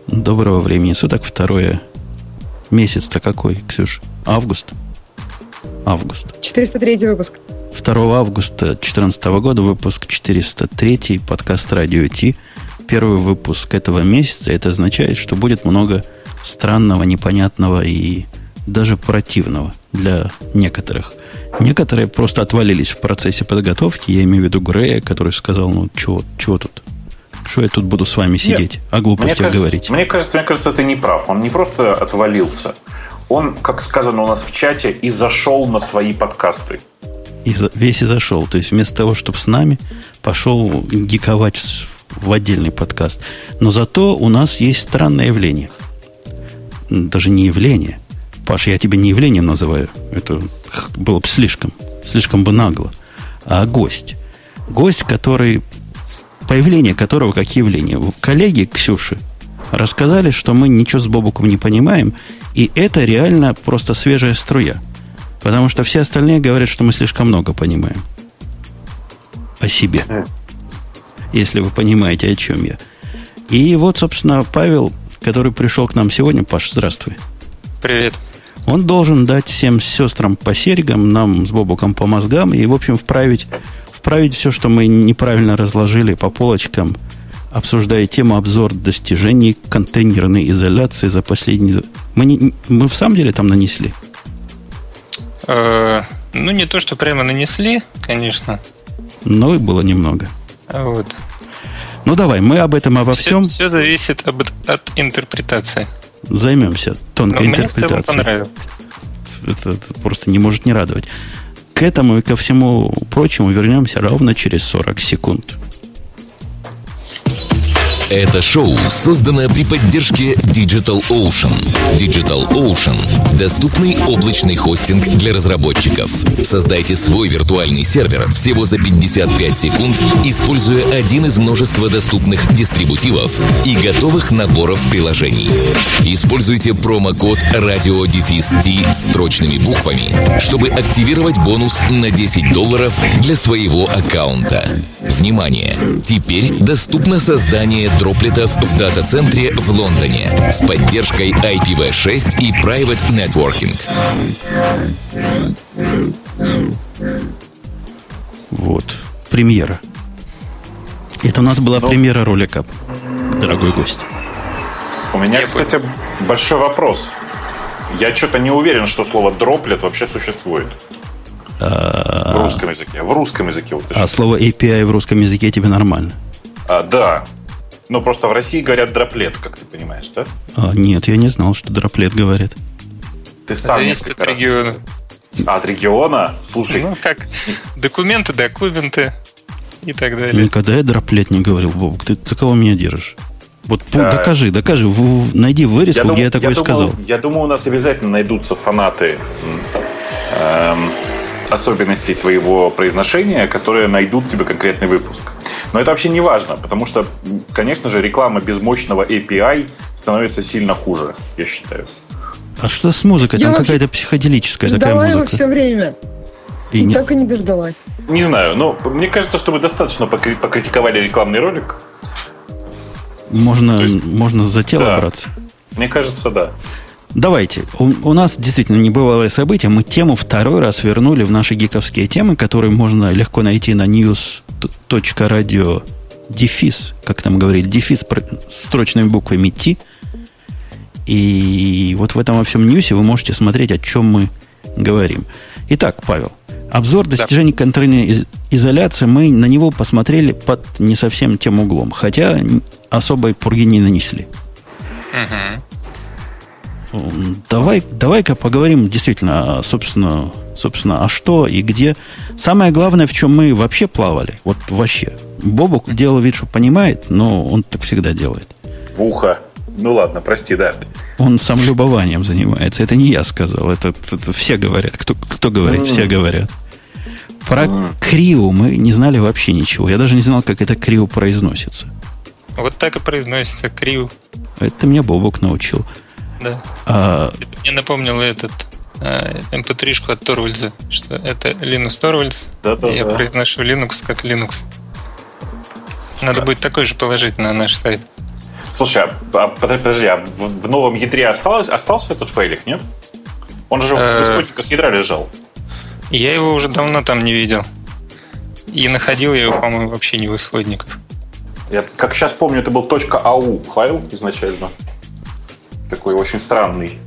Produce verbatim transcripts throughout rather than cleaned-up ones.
Доброго времени суток. Второе. Месяц-то какой, Ксюш? Август? Август. четыреста третий выпуск. второго августа две тысячи четырнадцатого года, выпуск четыреста третий, подкаст Радио Ти. Первый выпуск этого месяца. Это означает, что будет много странного, непонятного и даже противного для некоторых. Некоторые просто отвалились в процессе подготовки. Я имею в виду Грея, который сказал, ну, чего, чего тут? Что я тут буду с вами сидеть, Нет, о глупостях мне говорить? Мне кажется, мне кажется, ты не прав. Он не просто отвалился. Он, как сказано у нас в чате, и зашел на свои подкасты. И за, весь и зашел. То есть вместо того, чтобы с нами, пошел гиковать в отдельный подкаст. Но зато у нас есть странное явление. Даже не явление. Паш, я тебя не явлением называю. Это было бы слишком. Слишком бы нагло. А гость. Гость, который... Появление которого как явление. Коллеги Ксюши рассказали, что мы ничего с Бобуком не понимаем, и это реально просто свежая струя. Потому что все остальные говорят, что мы слишком много понимаем о себе. Если вы понимаете, о чем я. И вот, собственно, Павел, который пришел к нам сегодня. Паш, здравствуй. Привет. Он должен дать всем сестрам по серьгам, нам с Бобуком по мозгам, и, в общем, вправить... Вправить все, что мы неправильно разложили по полочкам, обсуждая тему обзор достижений контейнерной изоляции за последние... Мы, не, мы в самом деле там нанесли? Э, ну, не то, что прямо нанесли, конечно. Но и было немного. Вот. Ну, давай, мы об этом, обо все, всем... Все зависит об, от интерпретации. Займемся тонкой Но интерпретацией. Мне в целом понравилось. Это, это просто не может не радовать. К этому и ко всему прочему вернемся ровно через сорок секунд. Это шоу создано при поддержке DigitalOcean. DigitalOcean – доступный облачный хостинг для разработчиков. Создайте свой виртуальный сервер всего за пятьдесят пять секунд, используя один из множества доступных дистрибутивов и готовых наборов приложений. Используйте промокод радио-ти строчными буквами, чтобы активировать бонус на десять долларов для своего аккаунта. Внимание! Теперь доступно создание дроплетов в дата-центре в Лондоне с поддержкой ай пи ви шесть и Private Networking. Вот. Премьера. Это у нас была Но... премьера ролика, дорогой гость. У меня, кстати, большой вопрос. Я что-то не уверен, что слово дроплет вообще существует. А... В русском языке. В русском языке. Вот а слово эй пи ай в русском языке тебе нормально? А, да. Ну, просто в России говорят дроплет, как ты понимаешь, да? А, нет, я не знал, что дроплет говорят. Ты сам не зависит от региона. А, от региона? Слушай. Ну, как документы, документы и так далее. Никогда я дроплет не говорил, Бобок. Ты, ты кого меня держишь? Вот да. докажи, докажи. В, в, найди вырезку, я где дум, я такое я сказал. Думаю, я думаю, у нас обязательно найдутся фанаты эм, особенностей твоего произношения, которые найдут тебе конкретный выпуск. Но это вообще не важно, потому что, конечно же, реклама без мощного эй пи ай становится сильно хуже, я считаю. А что с музыкой? Я Там какая-то психоделическая такая музыка. Ждала его все время. И, и не... так и не дождалась. Не знаю, но мне кажется, что мы достаточно покритиковали рекламный ролик. Можно, есть, можно за тело да. браться. Мне кажется, да. Давайте. У, у нас действительно небывалое событие. Мы тему второй раз вернули в наши гиковские темы, которые можно легко найти на news точка radio дефис, как там говорили, дефис с строчными буквами T. И вот в этом во всем ньюсе вы можете смотреть, о чем мы говорим. Итак, Павел, обзор достижений да. контейнерной изоляции. Мы на него посмотрели под не совсем тем углом, хотя особой пурги не нанесли. Угу. Давай, давай-ка поговорим действительно, собственно, собственно, а что и где. Самое главное, в чем мы вообще плавали. Вот вообще. Бобок делал вид, что понимает, но он так всегда делает. В ухо. Ну ладно, прости, да. Он самолюбованием занимается. Это не я сказал. Это, это все говорят. Кто, кто говорит? Mm. Все говорят. Про mm. криу мы не знали вообще ничего. Я даже не знал, как это криу произносится. Вот так и произносится криу. Это меня Бобок научил. Да. А... Это мне напомнило этот эм пи три-шку от Торвальдса, что это Linux Torvalds. Да-да-да. Я произношу Linux как Linux. Надо будет такой же положить на наш сайт. Слушай, а, подожди, а в, в новом ядре осталось, остался этот файлик, нет? Он же в исходниках ядра лежал. Я его уже давно там не видел. И находил я его, по-моему, вообще не в исходниках. Я, как сейчас помню, это был .au файл изначально. Такой очень странный.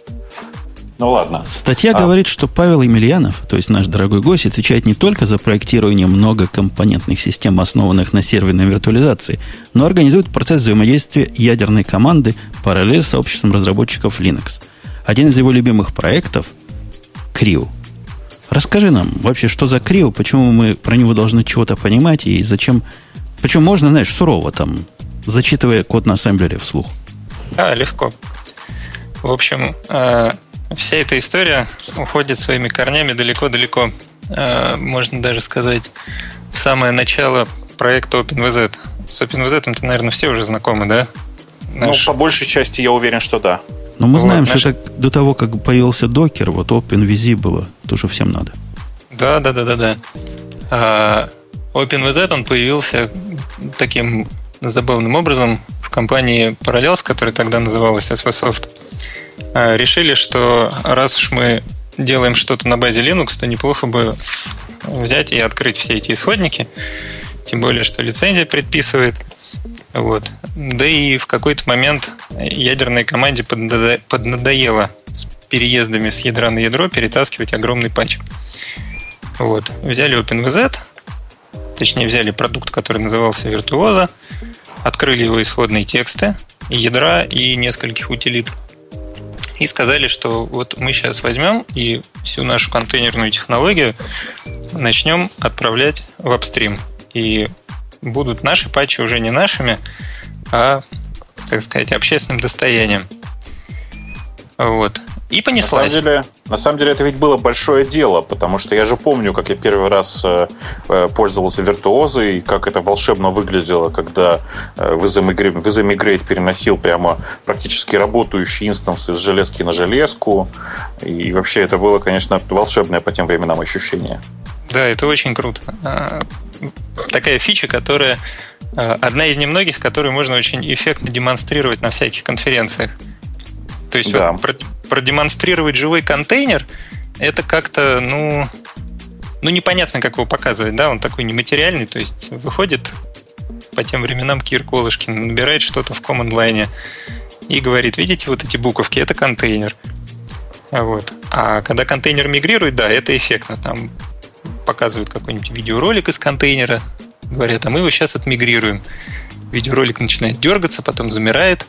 Ну ладно. Статья а. говорит, что Павел Емельянов, то есть наш дорогой гость, отвечает не только за проектирование многокомпонентных систем, основанных на серверной виртуализации, но организует процесс взаимодействия ядерной команды параллель с сообществом разработчиков Linux. Один из его любимых проектов – Крио. Расскажи нам вообще, что за Крио, почему мы про него должны чего-то понимать и зачем... Почему можно, знаешь, сурово там, зачитывая код на ассемблере вслух. Да, легко. В общем, э, вся эта история уходит своими корнями далеко-далеко. Э, можно даже сказать, в самое начало проекта OpenVZ. С OpenVZ-то, наверное, все уже знакомы, да? Наш... Ну, по большей части я уверен, что да. Но мы вот, знаем, наш... что это до того, как появился докер, вот OpenVZ было то, что всем надо. Да, да, да, да, да. А OpenVZ, он появился таким забавным образом в компании Parallels, которая тогда называлась эс ви Soft. Решили, что раз уж мы делаем что-то на базе Linux, то неплохо бы взять и открыть все эти исходники, тем более, что лицензия предписывает. Вот. Да и в какой-то момент ядерной команде поднадоело с переездами с ядра на ядро перетаскивать огромный патч. Вот. Взяли OpenVZ, точнее взяли продукт, который назывался Virtuoso, открыли его исходные тексты, и ядра, и нескольких утилит, и сказали, что вот мы сейчас возьмем и всю нашу контейнерную технологию начнем отправлять в апстрим. И будут наши патчи уже не нашими, а, так сказать, общественным достоянием. Вот. И понеслась. На самом деле, на самом деле это ведь было большое дело, потому что я же помню, как я первый раз э, пользовался виртуозой, и как это волшебно выглядело, когда э, в EasyMigrate переносил прямо практически работающие инстансы с железки на железку. И вообще это было, конечно, волшебное по тем временам ощущение. Да, это очень круто. Такая фича, которая одна из немногих, которую можно очень эффектно демонстрировать на всяких конференциях. То есть да. вот, продемонстрировать живой контейнер, это как-то, ну, ну, непонятно, как его показывать, да, он такой нематериальный, то есть выходит по тем временам Кир Колышкин, набирает что-то в команд-лайне и говорит, видите вот эти буковки, это контейнер. Вот. А когда контейнер мигрирует, да, это эффектно, там показывают какой-нибудь видеоролик из контейнера, говорят, а мы его сейчас отмигрируем. Видеоролик начинает дергаться, потом замирает,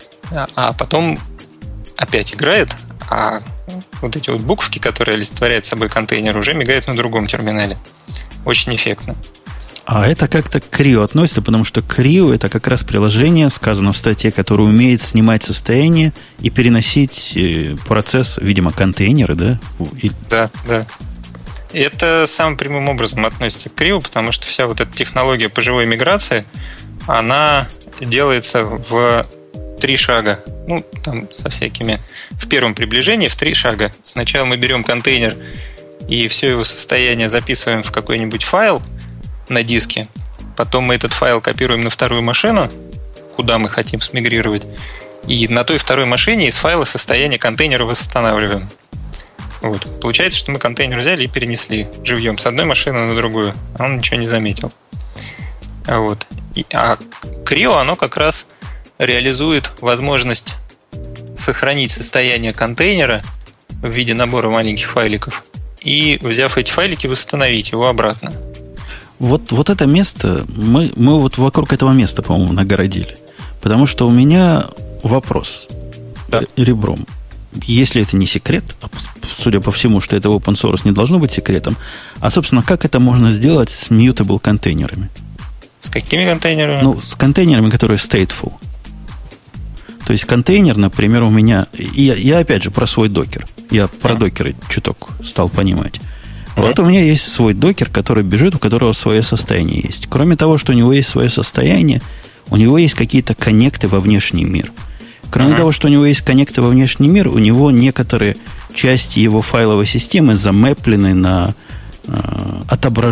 а потом опять играет, а вот эти вот буковки, которые олицетворяют собой контейнер, уже мигают на другом терминале. Очень эффектно. А это как-то к Крио относится, потому что Крио — это как раз приложение, сказано в статье, которое умеет снимать состояние и переносить процесс, видимо, контейнеры, да? Да, да. Это самым прямым образом относится к Крио, потому что вся вот эта технология по живой миграции, она делается в три шага. Ну, там со всякими... В первом приближении в три шага. Сначала мы берем контейнер и все его состояние записываем в какой-нибудь файл на диске. Потом мы этот файл копируем на вторую машину, куда мы хотим смигрировать. И на той второй машине из файла состояние контейнера восстанавливаем. Вот. Получается, что мы контейнер взяли и перенесли живьем с одной машины на другую. А он ничего не заметил. Вот. И, а Крио, оно как раз реализует возможность сохранить состояние контейнера в виде набора маленьких файликов и, взяв эти файлики, восстановить его обратно. Вот, вот это место, мы, мы вот вокруг этого места, по-моему, нагородили. Потому что у меня вопрос да. ребром. Если это не секрет, судя по всему, что это open source не должно быть секретом, а, собственно, как это можно сделать с mutable контейнерами? С какими контейнерами? Ну, с контейнерами, которые stateful. То есть контейнер, например, у меня... Я, я опять же про свой докер. Я про докеры чуток стал понимать. Mm-hmm. Вот у меня есть свой докер, который бежит, у которого свое состояние есть. Кроме того, что у него есть свое состояние, у него есть какие-то коннекты во внешний мир. Кроме mm-hmm. того, что у него есть коннекты во внешний мир, у него некоторые части его файловой системы замэплены на... Э,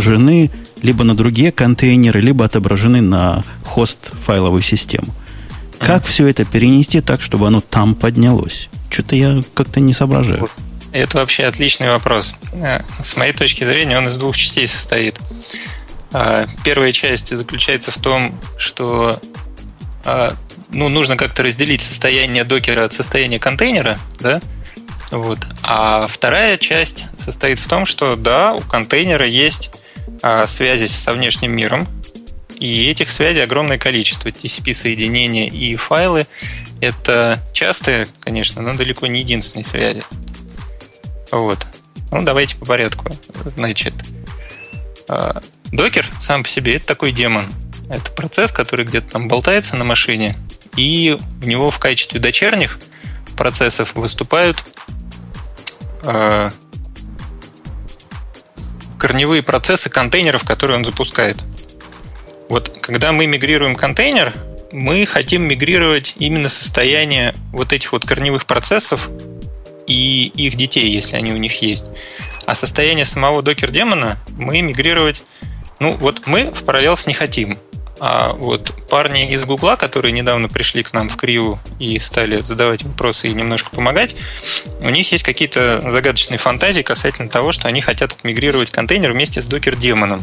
отображены либо на другие контейнеры, либо отображены на хост файловую систему. Как все это перенести так, чтобы оно там поднялось? Что-то я как-то не соображаю. Это вообще отличный вопрос. С моей точки зрения, он из двух частей состоит. Первая часть заключается в том, что ну, нужно как-то разделить состояние докера от состояния контейнера, да? Вот. А вторая часть состоит в том, что да, у контейнера есть связи со внешним миром, и этих связей огромное количество. ти си пи-соединения и файлы – это частые, конечно, но далеко не единственные связи. Вот. Ну, давайте по порядку. Значит, докер сам по себе – это такой демон. Это процесс, который где-то там болтается на машине, и в него в качестве дочерних процессов выступают э, корневые процессы контейнеров, которые он запускает. Вот когда мы мигрируем контейнер, мы хотим мигрировать именно состояние вот этих вот корневых процессов и их детей, если они у них есть. А состояние самого докер-демона мы мигрировать... Ну, вот мы в Parallels не хотим. А вот парни из Гугла, которые недавно пришли к нам в Криву и стали задавать вопросы и немножко помогать, у них есть какие-то загадочные фантазии касательно того, что они хотят отмигрировать контейнер вместе с докер-демоном.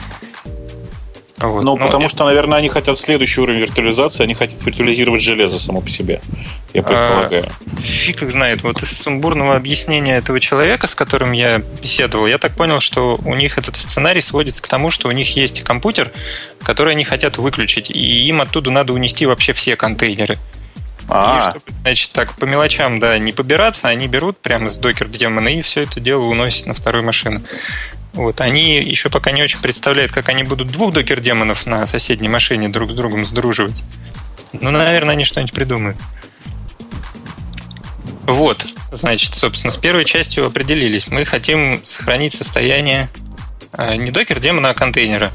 Вот. Ну, Но потому это... что, наверное, они хотят следующий уровень виртуализации, они хотят виртуализировать железо само по себе, я предполагаю. А, фиг их знает. Вот из сумбурного объяснения этого человека, с которым я беседовал, я так понял, что у них этот сценарий сводится к тому, что у них есть компьютер, который они хотят выключить, и им оттуда надо унести вообще все контейнеры. А-а-а. И чтобы, значит, так по мелочам, да, не побираться, они берут прямо с докер-демона и все это дело уносят на вторую машину. Вот. Они еще пока не очень представляют, как они будут двух докер-демонов на соседней машине друг с другом сдруживать. Ну, наверное, они что-нибудь придумают. Вот, значит, собственно, с первой частью определились. Мы хотим сохранить состояние не докер-демона, а контейнера.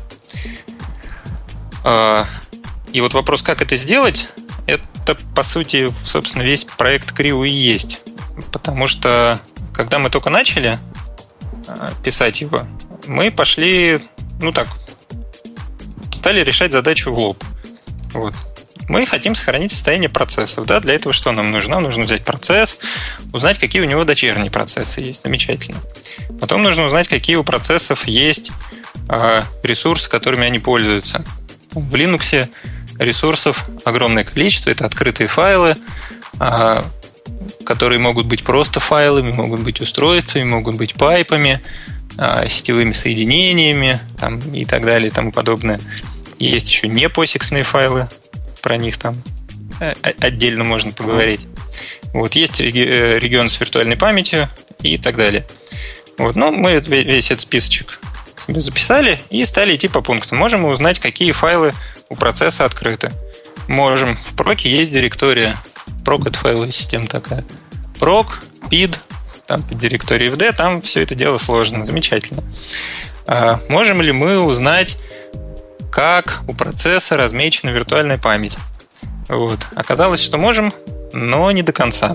И вот вопрос, как это сделать, это, по сути, собственно, весь проект Крио и есть. Потому что, когда мы только начали писать его, мы пошли, ну так, стали решать задачу в лоб. Вот. Мы хотим сохранить состояние процессов. Да? Для этого что нам нужно? Нам нужно взять процесс, узнать, какие у него дочерние процессы есть. Замечательно. Потом нужно узнать, какие у процессов есть э, ресурсы, которыми они пользуются. В Linux ресурсов огромное количество. Это открытые файлы, э, которые могут быть просто файлами, могут быть устройствами, могут быть пайпами, сетевыми соединениями там, и так далее и тому подобное. Есть еще не посиксные файлы, про них там отдельно можно поговорить. Вот, есть регион с виртуальной памятью и так далее. Вот, ну, мы весь этот списочек себе записали и стали идти по пунктам. Можем мы узнать, какие файлы у процесса открыты. Можем. В проке есть директория. Прок — это файловая система такая. Прок, пид, там под директорией fd, там все это дело сложно. Замечательно. А можем ли мы узнать, как у процесса размечена виртуальная память? Вот. Оказалось, что можем, но не до конца.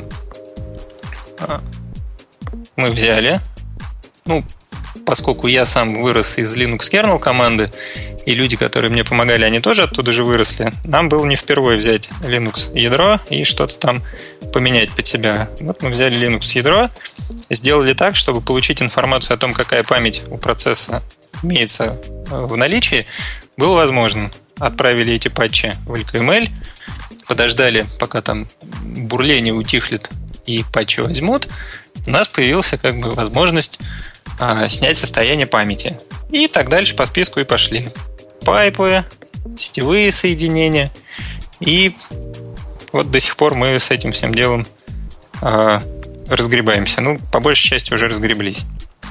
Мы взяли, ну, поскольку я сам вырос из Linux kernel команды, и люди, которые мне помогали, они тоже оттуда же выросли, нам было не впервые взять Linux ядро и что-то там поменять под себя. Вот мы взяли Linux ядро, сделали так, чтобы получить информацию о том, какая память у процесса имеется в наличии, было возможно. Отправили эти патчи в эл кей эм эль, подождали, пока там бурление утихнет и патчи возьмут, у нас появилась как бы возможность а, снять состояние памяти. И так дальше по списку и пошли. Пайпы, сетевые соединения. И вот до сих пор мы с этим всем делом а, разгребаемся. Ну, по большей части уже разгреблись.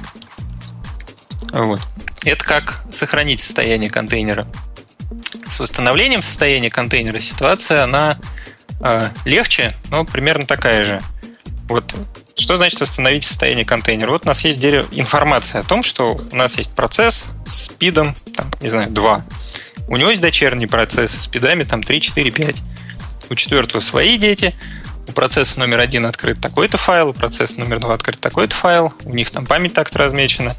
Вот. Это как сохранить состояние контейнера. С восстановлением состояния контейнера ситуация, она э, легче, но примерно такая же. Вот что значит восстановить состояние контейнера? Вот у нас есть дерево, информация о том, что у нас есть процесс с спидом, там, не знаю, два. У него есть дочерние процессы с спидами там, три, четыре, пять. У четвертого свои дети. У процесса номер один открыт такой-то файл, у процесса номер два открыт такой-то файл. У них там память так-то размечена.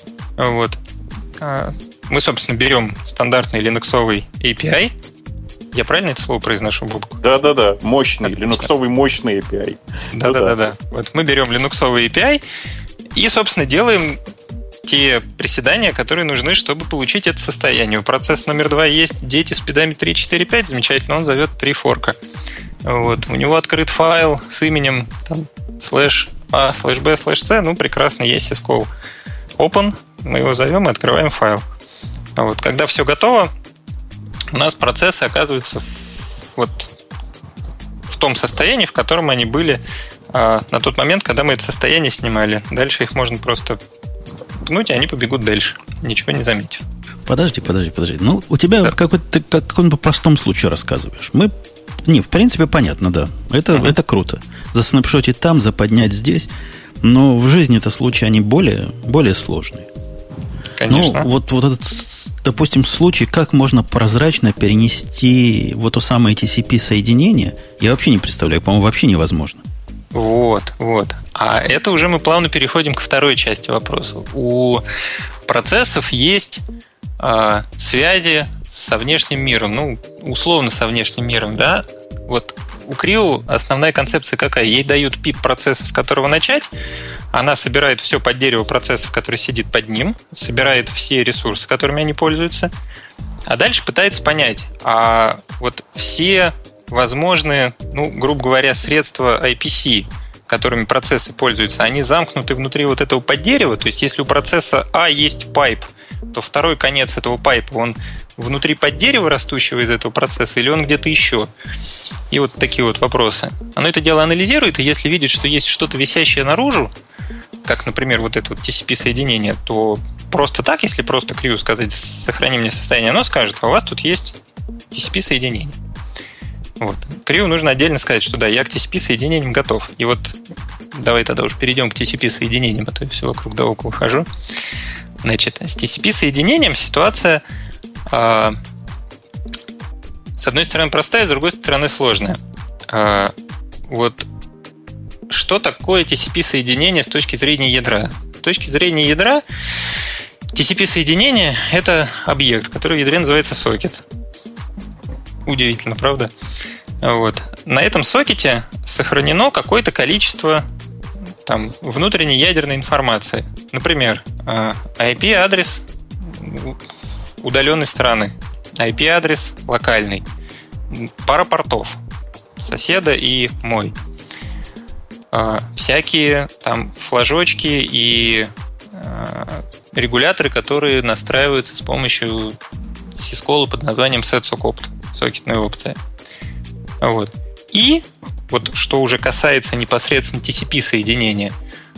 Вот. Мы, собственно, берем стандартный линуксовый эй пи ай, Я правильно это слово произношу, Бобку? Да-да-да, мощный, линуксовый мощный эй пи ай. Да-да-да. Вот мы берем линуксовый эй пи ай и, собственно, делаем те приседания, которые нужны, чтобы получить это состояние. У процесса номер два есть дети с пидами три, четыре, пять. Замечательно, он зовет три форка. Вот. У него открыт файл с именем там, слэш а, слэш б, слэш c. Ну, прекрасно, есть syscall open. Мы его зовем и открываем файл. Вот. Когда все готово, у нас процессы оказываются в, вот, в том состоянии, в котором они были а, на тот момент, когда мы это состояние снимали. Дальше их можно просто пнуть, и они побегут дальше, ничего не заметив. Подожди, подожди, подожди. Ну, у тебя да. какой-то, как, каком-то простом случае рассказываешь. Мы, не, в принципе, понятно, да. Это, uh-huh. это круто. Заснапшотить там, заподнять здесь. Но в жизни это случаи, они более, более сложные. Конечно. Ну, вот, вот этот, допустим, случай, как можно прозрачно перенести вот то самое ти си пи-соединение, я вообще не представляю. По-моему, вообще невозможно. Вот, вот. А это уже мы плавно переходим ко второй части вопроса. У процессов есть э, связи со внешним миром, ну, условно со внешним миром, да. Вот у Крио основная концепция какая? Ей дают пид процесса, с которого начать. Она собирает все под дерево процессов, который сидит под ним, собирает все ресурсы, которыми они пользуются, а дальше пытается понять, а вот все возможные, ну, грубо говоря, средства ай пи си, которыми процессы пользуются, они замкнуты внутри вот этого поддерева. То есть, если у процесса А есть пайп, то второй конец этого пайпа, он внутри поддерева, растущего из этого процесса, или он где-то еще? И вот такие вот вопросы. Оно это дело анализирует, и если видит, что есть что-то висящее наружу, как, например, вот это вот ти си пи-соединение, то просто так, если просто Крио сказать, сохрани мне состояние, оно скажет, а у вас тут есть ти си пи-соединение. Вот. Крио нужно отдельно сказать, что да, я к ти си пи-соединениям готов. И вот давай тогда уже перейдем к ти си пи-соединениям, а то я все вокруг да около хожу. Значит, с ти си пи-соединением ситуация э, с одной стороны простая, с другой стороны сложная. Э, вот что такое ти си пи-соединение с точки зрения ядра? С точки зрения ядра ти си пи-соединение – это объект, который в ядре называется сокет. Удивительно, правда? Вот. На этом сокете сохранено какое-то количество там, внутренней ядерной информации. Например, ай пи-адрес удаленной стороны, ай пи-адрес локальный, пара портов соседа и мой. Всякие там флажочки и регуляторы, которые настраиваются с помощью сискола под названием setSockOpt. Сокетная опция. Вот. И вот что уже касается непосредственно ти си пи-соединения,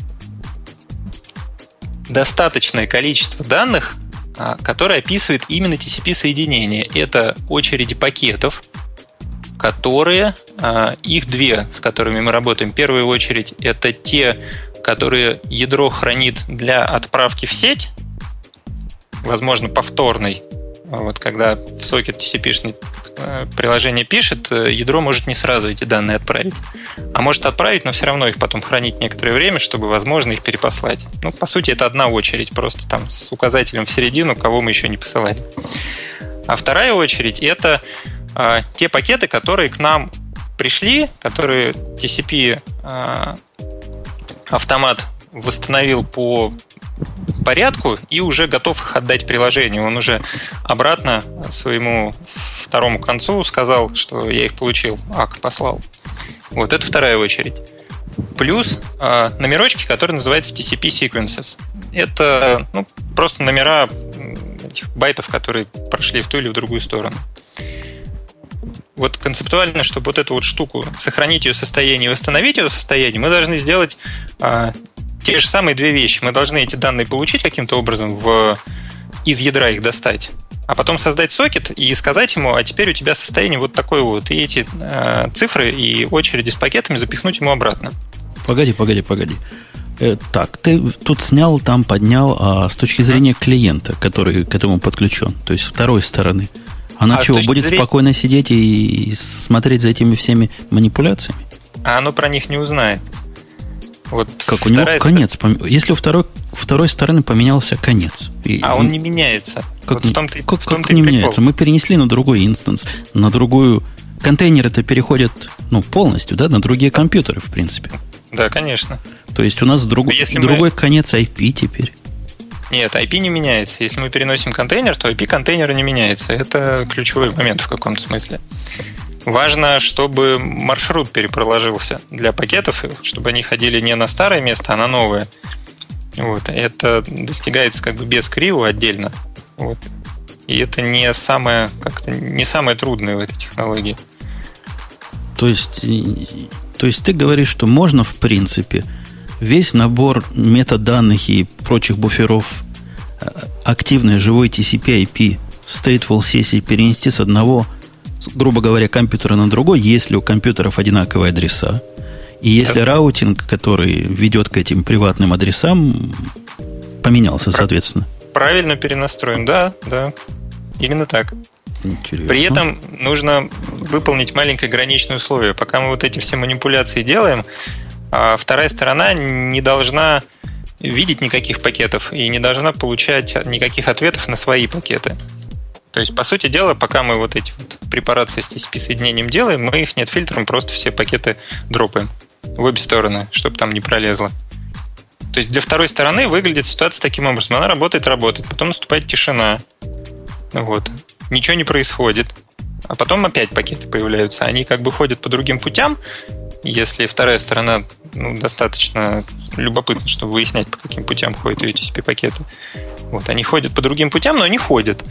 достаточное количество данных, которое описывает именно ти си пи-соединение. Это очереди пакетов, которые, их две, с которыми мы работаем. В первую очередь это те, которые ядро хранит для отправки в сеть, возможно, повторной. Вот, когда в сокет ти си пи-шный приложение пишет, ядро может не сразу эти данные отправить. А может отправить, но все равно их потом хранить некоторое время, чтобы, возможно, их перепослать. Ну, по сути, это одна очередь, просто там с указателем в середину, кого мы еще не посылали. А вторая очередь – это э, те пакеты, которые к нам пришли, которые ти си пи э, автомат восстановил по порядку и уже готов их отдать приложению. Он уже обратно своему второму концу сказал, что я их получил, ак послал. Вот это вторая очередь. Плюс э, номерочки, которые называются ти си пи sequences. Это ну, просто номера этих байтов, которые прошли в ту или в другую сторону. Вот концептуально, чтобы вот эту вот штуку сохранить ее состояние и восстановить ее состояние, мы должны сделать э, те же самые две вещи. Мы должны эти данные получить каким-то образом, в, из ядра их достать, а потом создать сокет и сказать ему, а теперь у тебя состояние вот такое вот, и эти э, цифры и очереди с пакетами запихнуть ему обратно. Погоди, погоди, погоди. Э, так, ты тут снял, там поднял, а с точки зрения клиента, который к этому подключен, то есть с второй стороны, она а чего, будет зрения... спокойно сидеть и смотреть за этими всеми манипуляциями? А оно про них не узнает. Вот как у него конец. Ст... Если у второй, второй стороны поменялся конец. И а он, он не меняется. Как, вот в том-то, как, в том-то как не прикол. Меняется? Мы перенесли на другой инстанс, на другую... Контейнеры-то переходят ну, полностью, да, на другие компьютеры, в принципе. Да, конечно. То есть у нас друг... другой мы... конец ай пи теперь. Нет, ай пи не меняется. Если мы переносим контейнер, то ай пи контейнера не меняется. Это ключевой момент в каком-то смысле. Важно, чтобы маршрут перепроложился для пакетов, чтобы они ходили не на старое место, а на новое. Вот. Это достигается как бы без крио отдельно. Вот. И это не самое, как-то, не самое трудное в этой технологии. То есть, то есть ты говоришь, что можно, в принципе, весь набор метаданных и прочих буферов активной живой ти си пи ай пи stateful сессии перенести с одного, грубо говоря, компьютера на другой, если у компьютеров одинаковые адреса. И если да. раутинг, который ведет к этим приватным адресам, поменялся, соответственно. Правильно перенастроен, да, да. Именно так. Интересно. При этом нужно выполнить маленькое граничное условие. Пока мы вот эти все манипуляции делаем, вторая сторона не должна видеть никаких пакетов и не должна получать никаких ответов на свои пакеты. То есть, по сути дела, пока мы вот эти вот препарации с ти си пи-соединением делаем, мы их нет фильтром, просто все пакеты дропаем в обе стороны, чтобы там не пролезло. То есть для второй стороны выглядит ситуация таким образом. Она работает, работает, потом наступает тишина. Вот. Ничего не происходит. А потом опять пакеты появляются. Они как бы ходят по другим путям. Если вторая сторона ну, достаточно любопытна, чтобы выяснять, по каким путям ходят ее ти си пи-пакеты. Вот. Они ходят по другим путям, но они ходят.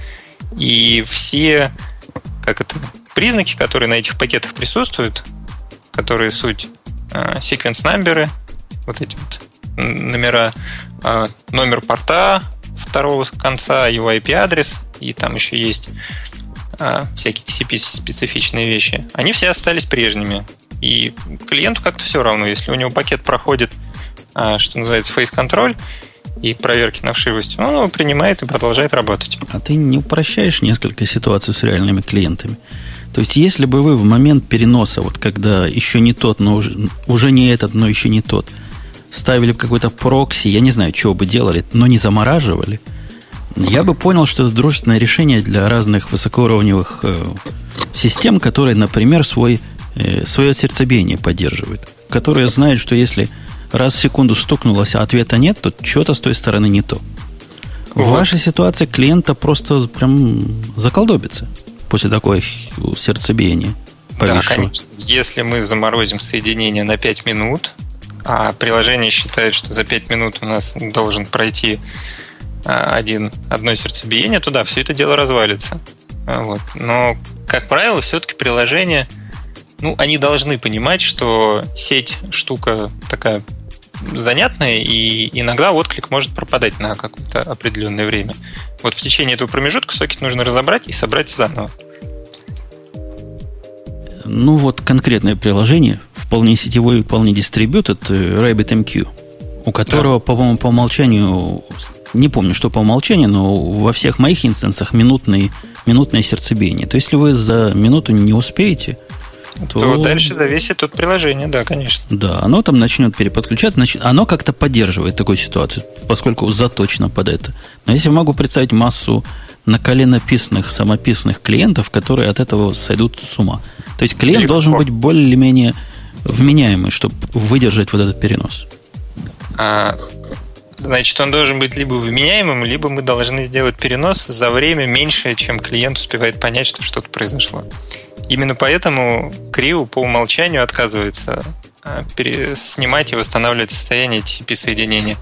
И все как это, признаки, которые на этих пакетах присутствуют, которые суть э, sequence-намберы, вот эти вот номера, э, номер порта второго конца, его ай пи-адрес, и там еще есть э, всякие ти си пи-специфичные вещи, они все остались прежними. И клиенту как-то все равно, если у него пакет проходит, э, что называется, face-контроль, и проверки на вшивость, он его принимает и продолжает работать. А ты не упрощаешь несколько ситуаций с реальными клиентами? То есть, если бы вы в момент переноса, вот когда еще не тот, но уже, уже не этот, но еще не тот, ставили какой-то прокси, я не знаю, чего бы делали, но не замораживали, я бы понял, что это дружественное решение для разных высокоуровневых э, систем, которые, например, свой, э, свое сердцебиение поддерживают, которые знают, что если раз в секунду стукнулось, а ответа нет, то что-то с той стороны не то. В вот. вашей ситуации клиента просто прям заколдобится после такой сердцебиения повисшего. Да, конечно. Если мы заморозим соединение на пять минут, а приложение считает, что за пять минут у нас должен пройти один, одно сердцебиение, то да, все это дело развалится. Вот. Но, как правило, все-таки приложение, ну, они должны понимать, что сеть штука такая занятная, и иногда отклик может пропадать на какое-то определенное время. Вот в течение этого промежутка сокет нужно разобрать и собрать заново. Ну вот конкретное приложение, вполне сетевой, вполне distributed, RabbitMQ, у которого, да. по-моему, по умолчанию, не помню, что по умолчанию, но во всех моих инстансах минутные, минутное сердцебиение. То есть, если вы за минуту не успеете, То, то дальше зависит от приложения, да, конечно. Да, оно там начнет переподключаться, значит, оно как-то поддерживает такую ситуацию, поскольку заточено под это. Но если могу представить массу наколенописанных, самописанных клиентов, которые от этого сойдут с ума. То есть клиент Легко. должен быть более-менее вменяемый, чтобы выдержать вот этот перенос. А, значит, он должен быть либо вменяемым, либо мы должны сделать перенос за время меньшее, чем клиент успевает понять, что что-то произошло. Именно поэтому крио по умолчанию отказывается снимать и восстанавливать состояние ти си пи-соединения.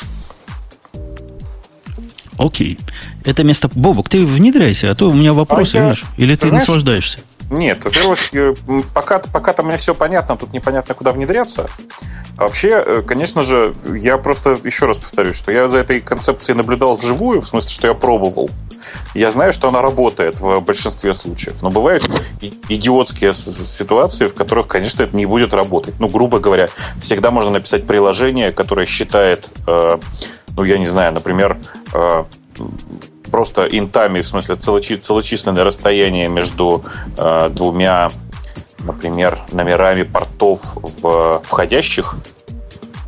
Окей. Это место... Бобок, ты внедряйся, а то у меня вопросы, а я... или ты, ты знаешь... наслаждаешься? Нет, во-первых, пока, пока-то мне все понятно, тут непонятно, куда внедряться. А вообще, конечно же, я просто еще раз повторюсь, что я за этой концепцией наблюдал вживую, в смысле, что я пробовал. Я знаю, что она работает в большинстве случаев, но бывают идиотские ситуации, в которых, конечно, это не будет работать. Ну, грубо говоря, всегда можно написать приложение, которое считает, э, ну, я не знаю, например, э, просто интами, в смысле целочи, целочисленное расстояние между э, двумя, например, номерами портов в входящих,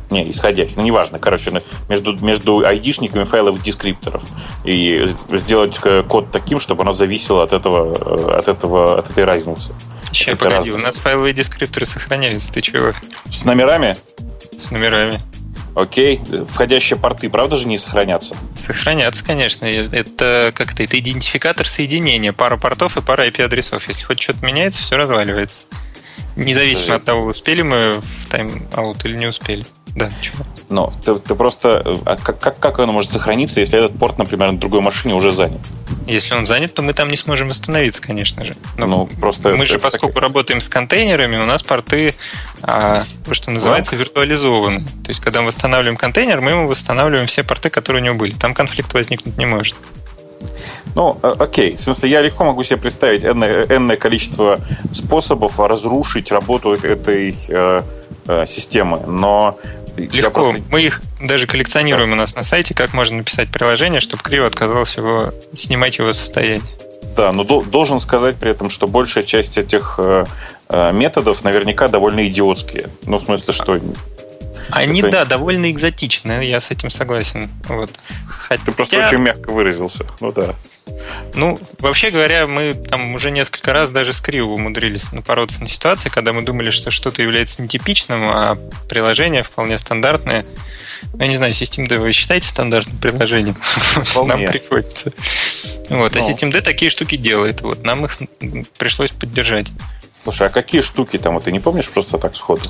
Не, исходящих, ну неважно, короче, между, между айдишниками файловых дескрипторов. И сделать код таким, чтобы оно зависело от этого, от этого, от этой разницы. Сейчас, погоди, разница. У нас файловые дескрипторы сохраняются, ты чего? С номерами? С номерами. Окей. Входящие порты, правда же, не сохранятся? Сохранятся, конечно. Это как-то это идентификатор соединения. Пара портов и пара ай пи-адресов. Если хоть что-то меняется, все разваливается. Независимо Подожди. от того, успели мы в тайм-аут или не успели. Да, чего? Но ты, ты просто... А как, как, как оно может сохраниться, если этот порт, например, на другой машине уже занят? Если он занят, то мы там не сможем восстановиться, конечно же. Но ну, просто мы это, же, это поскольку так... работаем с контейнерами, у нас порты, а, что называется, ну. виртуализованы. То есть, когда мы восстанавливаем контейнер, мы ему восстанавливаем все порты, которые у него были. Там конфликт возникнуть не может. Ну, окей. В смысле, я легко могу себе представить энное, энное количество способов разрушить работу этой э, э, системы, но... Легко. Просто... Мы их даже коллекционируем у нас на сайте, как можно написать приложение, чтобы криво отказалось его снимать его состояние. Да, но до, должен сказать при этом, что большая часть этих э, э, методов наверняка довольно идиотские. Ну, в смысле, что... Они, это... да, довольно экзотичные, я с этим согласен. Вот. Хотя... Ты просто очень мягко выразился. Ну да. Ну, вообще говоря, мы там уже несколько раз даже с Крио умудрились напороться на ситуации, когда мы думали, что что-то является нетипичным, а приложение вполне стандартное. Я не знаю, SystemD вы считаете стандартным приложением? Нам приходится. Вот, а SystemD такие штуки делает. Вот, нам их пришлось поддержать. Слушай, а какие штуки там? Вот ты не помнишь просто так сходу?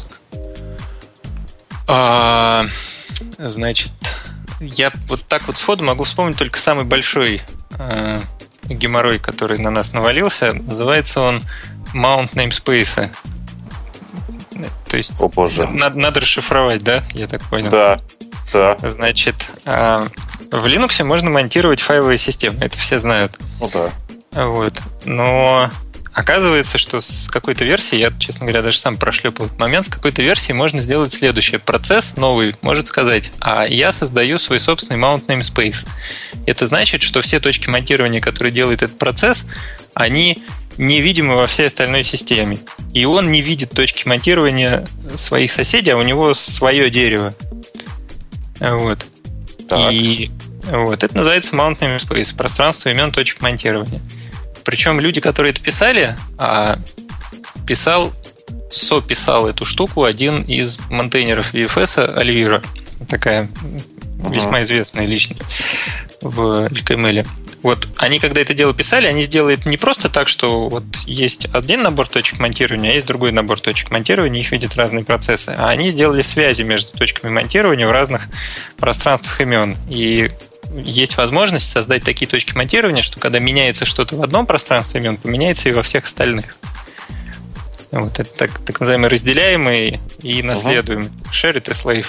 А, значит, я вот так вот сходу могу вспомнить только самый большой э, геморрой, который на нас навалился. Называется он Mount Namespace. То есть О, боже. Надо, надо расшифровать, да? Я так понял. Да, да. Значит, э, в Linux можно монтировать файловые системы. Это все знают. Ну да. Вот. Но... Оказывается, что с какой-то версией, я, честно говоря, даже сам прошлепал этот момент, с какой-то версией можно сделать следующее. Процесс новый может сказать, а я создаю свой собственный mount namespace. Это значит, что все точки монтирования, которые делает этот процесс, они невидимы во всей остальной системе. И он не видит точки монтирования своих соседей, а у него свое дерево. Вот. Так. И вот. Это называется mount namespace, пространство имен точек монтирования. Причем люди, которые это писали, писал, сописал эту штуку один из монтейнеров ви эф эс, Альвира. Такая uh-huh. весьма известная личность в эл кей эм эл. Вот они, когда это дело писали, они сделали это не просто так, что вот есть один набор точек монтирования, а есть другой набор точек монтирования, их видят разные процессы. А они сделали связи между точками монтирования в разных пространствах имен. И есть возможность создать такие точки монтирования, что когда меняется что-то в одном пространстве имен, поменяется и во всех остальных. Вот, это так, так называемый разделяемый и наследуемый. Uh-huh. Shared и slave.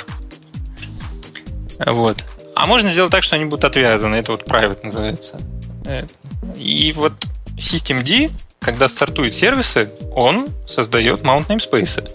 Вот. А можно сделать так, что они будут отвязаны. Это вот private называется. И вот SystemD, когда стартует сервисы, он создает mount namespace.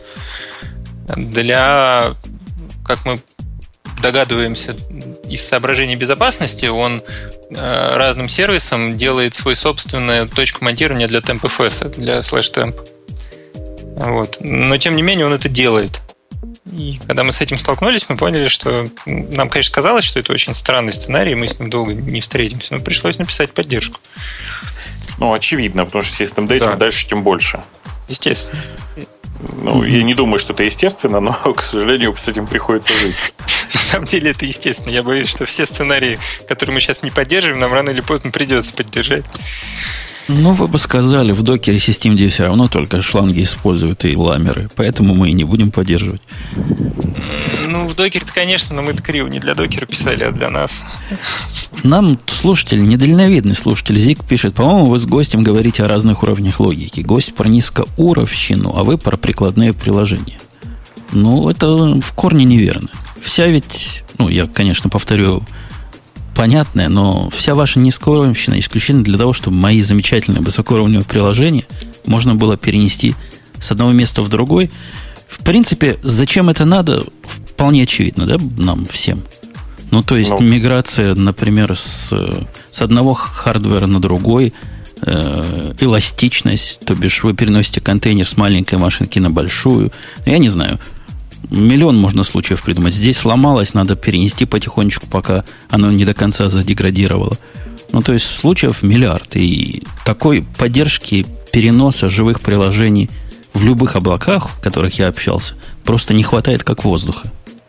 Для, как мы догадываемся, из соображений безопасности он э, разным сервисам делает свою собственную точку монтирования для TempFS, для slash-temp. Вот. Но, тем не менее, он это делает. И когда мы с этим столкнулись, мы поняли, что нам, конечно, казалось, что это очень странный сценарий, и мы с ним долго не встретимся, но пришлось написать поддержку. Ну, очевидно, потому что SystemD да. чем дальше, тем больше. Естественно. Ну, я не думаю, что это естественно, но, к сожалению, с этим приходится жить. На самом деле это естественно. Я боюсь, что все сценарии, которые мы сейчас не поддерживаем, нам рано или поздно придется поддержать. Ну, вы бы сказали, в докере SystemD все равно только шланги используют и ламеры, поэтому мы и не будем поддерживать. Ну, в докере-то, конечно, но мы-то Крио не для докера писали, а для нас. Нам слушатель, недальновидный слушатель Зик пишет, по-моему, вы с гостем говорите о разных уровнях логики. Гость про низкоуровщину, а вы про прикладные приложения. Ну, это в корне неверно. Вся ведь, ну, я, конечно, повторю, понятное, но вся ваша низкоуровневщина исключительно для того, чтобы мои замечательные высокоуровневые приложения можно было перенести с одного места в другой. В принципе, зачем это надо, вполне очевидно, да, нам всем. Ну, то есть, ну. миграция, например, с, с одного хардвера на другой, э, эластичность, то бишь вы переносите контейнер с маленькой машинки на большую. Я не знаю. Миллион можно случаев придумать. Здесь сломалось, надо перенести потихонечку, пока оно не до конца задеградировало. Ну, то есть случаев миллиард. И такой поддержки переноса живых приложений в любых облаках, в которых я общался, просто не хватает как воздуха.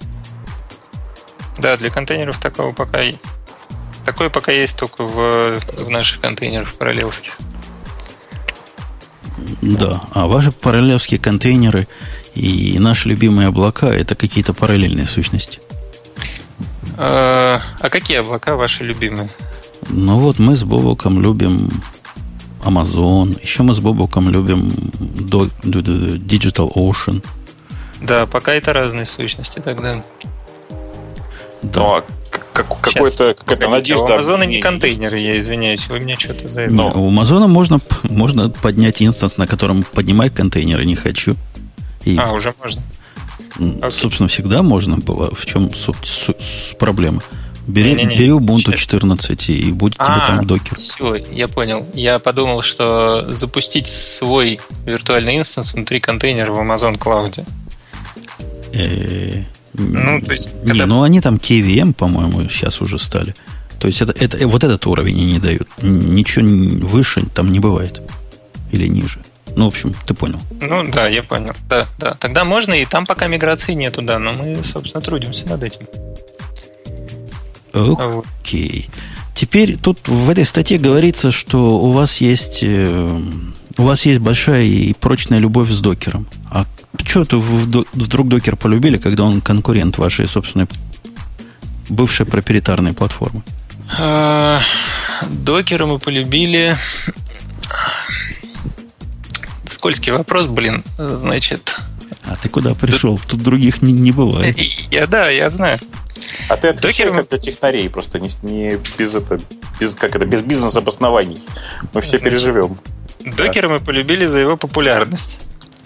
Да, для контейнеров такого пока такое пока есть только в, в наших контейнерах параллелских. Да, а ваши параллелские контейнеры и наши любимые облака — это какие-то параллельные сущности. А, а какие облака ваши любимые? Ну вот мы с Бобоком любим Amazon, еще мы с Бобоком любим DigitalOcean. Да, пока это разные сущности тогда. Да. Ну, а как, какой-то, какая-то надежда. У Амазона не контейнеры, я извиняюсь, вы мне что-то за это. Но у Амазона можно, можно поднять инстанс, на котором поднимай контейнеры, не хочу. И, а, уже можно. Собственно, всегда можно было. В чем суть, суть, проблема? Бери, не, не, не, бери Ubuntu четырнадцать, и будет а, тебе там докер. Все, я понял. Я подумал, что запустить свой виртуальный инстанс внутри контейнера в Amazon Cloud. Ну, то есть, не, когда... ну они там кей ви эм, по-моему, сейчас уже стали. То есть это, это, вот этот уровень они не дают. Ничего выше там не бывает. Или ниже. Ну, в общем, ты понял. Ну, да, я понял. Да, да. Тогда можно, и там пока миграции нету, да, но мы, собственно, трудимся над этим. Окей. Теперь тут в этой статье говорится, что у вас есть у вас есть большая и прочная любовь с докером. А что это вы вдруг докер полюбили, когда он конкурент вашей собственной бывшей проприетарной платформы? Докера мы полюбили. Скользкий вопрос, блин, значит. А ты куда пришел? Тут других не, не бывает. Я, да, я знаю. А ты отвечаешь как для технарей, просто не, не без, это, без, как это, без бизнес-обоснований. Мы все переживем. Докера мы полюбили за его популярность.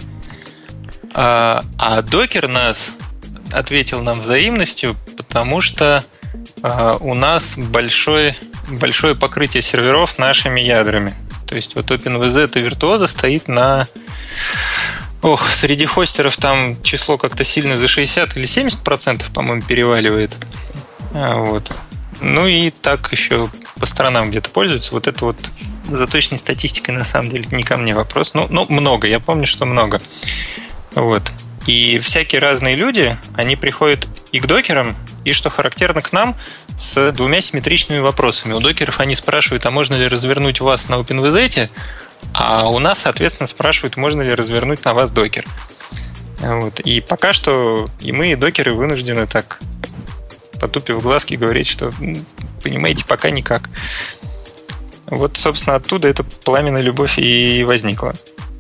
А, а докер нас ответил нам взаимностью, потому что а, у нас большое, большое покрытие серверов нашими ядрами. То есть вот OpenVZ и Virtuoso стоит на... Ох, среди хостеров там число как-то сильно за шестьдесят или семьдесят процентов, по-моему, переваливает. А, вот. Ну и так еще по сторонам где-то пользуются. Вот это вот за точной статистикой на самом деле не ко мне вопрос. Ну, ну много, я помню, что много. Вот. И всякие разные люди, они приходят и к докерам, и, что характерно, к нам с двумя симметричными вопросами. У докеров они спрашивают, а можно ли развернуть вас на OpenVZ, а у нас, соответственно, спрашивают, можно ли развернуть на вас докер. Вот. И пока что и мы, и докеры вынуждены так, потупив глазки, говорить, что, понимаете, пока никак. Вот, собственно, оттуда эта пламенная любовь и возникла.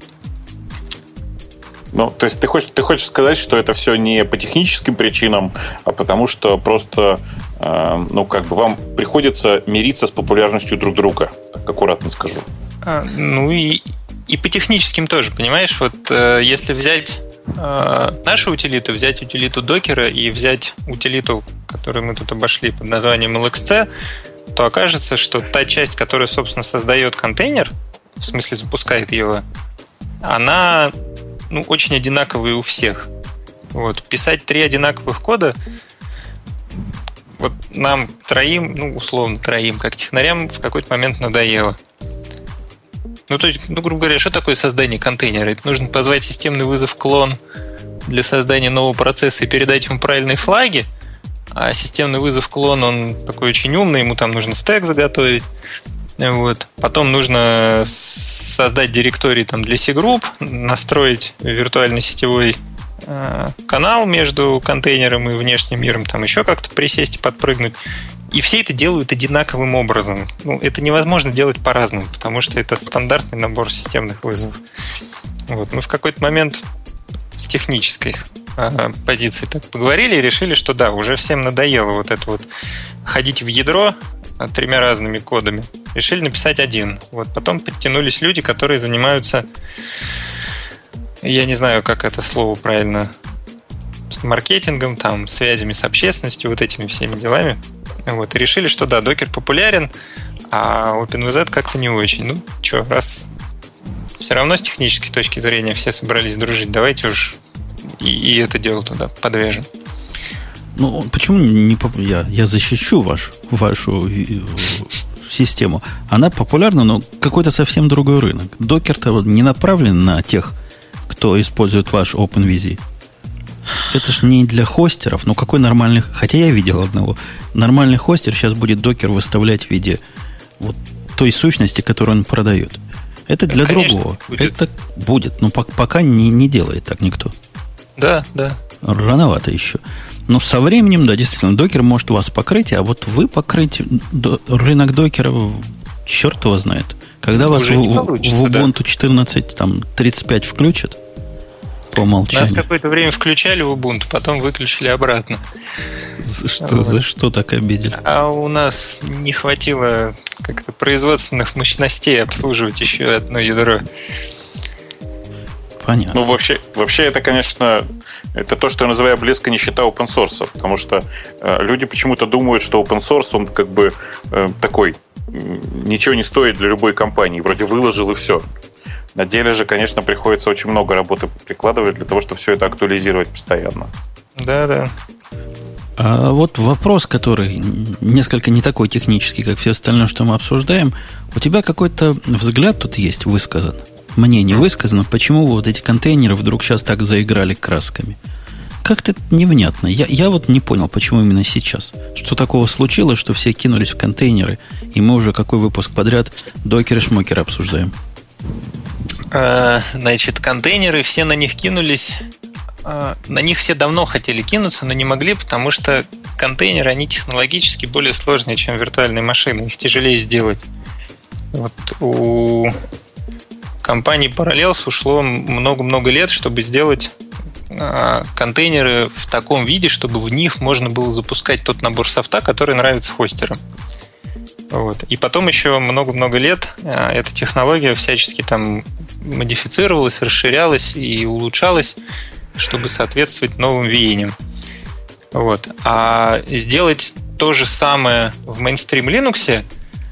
Ну, то есть ты хочешь, ты хочешь сказать, что это все не по техническим причинам, а потому что просто, э, ну, как бы вам приходится мириться с популярностью друг друга, так аккуратно скажу. А, ну и, и по техническим тоже, понимаешь? Вот э, если взять э, наши утилиты, взять утилиту докера и взять утилиту, которую мы тут обошли под названием эл экс си, то окажется, что та часть, которая, собственно, создает контейнер, в смысле запускает его, она... ну, очень одинаковые у всех. Вот. Писать три одинаковых кода вот нам троим, ну, условно троим, как технарям, в какой-то момент надоело. Ну, то есть, ну, грубо говоря, что такое создание контейнера? Это нужно позвать системный вызов клон для создания нового процесса и передать ему правильные флаги, а системный вызов клон, он такой очень умный, ему там нужно стэк заготовить. Вот. Потом нужно создать директорий там, для C-групп, настроить виртуальный сетевой э, канал между контейнером и внешним миром, там еще как-то присесть и подпрыгнуть. И все это делают одинаковым образом. Ну, это невозможно делать по-разному, потому что это стандартный набор системных вызовов. Вот. Мы в какой-то момент с технической э, позиции так поговорили и решили, что да, уже всем надоело вот это вот ходить в ядро тремя разными кодами. Решили написать один. Вот. Потом подтянулись люди, которые занимаются, я не знаю, как это слово правильно, маркетингом, там, связями с общественностью, вот этими всеми делами. Вот. И решили, что да, докер популярен, а OpenVZ как-то не очень. Ну, что, раз все равно с технической точки зрения все собрались дружить, давайте уж и, и это дело туда подвяжем. Ну, почему не поп... я, я защищу ваш, вашу систему. Она популярна, но какой-то совсем другой рынок. Докер-то не направлен на тех, кто использует ваш OpenVZ. Это ж не для хостеров, но какой нормальный... Хотя я видел одного. Нормальный хостер сейчас будет докер выставлять в виде вот той сущности, которую он продает. Это для Конечно, другого. Будет. Это будет, но пока не, не делает так никто. Да, да. Рановато еще. Но со временем, да, действительно, докер может вас покрыть, а вот вы покрыть до, рынок докера, черт его знает. Когда вас в, в Ubuntu да. четырнадцать, там, тридцать пять включат, по умолчанию. Нас какое-то время включали в Ubuntu, потом выключили обратно. За что, вот. За что так обидели? А у нас не хватило как-то производственных мощностей обслуживать еще одно ядро. Понятно. Ну, вообще, вообще это, конечно, это то, что я называю блеска нищета open source, потому что э, люди почему-то думают, что open source, он как бы э, такой, ничего не стоит для любой компании, вроде выложил и все. На деле же, конечно, приходится очень много работы прикладывать для того, чтобы все это актуализировать постоянно. Да, да. А вот вопрос, который несколько не такой технический, как все остальное, что мы обсуждаем. У тебя какой-то взгляд тут есть высказан? Мнение высказано, почему вот эти контейнеры вдруг сейчас так заиграли красками? Как-то невнятно. Я, я вот не понял, почему именно сейчас. Что такого случилось, что все кинулись в контейнеры, и мы уже какой выпуск подряд докеры-шмокеры обсуждаем? А, значит, контейнеры, все на них кинулись. А, на них все давно хотели кинуться, но не могли, потому что контейнеры, они технологически более сложные, чем виртуальные машины. Их тяжелее сделать. Вот у компании Parallels ушло много-много лет, чтобы сделать а, контейнеры в таком виде, чтобы в них можно было запускать тот набор софта, который нравится хостерам. Вот. И потом еще много-много лет а, эта технология всячески там модифицировалась, расширялась и улучшалась, чтобы соответствовать новым веяниям. Вот. А сделать то же самое в мейнстрим Linux,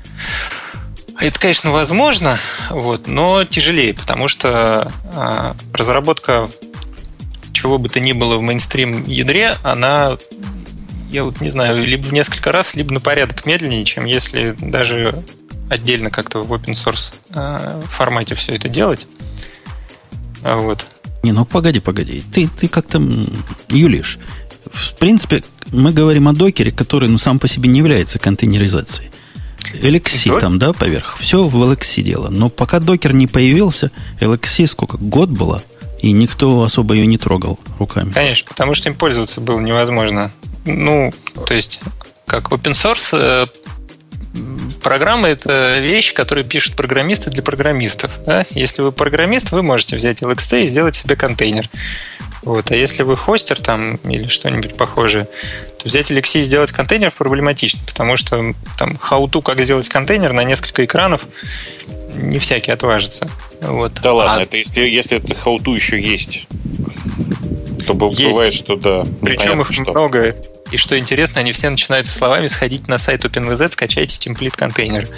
это, конечно, возможно, вот, но тяжелее, потому что а, разработка чего бы то ни было в мейнстрим ядре, она, я вот не знаю, либо в несколько раз, либо на порядок медленнее, чем если даже отдельно как-то в open source а, формате все это делать. А, вот. Не, ну погоди, погоди. Ты, ты как-то юлишь. В принципе, мы говорим о докере, который ну, сам по себе не является контейнеризацией. эл икс си Док... там, да, поверх. Все в эл икс си дело. Но пока докер не появился, эл икс си сколько? Год было, и никто особо ее не трогал руками. Конечно, потому что им пользоваться было невозможно. Ну, то есть, как open source, программа – это вещь, которую пишут программисты для программистов. Да? Если вы программист, вы можете взять эл икс си и сделать себе контейнер. Вот. А если вы хостер там, или что-нибудь похожее, то взять эл икс си и сделать контейнер проблематично, потому что там how-to, как сделать контейнер на несколько экранов, не всякий отважится. Вот. Да ладно, а... это если, если это how-to еще есть, то бывает, что да. Причем их что. много. И что интересно, они все начинают со словами: сходите на сайт OpenVZ, скачайте темплит контейнер.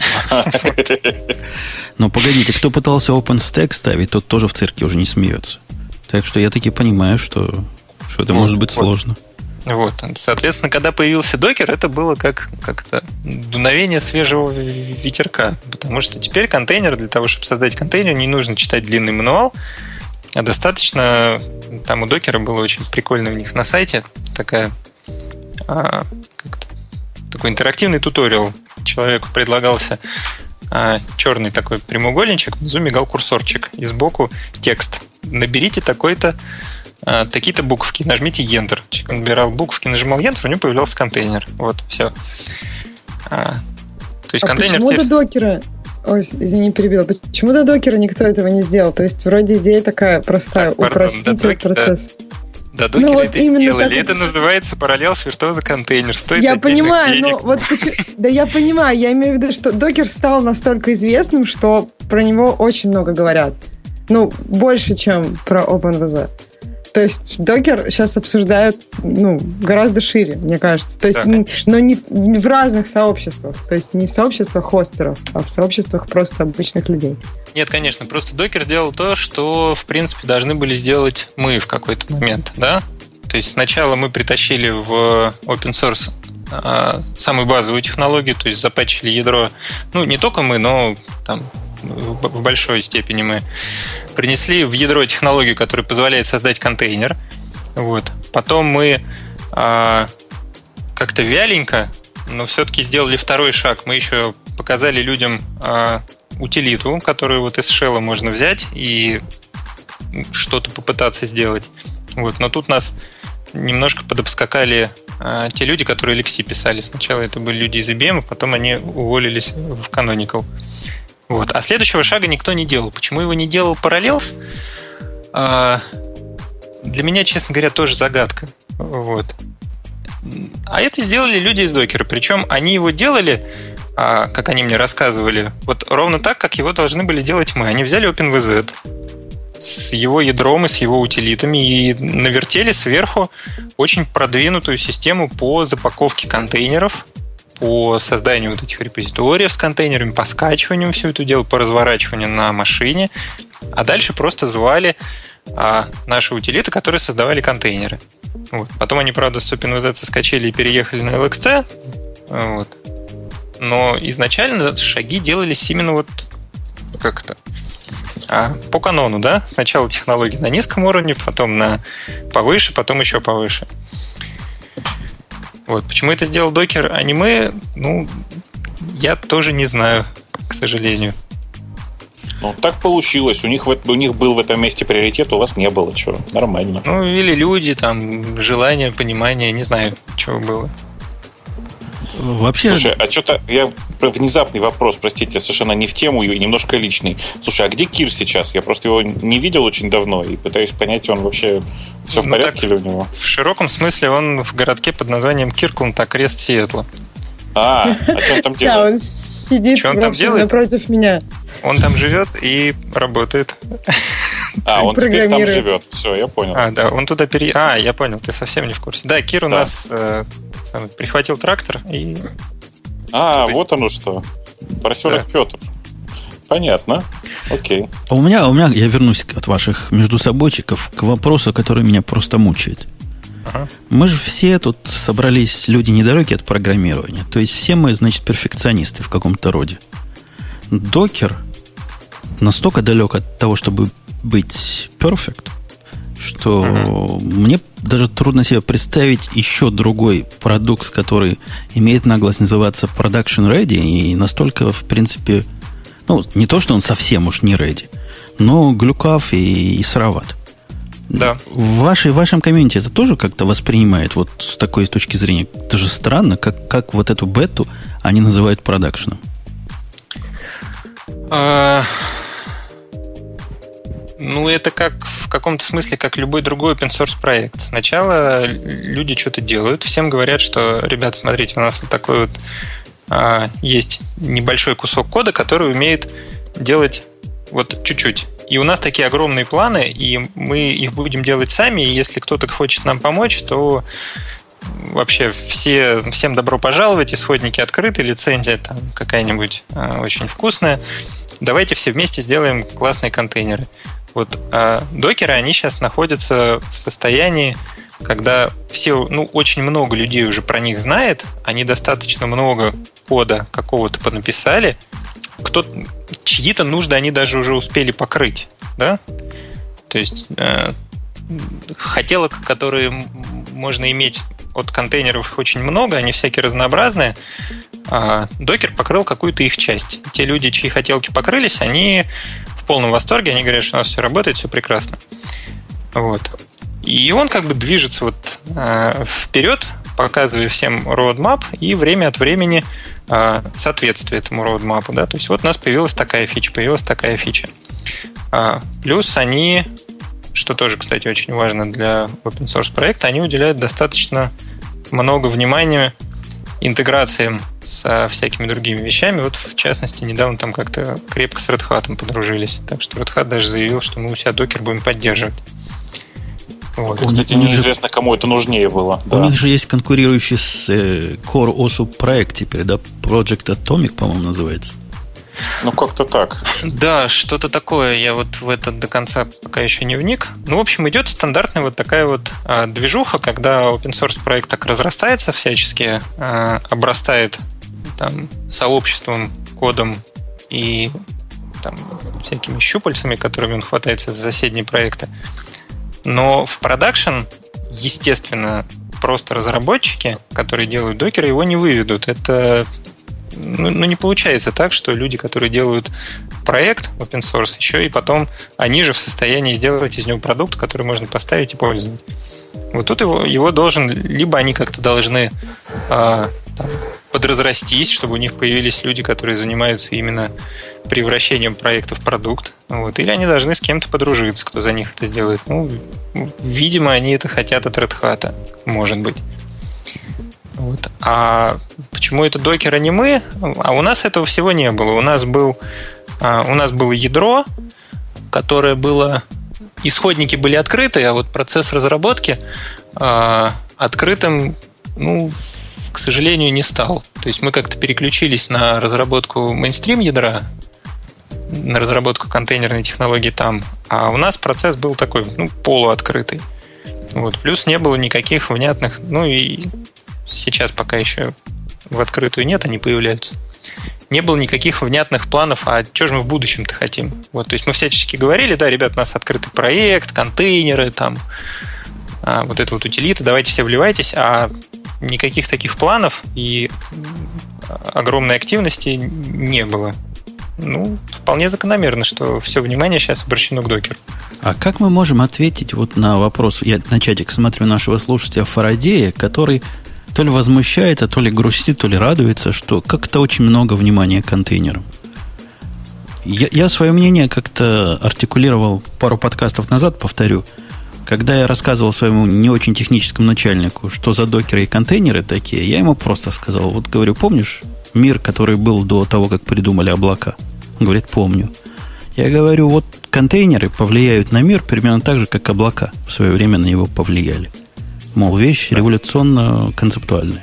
Но погодите, кто пытался OpenStack ставить, тот тоже в цирке уже не смеется. Так что я таки понимаю, что, что это вот, может быть вот. сложно. Вот. Соответственно, когда появился докер, это было как, как-то дуновение свежего ветерка. Потому что теперь контейнер, для того, чтобы создать контейнер, не нужно читать длинный мануал, а достаточно... Там у докера было очень прикольно у них на сайте такая... А, как-то, такой интерактивный туториал. Человеку предлагался а, черный такой прямоугольничек, внизу мигал курсорчик, и сбоку текст. Наберите такой-то, а, такие-то буковки, нажмите Enter. Человек набирал буковки, нажимал Enter, у него появлялся контейнер. Вот, все. А, то есть а контейнер почему теперь... до докера... Ой, извини, перебила. Почему до докера никто этого не сделал? То есть вроде идея такая простая, так, упростить этот процесс. Да, докеры ну, это вот сделали. Это вот... называется Parallels Virtuoso Container. Стоит я понимаю, денег. но вот да я понимаю, я имею в виду, что докер стал настолько известным, что про него очень много говорят. Ну, больше, чем про OpenVZ. То есть докер сейчас обсуждают ну, гораздо шире, мне кажется. То есть, не, но не в, не в разных сообществах. То есть не в сообществах хостеров, а в сообществах просто обычных людей. Нет, конечно. Просто докер сделал то, что, в принципе, должны были сделать мы в какой-то момент, да? То есть сначала мы притащили в open source а, самую базовую технологию, то есть запатчили ядро. Ну, не только мы, но там в большой степени мы принесли в ядро технологию, которая позволяет создать контейнер. Вот. Потом мы а, как-то вяленько, но все-таки сделали второй шаг. Мы еще показали людям а, утилиту, которую вот из шелла можно взять и что-то попытаться сделать. Вот. Но тут нас немножко подобскакали а, те люди, которые эл икс си писали. Сначала это были люди из ай би эм, а потом они уволились в Canonical. Вот. А следующего шага никто не делал. Почему его не делал Parallels? А, для меня, честно говоря, тоже загадка. Вот. А это сделали люди из докера. Причем они его делали, а, как они мне рассказывали, вот ровно так, как его должны были делать мы. Они взяли OpenVZ с его ядром и с его утилитами и навертели сверху очень продвинутую систему по запаковке контейнеров, по созданию вот этих репозиториев с контейнерами, по скачиванию все это дело, по разворачиванию на машине. А дальше просто звали а, наши утилиты, которые создавали контейнеры. Вот. Потом они, правда, с OpenVZ соскочили и переехали на эл икс си. Вот. Но изначально шаги делались именно вот как это? А, по канону, да? Сначала технологии на низком уровне, потом на повыше, потом еще повыше. Вот. Почему это сделал докер, а не мы, ну, я тоже не знаю, к сожалению. Ну, так получилось. У них, в, у них был в этом месте приоритет, у вас не было. Чего? Нормально. Ну, или люди, там, желание, понимание, не знаю, чего было. Вообще... Слушай, а что-то... Я внезапный вопрос, простите, совершенно не в тему и немножко личный. Слушай, а где Кир сейчас? Я просто его не видел очень давно и пытаюсь понять, он вообще все в ну, порядке или у него? В широком смысле он в городке под названием Киркланд, окрест Сиэтла. А, а что он там делает? Да, он сидит напротив меня. Он там живет и работает. А, он теперь там живет. Все, я понял. А, да, он туда пере... А, я понял, ты совсем не в курсе. Да, Кир у да. нас э, самый, прихватил трактор и... А, туда... вот оно что. Поросенок да. Петр. Понятно. Окей. А у меня, у меня, я вернусь от ваших междусобойчиков к вопросу, который меня просто мучает. Ага. Мы же все тут собрались люди недалекие от программирования. То есть все мы, значит, перфекционисты в каком-то роде. Докер настолько далек от того, чтобы быть perfect, что uh-huh. мне даже трудно себе представить еще другой продукт, который имеет наглость называться production ready и настолько, в принципе, ну, не то, что он совсем уж не ready, но глюкав и, и сыроват. Да. В, вашей, в вашем комьюнити это тоже как-то воспринимает вот с такой точки зрения? Это же странно, как, как вот эту бету они называют продакшеном. Uh... Ну, это как в каком-то смысле, как любой другой open-source проект. Сначала люди что-то делают, всем говорят, что, ребят, смотрите, у нас вот такой вот а, есть небольшой кусок кода, который умеет делать вот чуть-чуть. И у нас такие огромные планы, и мы их будем делать сами, и если кто-то хочет нам помочь, то вообще все, всем добро пожаловать, исходники открыты, лицензия там какая-нибудь а, очень вкусная. Давайте все вместе сделаем классные контейнеры. Вот, а докеры, они сейчас находятся в состоянии, когда все, ну, очень много людей уже про них знает, они достаточно много кода какого-то понаписали, кто, чьи-то нужды они даже уже успели покрыть, да? То есть э, хотелок, которые можно иметь от контейнеров очень много, они всякие разнообразные, а докер покрыл какую-то их часть. Те люди, чьи хотелки покрылись, они в полном восторге, они говорят, что у нас все работает, все прекрасно. Вот. И он как бы движется вот э, вперед, показывая всем roadmap и время от времени э, соответствует этому roadmap. Да? То есть вот у нас появилась такая фича, появилась такая фича. А, плюс они, что тоже, кстати, очень важно для open source проекта, они уделяют достаточно много внимания интеграциям со всякими другими вещами. Вот, в частности, недавно там как-то крепко с Red Hat подружились. Так что Red Hat даже заявил, что мы у себя докер будем поддерживать. Вот. Кстати, неизвестно, же, кому это нужнее было. У да. них же есть конкурирующий с э, Core о эс проект теперь, да? Project Atomic, по-моему, называется. Ну, как-то так. Да, что-то такое. Я вот в это до конца пока еще не вник. Ну, в общем, идет стандартная вот такая вот а, движуха, когда open source проект так разрастается всячески, а, обрастает там сообществом, кодом и там всякими щупальцами, которыми он хватается за соседние проекты. Но в продакшн, естественно, просто разработчики, которые делают докеры, его не выведут. Это ну, ну, не получается так, что люди, которые делают проект open source, еще и потом они же в состоянии сделать из него продукт, который можно поставить и пользоваться. Вот тут его, его должен, либо они как-то должны э, там, подразрастись, чтобы у них появились люди, которые занимаются именно превращением проекта в продукт, вот, или они должны с кем-то подружиться, кто за них это сделает. Ну, видимо, они это хотят от Red Hat, может быть. Вот. А почему это докер, а не мы? А у нас этого всего не было. У нас, был, у нас было ядро, которое было... Исходники были открыты, а вот процесс разработки открытым, ну, к сожалению, не стал. То есть мы как-то переключились на разработку мейнстрим ядра, на разработку контейнерной технологии там, а у нас процесс был такой, ну, полуоткрытый. Вот. Плюс не было никаких внятных, ну и сейчас пока еще в открытую нет, они появляются. Не было никаких внятных планов, а что же мы в будущем-то хотим. Вот, то есть мы всячески говорили, да, ребят, у нас открытый проект, контейнеры, там, а, вот это вот утилиты, давайте все вливайтесь, а никаких таких планов и огромной активности не было. Ну, вполне закономерно, что все внимание сейчас обращено к докеру. А как мы можем ответить вот на вопрос, я на чатик смотрю нашего слушателя Фарадея, который то ли возмущается, то ли грустит, то ли радуется, что как-то очень много внимания к контейнерам. Я, я свое мнение как-то артикулировал пару подкастов назад, повторю. Когда я рассказывал своему не очень техническому начальнику, что за докеры и контейнеры такие, я ему просто сказал, вот говорю, помнишь мир, который был до того, как придумали облака? Он говорит, помню. Я говорю, вот контейнеры повлияют на мир примерно так же, как облака в свое время на него повлияли. Мол, вещь революционно-концептуальная.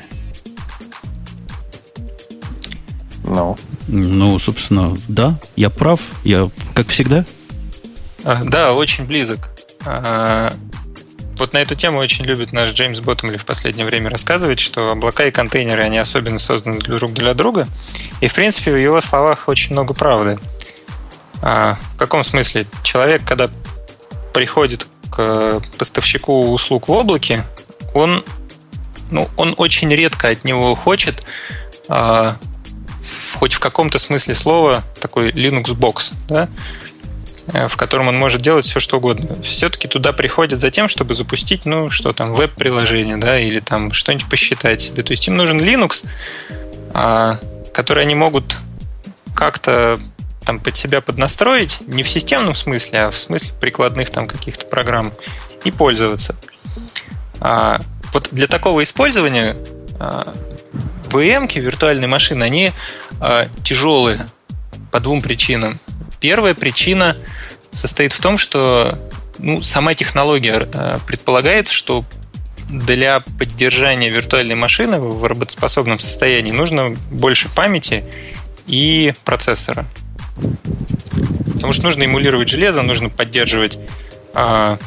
Ну. Ну, собственно, да, я прав. Я, как всегда. А, да, очень близок. А, вот на эту тему очень любит наш Джеймс Боттомли в последнее время рассказывать, что облака и контейнеры, они особенно созданы друг для друга. И, в принципе, в его словах очень много правды. А, в каком смысле? Человек, когда приходит к поставщику услуг в облаке, он, ну, он очень редко от него хочет, а, хоть в каком-то смысле слова, такой Linux-бокс, да, в котором он может делать все, что угодно. Все-таки туда приходят за тем, чтобы запустить, ну, что там, веб-приложение, да, или там что-нибудь посчитать себе. То есть им нужен Linux, а, который они могут как-то там под себя поднастроить, не в системном смысле, а в смысле прикладных там каких-то программ, и пользоваться. А, вот для такого использования а, ви эм-ки, виртуальные машины, они а, тяжелые по двум причинам. Первая причина состоит в том, что ну, сама технология а, предполагает, что для поддержания виртуальной машины в работоспособном состоянии нужно больше памяти и процессора. Потому что нужно эмулировать железо, нужно поддерживать а,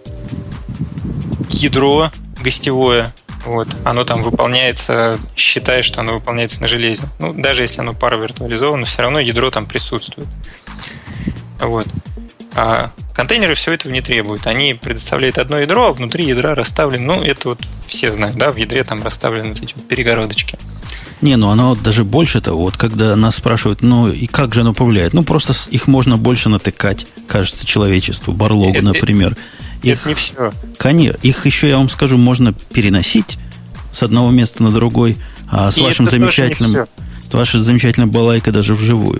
ядро гостевое. Вот. Оно там выполняется, считая, что оно выполняется на железе. Ну, даже если оно паравиртуализовано, все равно ядро там присутствует. Вот. А контейнеры все этого не требуют. Они предоставляют одно ядро, а внутри ядра расставлены, ну, это вот все знают, да, в ядре там расставлены вот эти вот перегородочки. Не, ну оно даже больше того, вот когда нас спрашивают, ну и как же оно повлияет? Ну просто их можно больше натыкать, кажется, человечеству, барлогу, это, например. Их, это не все. Конечно, их еще, я вам скажу, можно переносить с одного места на другой, а с и вашим замечательным, с вашей замечательной балайкой даже вживую.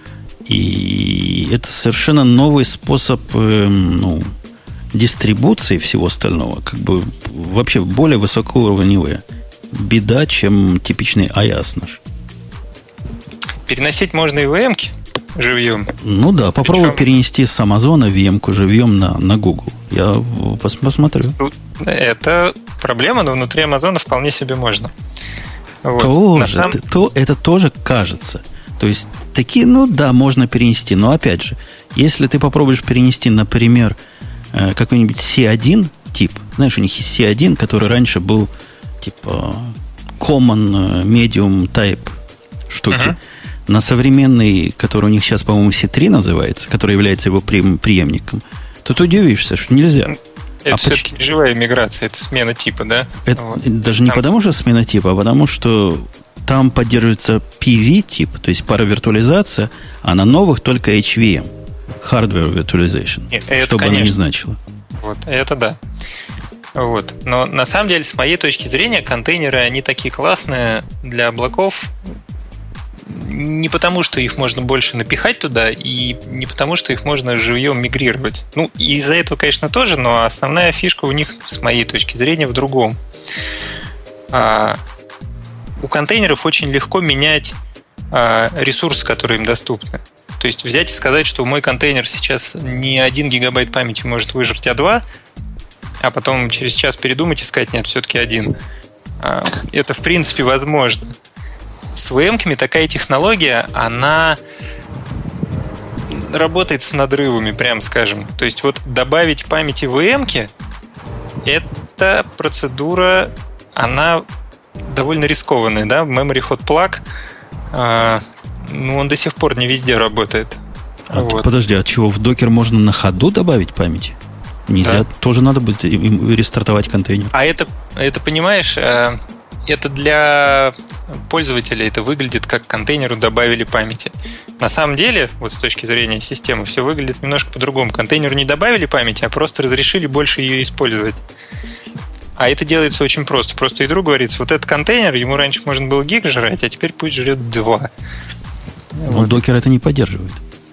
И это совершенно новый способ, э, ну, дистрибуции всего остального, как бы вообще более высокоуровневые. Беда, чем типичный ай эй эс наш. Переносить можно и ви эм-ки. живьем. Ну да, попробуй Причем... перенести с Амазона ви эм-ку живьем на, на Google. Я пос, посмотрю. Это проблема, но внутри Амазона вполне себе можно. Вот. Тоже, сам... то, это тоже кажется. То есть, такие, ну да, можно перенести. Но опять же, если ты попробуешь перенести, например, какой-нибудь си один тип, знаешь, у них есть си один, который раньше был типа common medium type штуки, uh-huh. на современный, который у них сейчас, по-моему, си три называется, который является его преемником, то ты удивишься, что нельзя. Это а все-таки поч... живая миграция, это смена типа, да? Это вот. Даже не там потому, что смена типа, а потому, что там поддерживается пи ви-тип, то есть паравиртуализация, а на новых только эйч ви эм, Hardware Virtualization, Нет, это, что бы оно ни значило. Вот, это да. Вот. Но на самом деле, с моей точки зрения, контейнеры, они такие классные для облаков не потому, что их можно больше напихать туда, и не потому, что их можно живьем мигрировать. Ну, из-за этого, конечно, тоже, но основная фишка у них, с моей точки зрения, в другом. А, у контейнеров очень легко менять а, ресурсы, которые им доступны. То есть взять и сказать, что мой контейнер сейчас не один гигабайт памяти может выжрать, а два, а потом через час передумать и сказать, нет, все-таки один. А, это, в принципе, возможно. С ви эм-ками такая технология, она работает с надрывами, прям скажем. То есть вот добавить памяти в ви эм-ки, эта процедура, она довольно рискованная, да? Memory Hot Plug, э, ну, он до сих пор не везде работает. А вот. Подожди, от чего в докер можно на ходу добавить памяти? Нельзя, да. Тоже надо будет рестартовать контейнер. А это, это понимаешь... Э, это для пользователя это выглядит как контейнеру добавили памяти. На самом деле, вот с точки зрения системы, все выглядит немножко по-другому. Контейнеру не добавили памяти, а просто разрешили больше ее использовать. А это делается очень просто. Просто ядру говорится, вот этот контейнер, ему раньше можно было гиг жрать, а теперь пусть жрет два. Но вот. Докер это не поддерживает.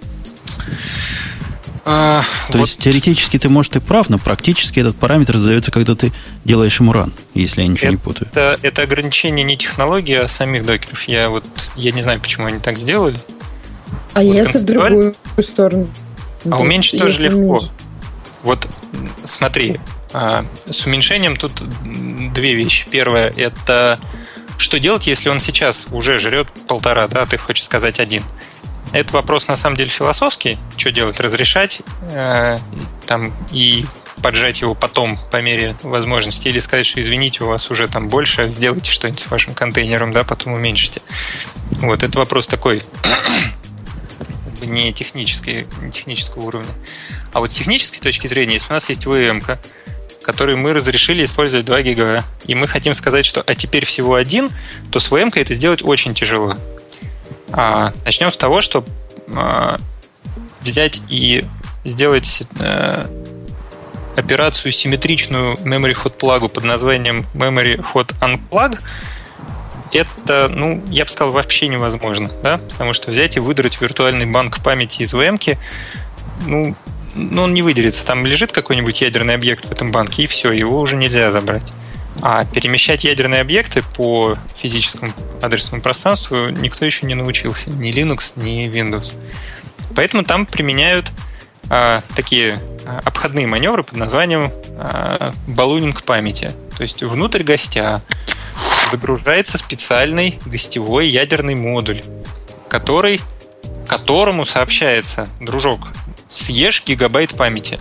А, То вот. есть, теоретически ты, может, и прав, но практически этот параметр задается, когда ты делаешь ему ран, если я ничего это, не путаю. Это, это ограничение не технологии, а самих докеров. Я вот я не знаю, почему они так сделали. А вот если в другую сторону? А уменьшить тоже легко. Уменьшить. Вот смотри, с уменьшением тут две вещи. Первое, это что делать, если он сейчас уже жрет полтора, да, а ты хочешь сказать один. Это вопрос, на самом деле, философский. Что делать? Разрешать э, там, и поджать его потом по мере возможности, или сказать, что извините, у вас уже там больше, сделайте что-нибудь с вашим контейнером, да, потом уменьшите. Вот, это вопрос такой не, технический, не технического уровня. А вот с технической точки зрения, если у нас есть ви эм-ка, который мы разрешили использовать два гига, и мы хотим сказать, что а теперь всего один, то с ви эм-кой это сделать очень тяжело. А, начнем с того, что а, взять и сделать а, операцию симметричную Memory Hot Plug под названием Memory Hot Unplug. Это, ну, я бы сказал, вообще невозможно, да? Потому что взять и выдрать виртуальный банк памяти из ви эм-ки, ну, ну, он не выделится. Там лежит какой-нибудь ядерный объект в этом банке, и все, его уже нельзя забрать. А перемещать ядерные объекты по физическому адресному пространству никто еще не научился. Ни Linux, ни Windows. Поэтому там применяют а, такие а, обходные маневры под названием а, баллонинг памяти. То есть внутрь гостя загружается специальный гостевой ядерный модуль, который, которому сообщается: дружок, съешь гигабайт памяти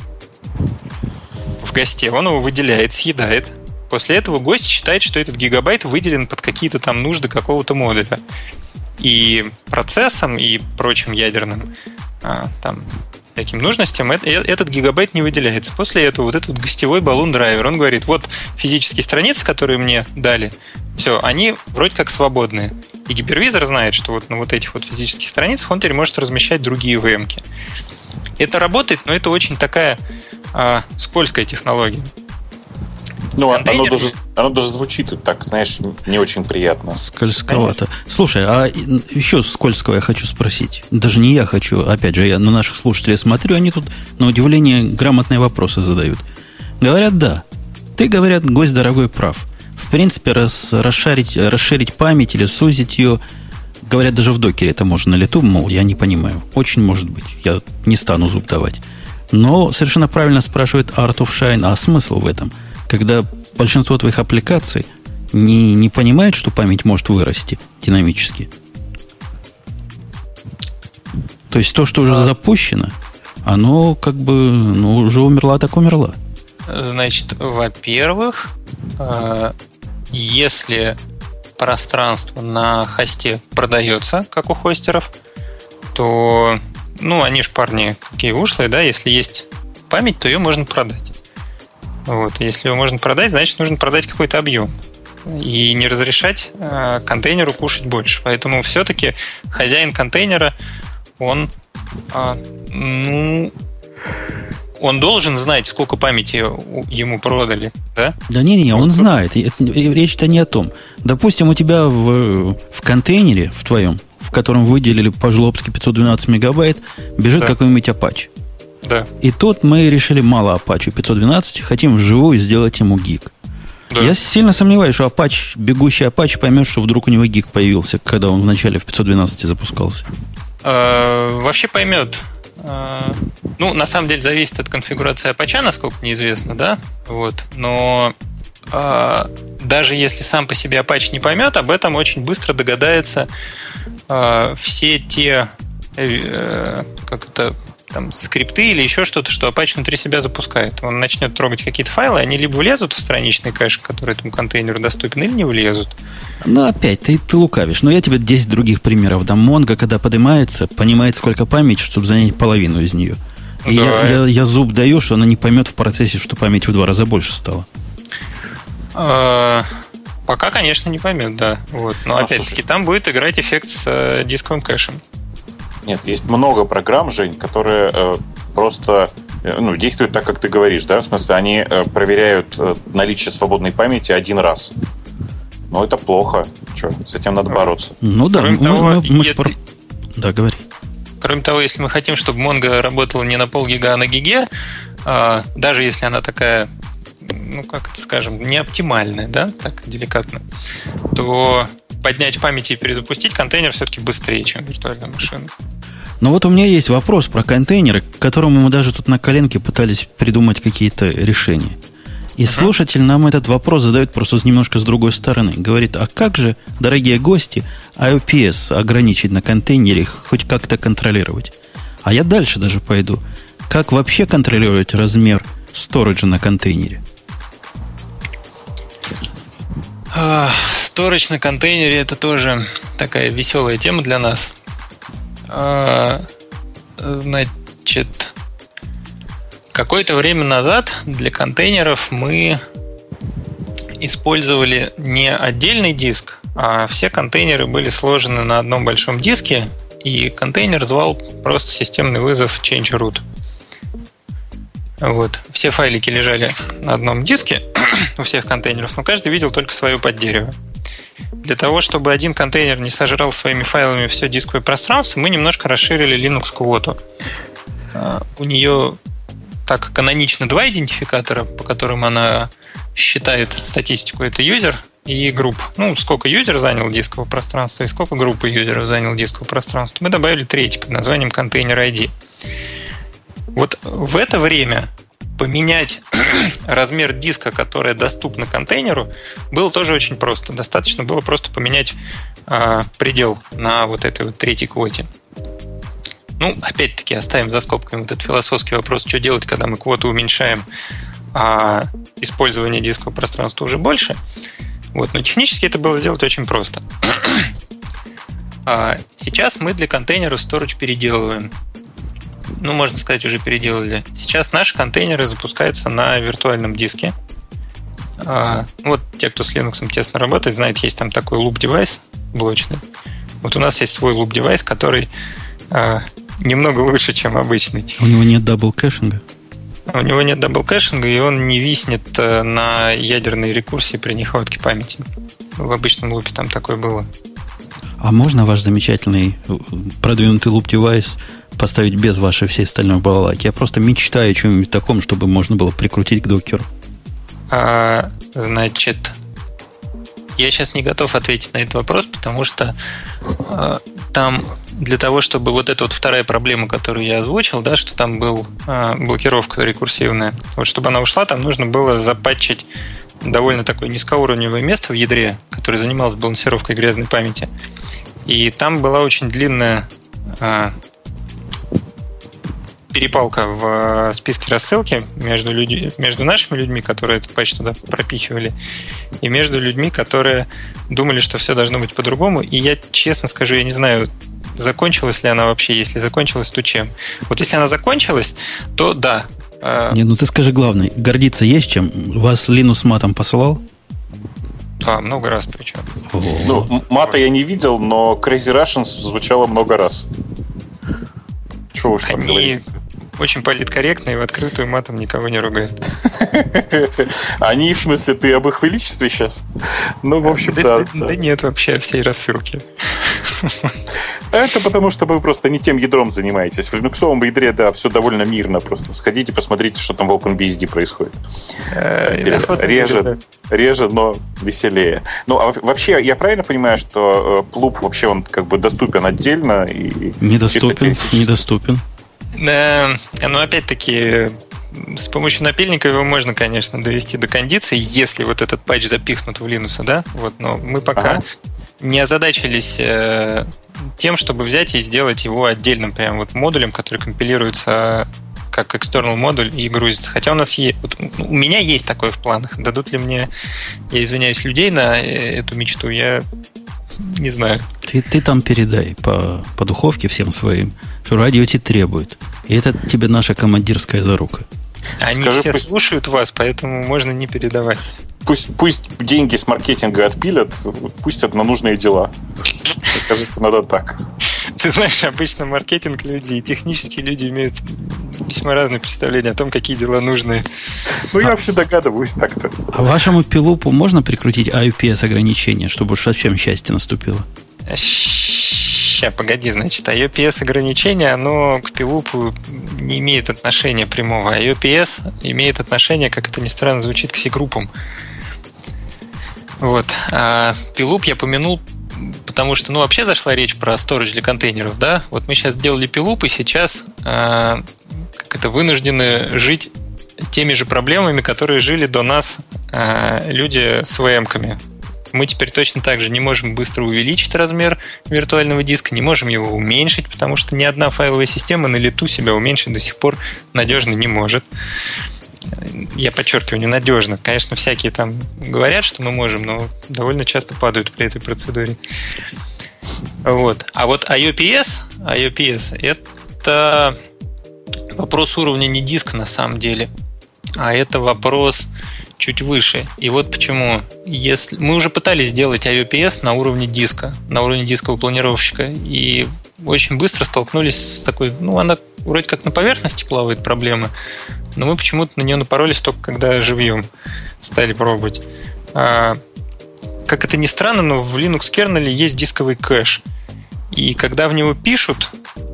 в госте. Он его выделяет, съедает. После этого гость считает, что этот гигабайт выделен под какие-то там нужды какого-то модуля. И процессом, и прочим ядерным а, там, всяким нужностям этот гигабайт не выделяется. После этого вот этот гостевой баллон-драйвер, он говорит, вот физические страницы, которые мне дали, все, они вроде как свободные. И гипервизор знает, что вот на вот этих вот физических страницах он теперь может размещать другие ви эм-ки. Это работает, но это очень такая а, скользкая технология. Ну, оно даже, оно даже звучит так, знаешь, не очень приятно. Скользковато. Конечно. Слушай, а еще скользкого я хочу спросить. Даже не я хочу, опять же, я на наших слушателей смотрю, они тут, на удивление, грамотные вопросы задают. Говорят, да. Ты, говорят, гость дорогой, прав. В принципе, раз, расширить, расширить память или сузить ее Говорят, даже в докере это можно на лету, мол, я не понимаю. Очень может быть. Я не стану зуб давать. Но совершенно правильно спрашивает Art of Shine, а смысл в этом? Когда большинство твоих аппликаций не, не понимает, что память может вырасти динамически. То есть то, что уже а... запущено, оно как бы ну, уже умерла, так умерла. Значит, во-первых, если пространство на хосте продается, как у хостеров, то, ну, они ж парни какие ушлые, да, если есть память, то ее можно продать. Вот, если ее можно продать, значит, нужно продать какой-то объем и не разрешать э, контейнеру кушать больше. Поэтому все-таки хозяин контейнера, он, э, ну, он должен знать, сколько памяти ему продали, да? Да не-не, он знает. Речь-то не о том. Допустим, у тебя в, в контейнере, в твоем, в котором выделили по-жлобски пятьсот двенадцать мегабайт, бежит да. какой-нибудь Apache. Да. И тут мы решили мало Apache пятьсот двенадцать, хотим вживую сделать ему гиг. Да. Я сильно сомневаюсь, что Apache, бегущий Apache поймет, что вдруг у него гиг появился, когда он вначале в пятьсот двенадцать запускался. А, вообще поймет. А, ну, на самом деле, зависит от конфигурации Apache, насколько неизвестно, да? Вот. Но а, даже если сам по себе Apache не поймет, об этом очень быстро догадается а, все те э, как это, там, скрипты или еще что-то, что Apache внутри себя запускает. Он начнет трогать какие-то файлы, они либо влезут в страничный кэш, который этому контейнеру доступен, или не влезут. Ну, опять, ты, ты лукавишь. Но я тебе десять других примеров дам. Монго, когда поднимается, понимает, сколько памяти, чтобы занять половину из нее. И я, я, я зуб даю, что она не поймет в процессе, что память в два раза больше стала. А, пока, конечно, не поймет, да. Вот. Но, а, опять-таки, слушай, там будет играть эффект с э, дисковым кэшем. Нет, есть много программ, Жень, которые э, просто э, ну, действуют так, как ты говоришь, да? В смысле, они э, проверяют э, наличие свободной памяти один раз. Но это плохо. Че, с этим надо бороться. Ну да, Кроме мы, того, мы, мы если... спор... Да, говори. Кроме того, если мы хотим, чтобы Mongo работала не на полгига, а на гиге, э, даже если она такая, ну, как это скажем, не оптимальная, да, так деликатно, то поднять память и перезапустить контейнер все-таки быстрее, чем виртуальная машина. Но вот у меня есть вопрос про контейнеры, к которому мы даже тут на коленке пытались придумать какие-то решения. И uh-huh. слушатель нам этот вопрос задает просто немножко с другой стороны. Говорит, а как же, дорогие гости, ай о пи эс ограничить на контейнере, хоть как-то контролировать? А я дальше даже пойду. Как вообще контролировать размер сториджа на контейнере? Сторидж на контейнере — это тоже такая веселая тема для нас. Значит, какое-то время назад для контейнеров мы использовали не отдельный диск, а все контейнеры были сложены на одном большом диске, и контейнер звал просто системный вызов change root. Вот. Все файлики лежали на одном диске у всех контейнеров, но каждый видел только свое поддерево. Для того, чтобы один контейнер не сожрал своими файлами все дисковое пространство, мы немножко расширили Linux-квоту. У нее так канонично два идентификатора, по которым она считает статистику. Это юзер и групп. Ну, сколько юзер занял дискового пространства и сколько группы юзеров занял дискового пространства. Мы добавили третий под названием контейнер ай ди. Вот в это время поменять размер диска, который доступен контейнеру, было тоже очень просто. Достаточно было просто поменять э, предел на вот этой вот третьей квоте. Ну, опять-таки, оставим за скобками вот этот философский вопрос, что делать, когда мы квоту уменьшаем, а использование дискового пространства уже больше. Вот. Но технически это было сделать очень просто. а сейчас мы для контейнера storage переделываем. Ну, можно сказать, уже переделали. Сейчас наши контейнеры запускаются на виртуальном диске. А, вот те, кто с Linux тесно работает, знают, есть там такой loop-девайс блочный. Вот у нас есть свой loop-девайс, который а, немного лучше, чем обычный. У него нет дабл-кэшинга? У него нет дабл-кэшинга, и он не виснет на ядерной рекурсии при нехватке памяти. В обычном лупе там такое было. А можно ваш замечательный продвинутый loop-девайс поставить без вашей всей остальной балалайки? Я просто мечтаю о чем-нибудь таком, чтобы можно было прикрутить к докеру. А, значит, я сейчас не готов ответить на этот вопрос, потому что там для того, чтобы вот эта вот вторая проблема, которую я озвучил, да, что там был блокировка рекурсивная, вот чтобы она ушла, там нужно было запатчить довольно такое низкоуровневое место в ядре, которое занималось балансировкой грязной памяти. И там была очень длинная перепалка в списке рассылки между, людьми, между нашими людьми, которые этот патч туда пропихивали, и между людьми, которые думали, что все должно быть по-другому. И я честно скажу, я не знаю, закончилась ли она вообще. Если закончилась, то чем? Вот если она закончилась, то да. Не, ну ты скажи главное, гордиться есть чем? Вас Линус матом посылал? Да, много раз причем. Ну, мата я не видел, но Crazy Russians звучало много раз. Чего уж там Они говорить? Очень политкорректно и в открытую матом никого не ругают. Они, в смысле, ты об их величестве сейчас? Ну, в общем, да. Да, да. да нет, вообще всей рассылки. Это потому, что вы просто не тем ядром занимаетесь. В линуксовом ядре, да, все довольно мирно. Просто сходите, посмотрите, что там в OpenBSD происходит. Реже, реже, но веселее. Ну, а вообще, я правильно понимаю, что Ploob вообще он как бы доступен отдельно? И недоступен, недоступен. Да, но опять-таки с помощью напильника его можно, конечно, довести до кондиции, если вот этот патч запихнут в Linux, да, вот, но мы пока ага. не озадачились э, тем, чтобы взять и сделать его отдельным прям вот модулем, который компилируется как external модуль и грузится. Хотя у нас есть, вот, у меня есть такое в планах. Дадут ли мне, я извиняюсь, людей на эту мечту, я не знаю. Ты, ты там передай по, по духовке всем своим, что радио тебе требует. И это тебе наша командирская зарука. Они Скажи, все пусть... слушают вас, поэтому можно не передавать. Пусть, пусть деньги с маркетинга отпилят, пустят на нужные дела. Мне кажется, надо так. Ты знаешь, обычно маркетинг люди и технические люди имеют весьма разные представления о том, какие дела нужны. Ну, я а, вообще догадываюсь так-то. А вашему пилупу можно прикрутить ай ю пи эс ограничение, чтобы уж совсем счастье наступило? Сейчас, погоди, значит, ай ю пи эс ограничение, оно к пилупу не имеет отношения прямого. ай ю пи эс имеет отношение, как это ни странно звучит, к C-группам. Вот. А пилуп я помянул, потому что, ну, вообще зашла речь про storage для контейнеров, да? Вот мы сейчас сделали пилуп, и сейчас а, как это, вынуждены жить теми же проблемами, которые жили до нас а, люди с ви эм-ками. Мы теперь точно так же не можем быстро увеличить размер виртуального диска, не можем его уменьшить, потому что ни одна файловая система на лету себя уменьшить до сих пор надежно не может. Я подчеркиваю, ненадежно. Конечно, всякие там говорят, что мы можем, но довольно часто падают при этой процедуре. Вот. А вот ай ю пи эс, ай ю пи эс это вопрос уровня не диска на самом деле, а это вопрос чуть выше. И вот почему. Если... Мы уже пытались сделать ай ю пи эс на уровне диска, на уровне дискового планировщика, и очень быстро столкнулись с такой, ну, она вроде как на поверхности плавает проблема, но мы почему-то на нее напоролись только когда живьем стали пробовать. А, как это ни странно, но в Linux кернеле есть дисковый кэш. И когда в него пишут,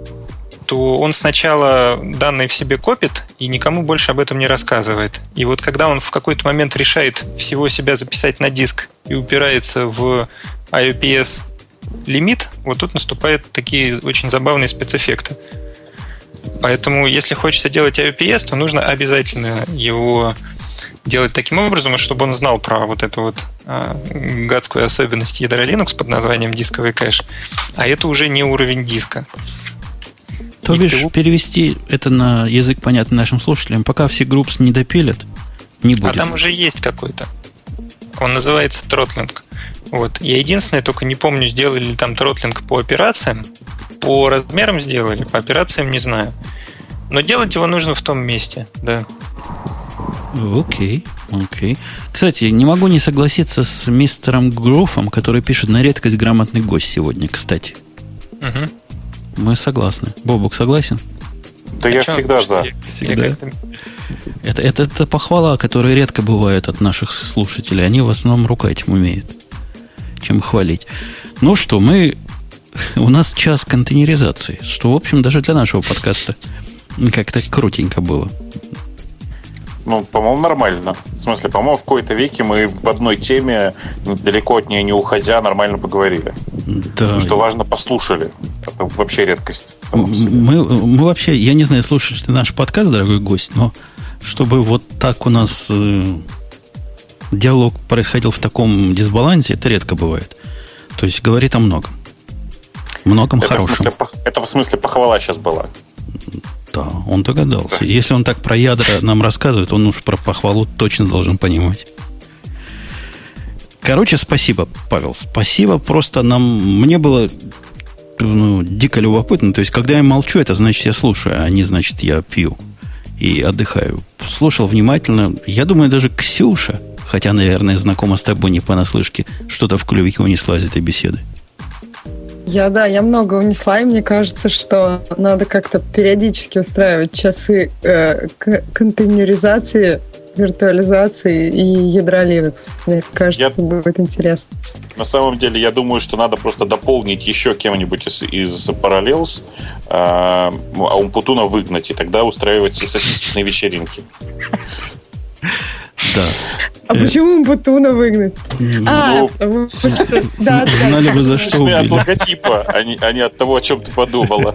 то он сначала данные в себе копит и никому больше об этом не рассказывает. И вот когда он в какой-то момент решает всего себя записать на диск и упирается в ай ю пи эс лимит, вот тут наступают такие очень забавные спецэффекты. Поэтому, если хочется делать ай ю пи эс, то нужно обязательно его делать таким образом, чтобы он знал про вот эту вот а, гадскую особенность ядра Linux под названием дисковый кэш. А это уже не уровень диска. То бишь, пилуп... перевести это на язык, понятный нашим слушателям, пока все группы не допилят, не будет. А там уже есть какой-то. Он называется тротлинг. Вот. Я единственное, только не помню, сделали ли там тротлинг по операциям. По размерам сделали, по операциям не знаю. Но делать его нужно в том месте, да. Окей, окей. Кстати, не могу не согласиться с мистером Грофом, который пишет на редкость грамотный гость сегодня, кстати. Угу. Мы согласны. Бобук согласен? Да а я всегда за. Всегда. Это, это, это похвала, которая редко бывает от наших слушателей. Они в основном ругать умеют, чем хвалить. Ну что, мы... У нас час контейнеризации, что, в общем, даже для нашего подкаста как-то крутенько было. Ну, по-моему, нормально. В смысле, по-моему, в кои-то веке мы в одной теме, далеко от нее не уходя, нормально поговорили. Да. Что важно, послушали. Это вообще редкость. Мы, мы вообще, я не знаю, слушаешь ты наш подкаст, дорогой гость, но чтобы вот так у нас э, диалог происходил в таком дисбалансе, это редко бывает. То есть говорит о многом. Многом это хорошем. В смысле, это в смысле похвала сейчас была. Да, он догадался. Да. Если он так про ядра нам рассказывает, он уж про похвалу точно должен понимать. Короче, спасибо, Павел. Спасибо. Просто нам, мне было ну, дико любопытно. То есть, когда я молчу, это значит, я слушаю, а не значит, я пью и отдыхаю. Слушал внимательно. Я думаю, даже Ксюша, хотя, наверное, знакома с тобой не понаслышке, что-то в клювике унесла из этой беседы. Я, да, я много унесла, и мне кажется, что надо как-то периодически устраивать часы э, к- контейнеризации, виртуализации и ядра Linux. Мне кажется, я... это будет интересно. На самом деле, я думаю, что надо просто дополнить еще кем-нибудь из, из Parallels, э, а Умпутуна выгнать, и тогда устраивать сосисочные вечеринки. Да. А почему Умпутуна выгнать? А, потому что... Знали бы, за что убили. От логотипа, а не от того, о чем ты подумала.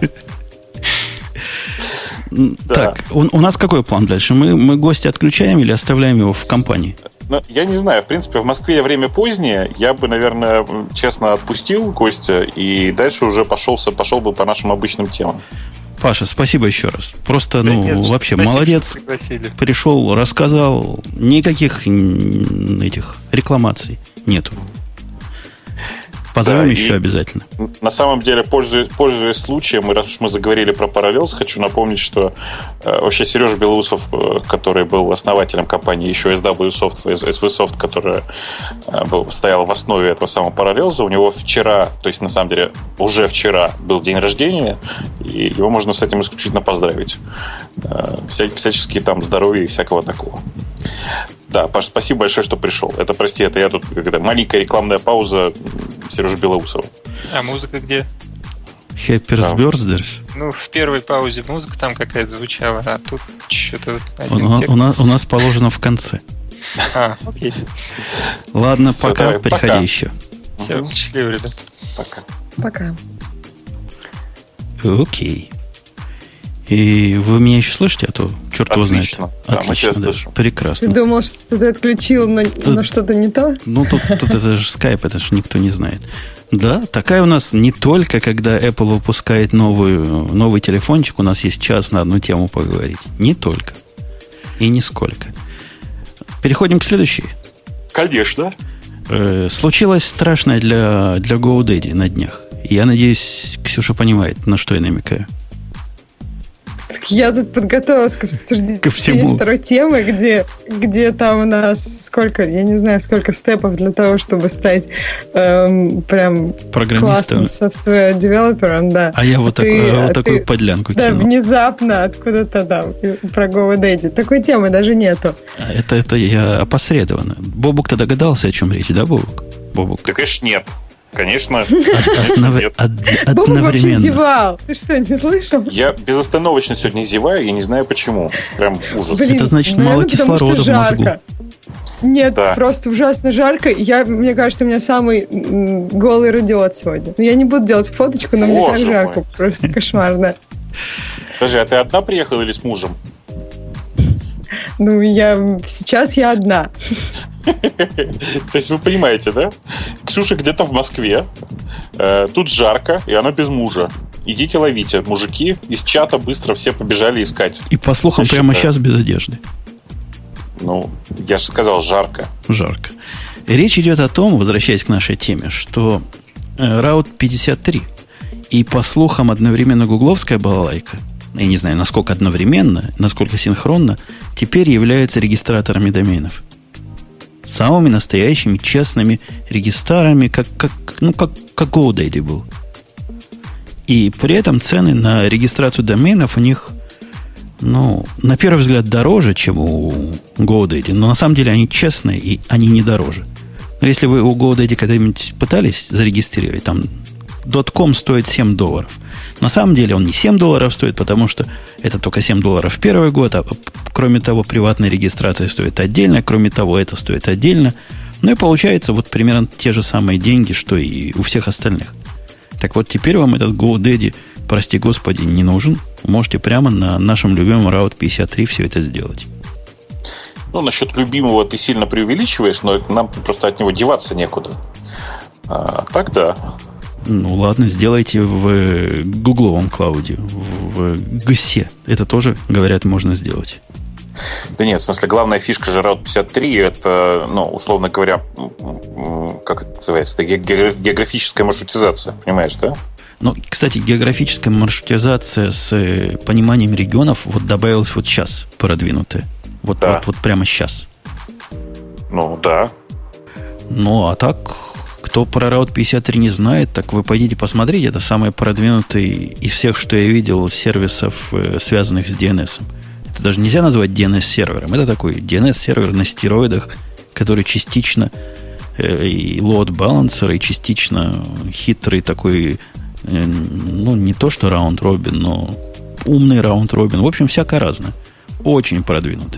Так, у нас какой план дальше? Мы гостя отключаем или оставляем его в компании? Ну, я не знаю. В принципе, в Москве время позднее. Я бы, наверное, честно отпустил гостя и дальше уже пошел, пошел бы по нашим обычным темам. Паша, спасибо еще раз. Просто, да, ну, нет, вообще, спасибо, молодец. Пришел, рассказал. Никаких этих рекламаций нету. Позовем да, еще обязательно. На самом деле, пользуясь, пользуясь случаем, и раз уж мы заговорили про Parallels, хочу напомнить, что э, вообще Сережа Белоусов, э, который был основателем компании еще эс дабл ю Soft, эс ви Soft, которая э, был, стояла в основе этого самого Parallels, у него вчера, то есть на самом деле уже вчера был день рождения, и его можно с этим исключительно поздравить. Э, вся, всяческие там здоровья и всякого такого. Да, Паш, спасибо большое, что пришел. Это, прости, это я тут когда маленькая рекламная пауза Сережи Белоусова. А музыка где? Happy да. Birthdays. Ну, в первой паузе музыка там какая-то звучала, а тут что-то один у, текст. У нас, у нас положено в конце. А, окей. Ладно, все, пока, давай, приходи пока. Еще. Все, угу. Счастливо, ребят. Пока. Пока. Окей. И вы меня еще слышите, а то черт его знает. Отлично, да, Отлично, да. Слышим. Прекрасно. Ты думал, что ты отключил, но, тут, но что-то не то? Ну, тут, тут это же скайп, это же никто не знает. Да, такая у нас не только, когда Apple выпускает новую, новый телефончик, у нас есть час на одну тему поговорить. Не только. И нисколько. Переходим к следующей. Конечно. Э, случилось страшное для, для GoDaddy на днях. Я надеюсь, Ксюша понимает, на что я намекаю. Я тут подготовилась к обсуждению ко всему. Второй темы, где, где там у нас сколько, я не знаю, сколько степов для того, чтобы стать эм, прям классным софтвер-девелопером, да. А я вот, ты, так, вот такую ты, подлянку да, кинул. Внезапно откуда-то, да, про GoDaddy. Такой темы даже нету. Это, это я опосредованно. Бобук-то догадался, о чем речь, да, Бобук? Бобук. Да, конечно, нет. Конечно. Одновременно. Бобук вообще зевал. Ты что, не слышал? Я безостановочно сегодня зеваю, я не знаю почему. Прям ужас. Блин, это значит мало кислорода в мозгу. Нет, да. Просто ужасно жарко. Я, мне кажется, у меня самый голый радиот сегодня. Но я не буду делать фоточку, но мне так жарко. Мой. Просто кошмар, да. Скажи, а ты одна приехала или с мужем? Ну, я сейчас я одна. То есть вы понимаете, да? Ксюша где-то в Москве, э, тут жарко, и она без мужа. Идите ловите, мужики. Из чата быстро все побежали искать. И по слухам я прямо считаю. Сейчас без одежды. Ну, я же сказал, жарко. Жарко. Речь идет о том, возвращаясь к нашей теме, что Раут пятьдесят три и по слухам одновременно гугловская балалайка, я не знаю, насколько одновременно, насколько синхронно, теперь являются регистраторами доменов. Самыми настоящими, честными регистрарами, как, как, ну, как, как GoDaddy был. И при этом цены на регистрацию доменов у них, ну, на первый взгляд, дороже, чем у GoDaddy. Но на самом деле они честные, и они не дороже. Но если вы у GoDaddy когда-нибудь пытались зарегистрировать, там .com стоит семь долларов. На самом деле он не семь долларов стоит, потому что это только семь долларов в первый год, а кроме того, приватная регистрация стоит отдельно, кроме того, это стоит отдельно. Ну и получается вот примерно те же самые деньги, что и у всех остальных. Так вот, теперь вам этот GoDaddy, прости господи, не нужен. Можете прямо на нашем любимом Route пятьдесят три все это сделать. Ну, насчет любимого ты сильно преувеличиваешь, но нам просто от него деваться некуда. А, так да. Ну ладно, сделайте в гугловом клауде, в ГСе. Это тоже, говорят, можно сделать. Да нет, в смысле, главная фишка же Route пятьдесят три, это, ну, условно говоря, как это называется, это географическая маршрутизация, понимаешь, да? Ну, кстати, географическая маршрутизация с пониманием регионов вот добавилась вот сейчас, продвинутая. Вот, да. вот, вот прямо сейчас. Ну, да. Ну, а так, кто про Route пятьдесят три не знает, так вы пойдите посмотрите. Это самый продвинутый из всех, что я видел, сервисов, связанных с ди эн эс. Это даже нельзя назвать ди эн эс-сервером. Это такой ди эн эс-сервер на стероидах, который частично и load-балансер, и частично хитрый такой, ну, не то что раунд-робин, но умный раунд-робин. В общем, всякое разное. Очень продвинутый.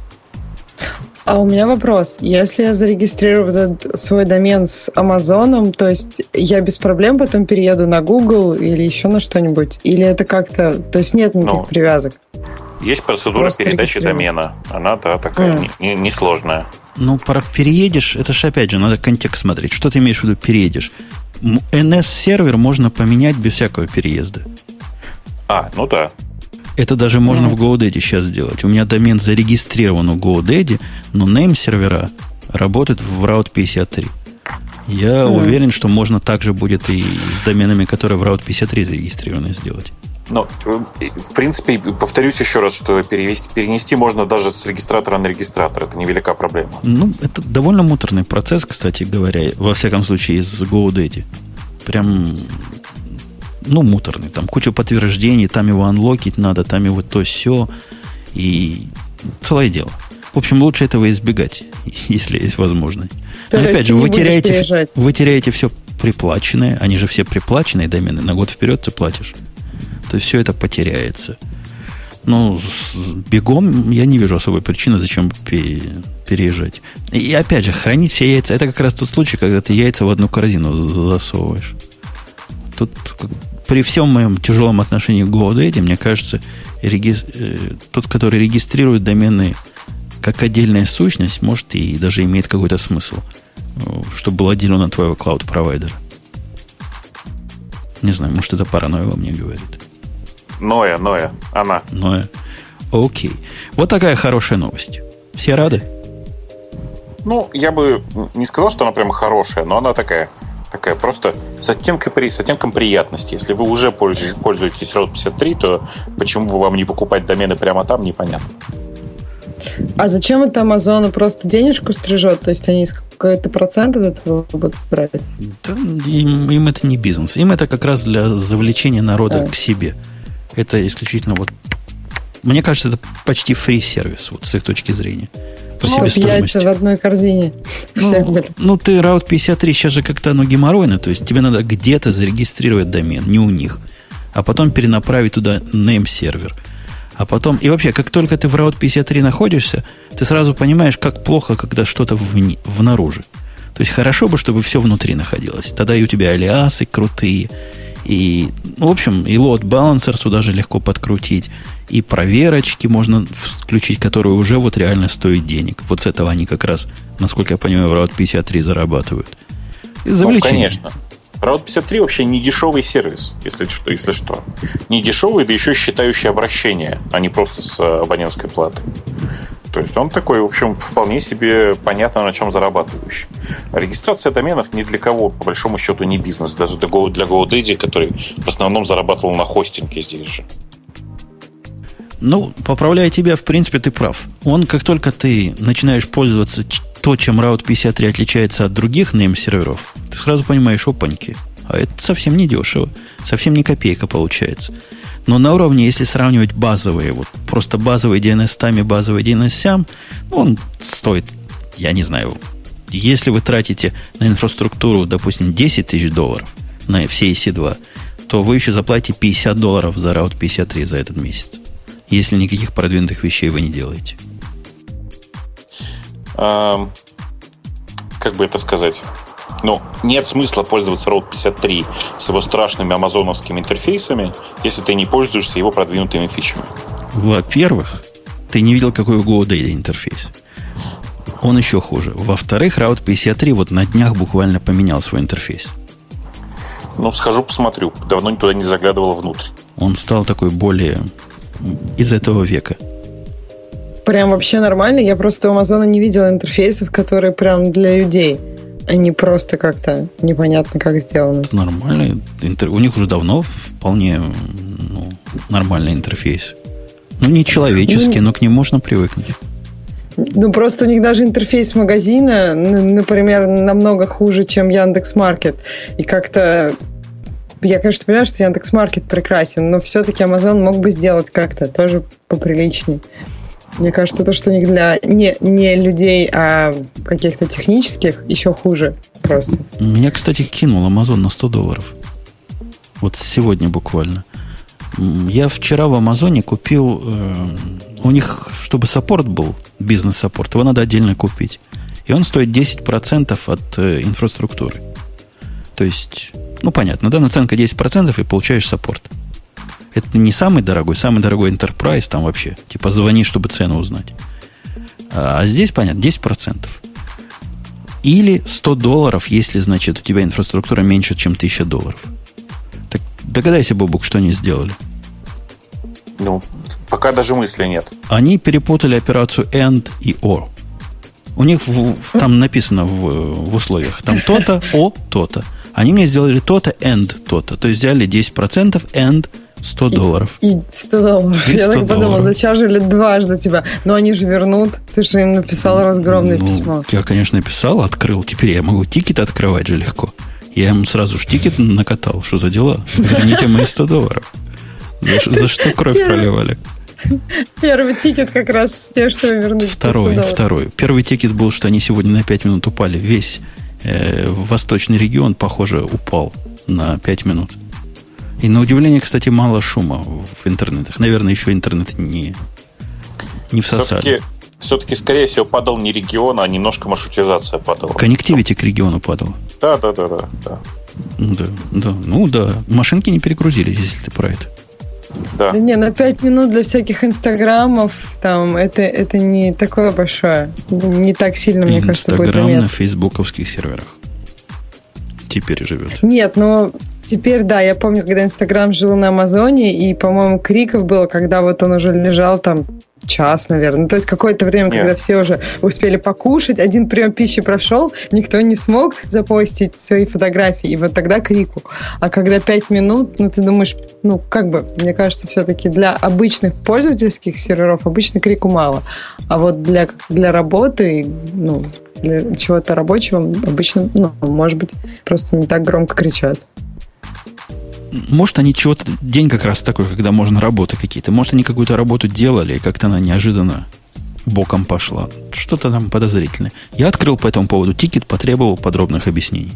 А у меня вопрос. Если я зарегистрирую этот свой домен с Амазоном, то есть я без проблем потом перееду на Google или еще на что-нибудь? Или это как-то... То есть нет никаких ну, привязок? Есть процедура Просто передачи домена. Она, да, такая mm. не, не сложная. Ну, про переедешь, это же опять же, надо контекст смотреть. Что ты имеешь в виду переедешь? эн эс-сервер можно поменять без всякого переезда. А, ну да. Это даже можно mm. в GoDaddy сейчас сделать. У меня домен зарегистрирован у GoDaddy, но name-сервера работают в Route пятьдесят три. Я mm. уверен, что можно также будет и с доменами, которые в Route пятьдесят три зарегистрированы, сделать. Ну, в принципе, повторюсь еще раз, что перевести, перенести можно даже с регистратора на регистратор. Это невелика проблема. Ну, это довольно муторный процесс, кстати говоря, во всяком случае, из GoDaddy. Прям... Ну, муторный. Там куча подтверждений, там его анлокить надо, там его то все и целое дело. В общем, лучше этого избегать, если есть возможность. Но опять же, вы теряете, вы теряете все приплаченное, они же все приплаченные домены, на год вперед ты платишь. То есть все это потеряется. Ну, с бегом я не вижу особой причины, зачем переезжать. И опять же, хранить все яйца, это как раз тот случай, когда ты яйца в одну корзину засовываешь. Тут при всем моем тяжелом отношении к GoDaddy, мне кажется, реги... тот, который регистрирует домены как отдельная сущность, может и даже имеет какой-то смысл, чтобы был отделен от твоего клауд-провайдера. Не знаю, может, это паранойя во мне говорит. Ноя, Ноя, она. Ноя. Окей. Вот такая хорошая новость. Все рады? Ну, я бы не сказал, что она прямо хорошая, но она такая... Такая просто с оттенком, с оттенком приятности. Если вы уже пользуетесь, пользуетесь Route пятьдесят три, то почему бы вам не покупать домены прямо там, непонятно. А зачем это Амазону просто денежку стрижет? То есть они какой-то процент от этого будут брать? Да, им, им это не бизнес. Им это как раз для завлечения народа а. к себе. Это исключительно вот... Мне кажется, это почти фри-сервис вот, с их точки зрения. По ну, яйца в одной корзине. Ну, ну, ты Route пятьдесят три сейчас же как-то оно геморройно, то есть тебе надо где-то зарегистрировать домен, не у них, а потом перенаправить туда name-сервер. А потом, и вообще, как только ты в Route пятьдесят три находишься, ты сразу понимаешь, как плохо, когда что-то вни, внаружи. То есть хорошо бы, чтобы все внутри находилось. Тогда и у тебя алиасы крутые, и, ну, в общем, и load balancer сюда же легко подкрутить, и проверочки можно включить, которые уже вот реально стоят денег. Вот с этого они как раз, насколько я понимаю, в Route пятьдесят три зарабатывают. Ну, конечно. Route пятьдесят три вообще не дешевый сервис, если что, если что. Не дешевый, да еще считающий обращение, а не просто с абонентской платой. То есть он такой, в общем, вполне себе понятно, на чем зарабатывающий. Регистрация доменов ни для кого, по большому счету, не бизнес. Даже для GoDaddy, который в основном зарабатывал на хостинге здесь же. Ну, поправляя тебя, в принципе, ты прав. Он, как только ты начинаешь пользоваться то, чем Route пятьдесят три отличается от других name-серверов, ты сразу понимаешь, опаньки. А это совсем не дешево. Совсем не копейка получается. Но на уровне, если сравнивать базовые, вот просто базовый ди эн эс там и базовый ди эн эс сям, он стоит, я не знаю, если вы тратите на инфраструктуру, допустим, десять тысяч долларов, на все и си два, то вы еще заплатите пятьдесят долларов за раут пятьдесят три за этот месяц. Если никаких продвинутых вещей вы не делаете. А, как бы это сказать? Ну, нет смысла пользоваться раут пятьдесят три с его страшными амазоновскими интерфейсами, если ты не пользуешься его продвинутыми фичами. Во-первых, ты не видел, какой у GoDaddy интерфейс. Он еще хуже. Во-вторых, раут пятьдесят три вот на днях буквально поменял свой интерфейс. Ну, схожу, посмотрю. Давно туда не заглядывал внутрь. Он стал такой более из этого века. Прям вообще нормально. Я просто у Амазона не видела интерфейсов, которые прям для людей. Они просто как-то непонятно как сделаны. Это нормально. У них уже давно вполне ну, нормальный интерфейс. Ну, не человеческий, ну, но к ним можно привыкнуть. Ну, просто у них даже интерфейс магазина, например, намного хуже, чем Яндекс.Маркет. И как-то... Я, конечно, понимаю, что Яндекс.Маркет прекрасен, но все-таки Amazon мог бы сделать как-то тоже поприличнее. Мне кажется, то, что у них для не, не людей, а каких-то технических, еще хуже просто. Меня, кстати, кинул Amazon на сто долларов. Вот сегодня буквально. Я вчера в Амазоне купил... Э, у них, чтобы саппорт был, бизнес-саппорт, его надо отдельно купить. И он стоит десять процентов от э, инфраструктуры. То есть, ну, понятно, да, наценка десять процентов и получаешь саппорт. Это не самый дорогой, самый дорогой Enterprise там вообще. Типа звони, чтобы цену узнать. А, а здесь, понятно, десять процентов. Или сто долларов, если, значит, у тебя инфраструктура меньше, чем тысяча долларов. Так догадайся, Бобук, что они сделали. Ну, пока даже мысли нет. Они перепутали операцию and и or. У них в, в, там написано в, в условиях. Там то-то, о, то-то. Они мне сделали то-то and то-то. То есть взяли десять процентов and сто долларов. И, и сто долларов. И Я так подумала, зачажили дважды тебя. Но они же вернут. Ты же им написал разгромное ну, письмо. Я, конечно, написал, открыл. Теперь я могу тикет открывать же легко. Я им сразу же тикет накатал. Что за дела? Верните мои сто долларов. За, за что кровь проливали? Первый тикет как раз те, что вернуть. Второй, второй. Первый тикет был, что они сегодня на пять минут упали. Весь э, восточный регион, похоже, упал на пять минут. И на удивление, кстати, мало шума в интернетах. Наверное, еще интернет не, не всосали. Все-таки, все-таки, скорее всего, падал не регион, а немножко маршрутизация падала. Коннективити к региону падала. Да, да, да, да, да. Да, да. Ну да. Машинки не перегрузились, если ты про это. Да. Да не, на пять минут для всяких инстаграмов там это, это не такое большое. Не так сильно, мне Инстаграм кажется, будет заметно. Инстаграм на фейсбуковских серверах теперь живет. Нет, но теперь, да, я помню, когда Инстаграм жил на Амазоне, и, по-моему, криков было, когда вот он уже лежал там час, наверное. Ну, то есть какое-то время, Нет. когда все уже успели покушать, один прием пищи прошел, никто не смог запостить свои фотографии, и вот тогда крику. А когда пять минут, ну, ты думаешь, ну, как бы, мне кажется, все-таки для обычных пользовательских серверов обычно крику мало. А вот для, для работы, ну, для чего-то рабочего обычно, ну, может быть, просто не так громко кричат. Может, они чего-то... День как раз такой, когда можно работы какие-то. Может, они какую-то работу делали, и как-то она неожиданно боком пошла. Что-то там подозрительное. Я открыл по этому поводу тикет, потребовал подробных объяснений.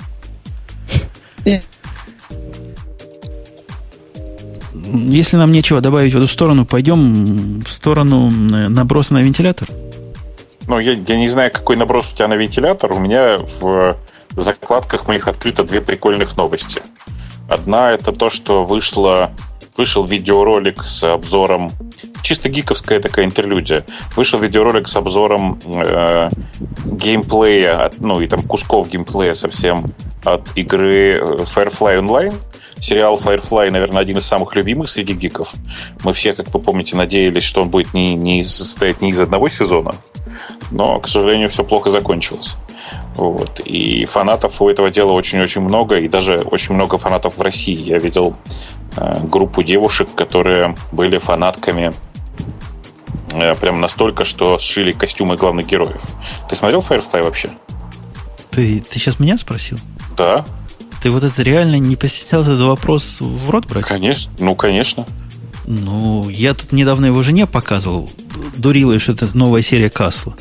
Если нам нечего добавить в эту сторону, пойдем в сторону наброса на вентилятор. Ну, я, я не знаю, какой наброс у тебя на вентилятор. У меня в закладках моих открыто две прикольных новости. Одна – это то, что вышло, вышел видеоролик с обзором, чисто гиковская такая интерлюдия. Вышел видеоролик с обзором э, геймплея, ну и там кусков геймплея совсем от игры Firefly Online. Сериал Firefly, наверное, один из самых любимых среди гиков. Мы все, как вы помните, надеялись, что он будет не, не состоять не из одного сезона. Но, к сожалению, все плохо закончилось. Вот. И фанатов у этого дела очень-очень много. И даже очень много фанатов в России. Я видел э, группу девушек, которые были фанатками э, прям настолько, что сшили костюмы главных героев. Ты смотрел Firefly вообще? Ты, ты сейчас меня спросил? Да. Ты вот это реально не постеснялся этот вопрос в рот брать? Конечно. Ну, конечно. Ну, я тут недавно его жене показывал. Дурила, что это новая серия Касла.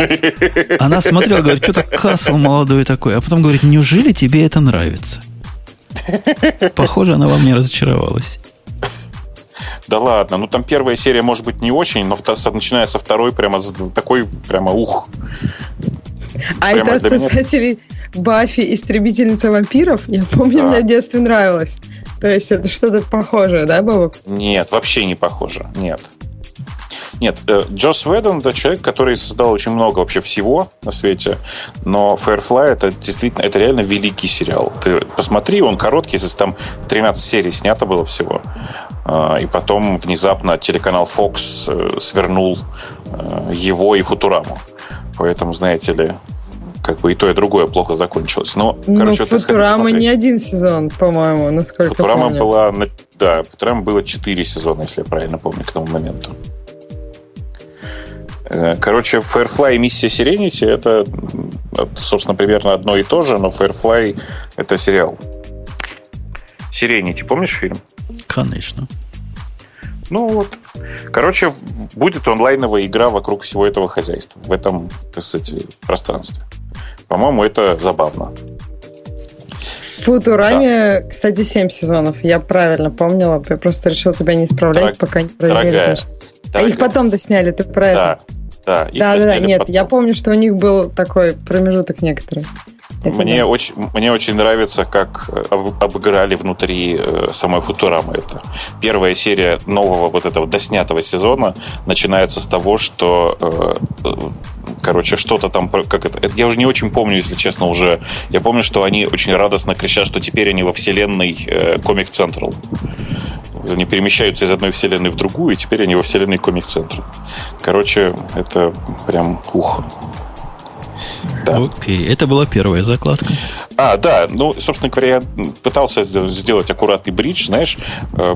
Она смотрела, говорит, что-то Касл молодой такой. А потом говорит, неужели тебе это нравится? Похоже, она во мне разочаровалась. Да ладно, ну там первая серия может быть не очень, но начиная со второй прямо такой, прямо ух. А прямо это создатели Баффи, истребительница вампиров? Я помню, да. Мне в детстве нравилось. То есть это что-то похожее, да, Бобок? Нет, вообще не похоже, нет. Нет, Джосс Уэдон — это человек, который создал очень много вообще всего на свете, но Firefly — это действительно, это реально великий сериал. Ты посмотри, он короткий, если там тринадцать серий снято было всего, и потом внезапно телеканал Fox свернул его и Футураму. Поэтому, знаете ли, как бы и то, и другое плохо закончилось. Но, ну, короче, Футурама не один сезон, по-моему, насколько Футурама помню. была, да, Футурама было четыре сезона, если я правильно помню, к тому моменту. Короче, Firefly и Миссия Serenity — это, собственно, примерно одно и то же, но Firefly — это сериал. Serenity, помнишь фильм? Конечно. Ну вот. Короче, будет онлайновая игра вокруг всего этого хозяйства, в этом, так сказать, пространстве. По-моему, это забавно. В Футураме, да. Кстати, семь сезонов. Я правильно помнила. Я просто решил тебя не исправлять, Дорог... пока не проверили. Дорогая, а дорогая. Их потом досняли, ты про это? Да, да. Да, да, да. Нет, потом. Я помню, что у них был такой промежуток некоторый. Мне, да. очень, мне очень нравится, как обыграли внутри самой Футурамы это. Первая серия нового вот этого доснятого сезона начинается с того, что короче, что-то там, как это, это я уже не очень помню, если честно, уже. Я помню, что они очень радостно кричат, что теперь они во вселенной Comic Central. Они перемещаются из одной вселенной в другую, и теперь они во вселенной Comic Central. Короче, это прям ух. Да. Окей, это была первая закладка. А, да, ну, собственно говоря, я пытался сделать аккуратный бридж, знаешь, э,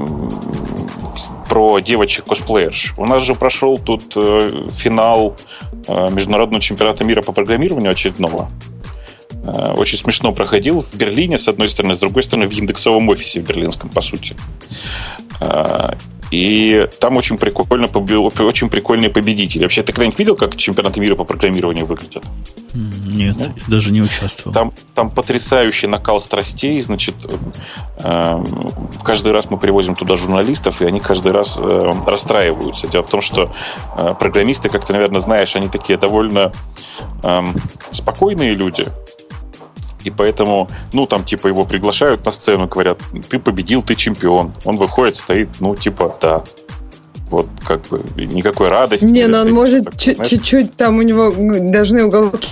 про девочек-косплеерш. У нас же прошел тут э, финал э, Международного чемпионата мира по программированию очередного. Э, очень смешно проходил в Берлине, с одной стороны, с другой стороны, в индексовом офисе в берлинском, по сути. Э, И там очень, прикольно, очень прикольные победители. Вообще, ты когда-нибудь видел, как чемпионаты мира по программированию выглядят? Нет, Нет? Я даже не участвовал. Там, там потрясающий накал страстей. Значит, э, каждый раз мы привозим туда журналистов, и они каждый раз э, расстраиваются. Дело в том, что э, программисты, как ты, наверное, знаешь, они такие довольно э, спокойные люди. И поэтому, ну, там, типа, его приглашают на сцену, говорят, ты победил, ты чемпион. Он выходит, стоит, ну, типа, да. Вот, как бы, никакой радости. Не, но он может так, чуть-чуть, там у него должны уголки.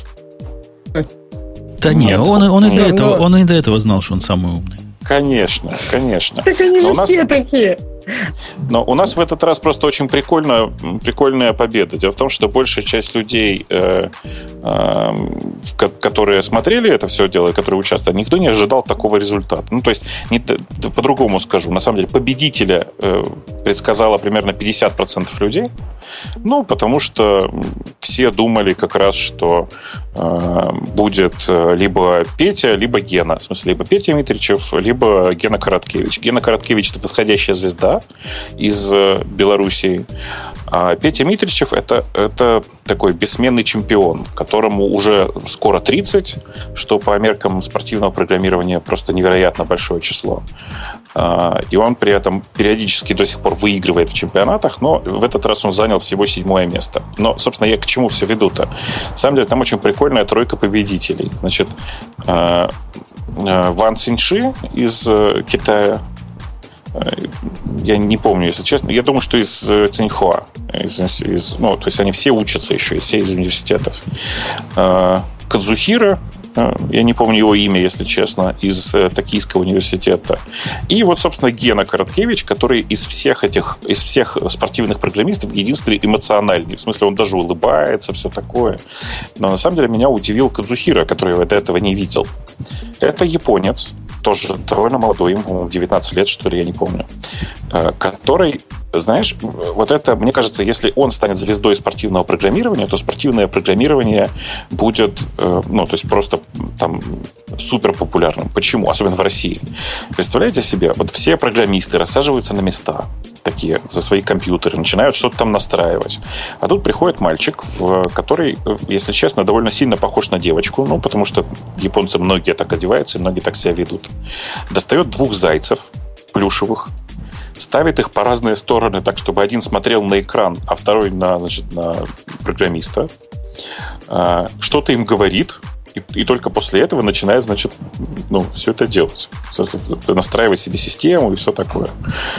Да не, он, он, и до этого, он и до этого знал, что он самый умный. Конечно, конечно. Так они же все такие. Но у нас в этот раз просто очень прикольно, прикольная победа. Дело в том, что большая часть людей, э, э, которые смотрели это все дело, которые участвовали, никто не ожидал такого результата. Ну, то есть, не, по-другому скажу, на самом деле, победителя э, предсказало примерно пятьдесят процентов людей. Ну, потому что все думали как раз, что э, будет либо Петя, либо Гена. В смысле, либо Петя Митричев, либо Гена Короткевич. Гена Короткевич — это восходящая звезда из Белоруссии. А Петя Митричев это, это такой бессменный чемпион, которому уже скоро тридцать, что по меркам спортивного программирования просто невероятно большое число. И он при этом периодически до сих пор выигрывает в чемпионатах, но в этот раз он занял всего седьмое место. Но, собственно, я к чему все веду-то? На самом деле, там очень прикольная тройка победителей. Значит, Ван Циньши из Китая. Я не помню, если честно. Я думаю, что из Циньхуа. Из, из, ну, то есть они все учатся еще, все из университетов. Кадзухира, я не помню его имя, если честно, из Токийского университета. И вот, собственно, Гена Короткевич, который из всех этих, из всех спортивных программистов единственный эмоциональный. В смысле, он даже улыбается, все такое. Но на самом деле меня удивил Кадзухира, который я до этого не видел. Это японец, тоже довольно молодой, ему, по-моему, девятнадцать лет, что ли, я не помню, который, знаешь, вот это, мне кажется, если он станет звездой спортивного программирования, то спортивное программирование будет, ну, то есть просто там супер популярным. Почему? Особенно в России. Представляете себе, вот все программисты рассаживаются на места, такие за свои компьютеры, начинают что-то там настраивать. А тут приходит мальчик, в который, если честно, довольно сильно похож на девочку, ну, потому что японцы многие так одеваются и многие так себя ведут. Достает двух зайцев плюшевых, ставит их по разные стороны, так, чтобы один смотрел на экран, а второй на, значит, на программиста. Что-то им говорит, и, и только после этого начинает, значит, ну, все это делать. В смысле, настраивать себе систему и все такое.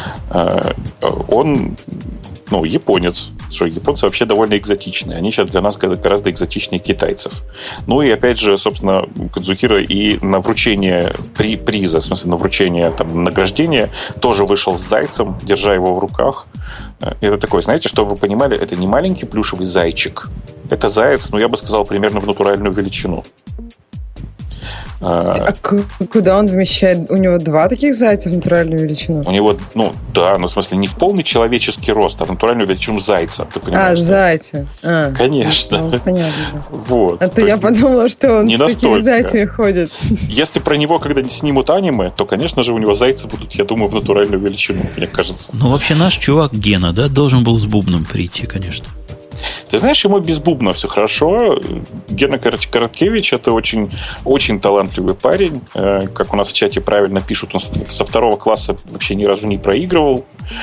Он, ну, японец. Что японцы вообще довольно экзотичные. Они сейчас для нас гораздо экзотичнее китайцев. Ну и опять же, собственно, Кадзухира и на вручение при, приза, в смысле на вручение там, награждения, тоже вышел с зайцем, держа его в руках. Это такое, знаете, чтобы вы понимали, это не маленький плюшевый зайчик. Это заяц, ну я бы сказал, примерно в натуральную величину. А куда он вмещает? У него два таких зайца в натуральную величину? У него, ну, да, ну, в смысле, не в полный человеческий рост, а в натуральную величину зайца, ты понимаешь? А, зайца. А, конечно. Ну, понятно. Вот. А то, то я подумала, что он не с настолько. такими зайцами ходит. Если про него когда-нибудь снимут аниме, то, конечно же, у него зайцы будут, я думаю, в натуральную величину, мне кажется. Ну, вообще, наш чувак Гена, да, должен был с бубном прийти, конечно. Ты знаешь, ему без бубна все хорошо. Гена Короткевич – это очень, очень талантливый парень. Как у нас в чате правильно пишут, он со второго класса вообще ни разу не проигрывал.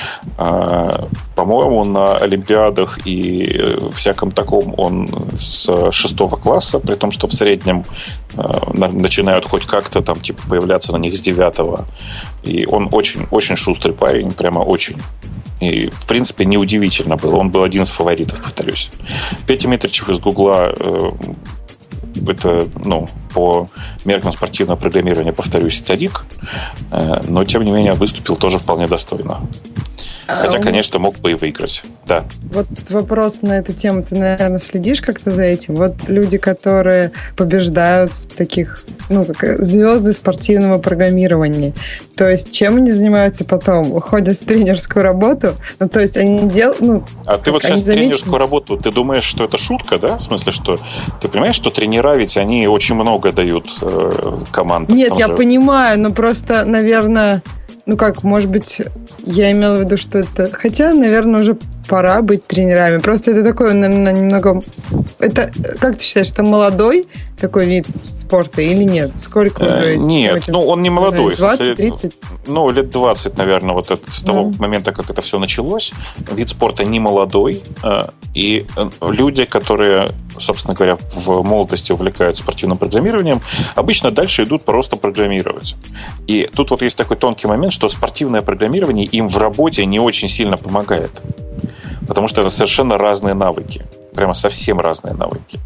По-моему, на олимпиадах и всяком таком он с шестого класса, при том, что в среднем начинают хоть как-то там типа появляться на них с девятого. И он очень, очень шустрый парень, прямо очень. И, в принципе, неудивительно было. Он был один из фаворитов, повторюсь. Петя Митричев из Гугла, э, это, ну, по меркам спортивного программирования, повторюсь, старик, э, но, тем не менее, выступил тоже вполне достойно. Хотя, конечно, мог бы и выиграть. Да. Вот вопрос на эту тему. Ты, наверное, следишь как-то за этим? Вот люди, которые побеждают в таких, ну, как звезды спортивного программирования. То есть, чем они занимаются потом? Уходят в тренерскую работу? Ну, то есть, они делают... Ну, а ты вот сейчас замечены... тренерскую работу, ты думаешь, что это шутка, да? В смысле, что... Ты понимаешь, что тренера ведь они очень много дают э, командам? Нет, я же... понимаю, но просто, наверное... Ну как, может быть, я имела в виду, что это... Хотя, наверное, уже пора быть тренерами. Просто это такое, наверное, немного... Это, как ты считаешь, это молодой такой вид спорта или нет? Сколько уже? Э, нет, ну он не молодой. двадцать тридцать? Ну, лет двадцать, наверное, вот это, с того да. момента, как это все началось. Вид спорта не молодой. И люди, которые, собственно говоря, в молодости увлекаются спортивным программированием, обычно дальше идут просто программировать. И тут вот есть такой тонкий момент, что спортивное программирование им в работе не очень сильно помогает. Потому что это совершенно разные навыки. Прямо совсем разные навыки.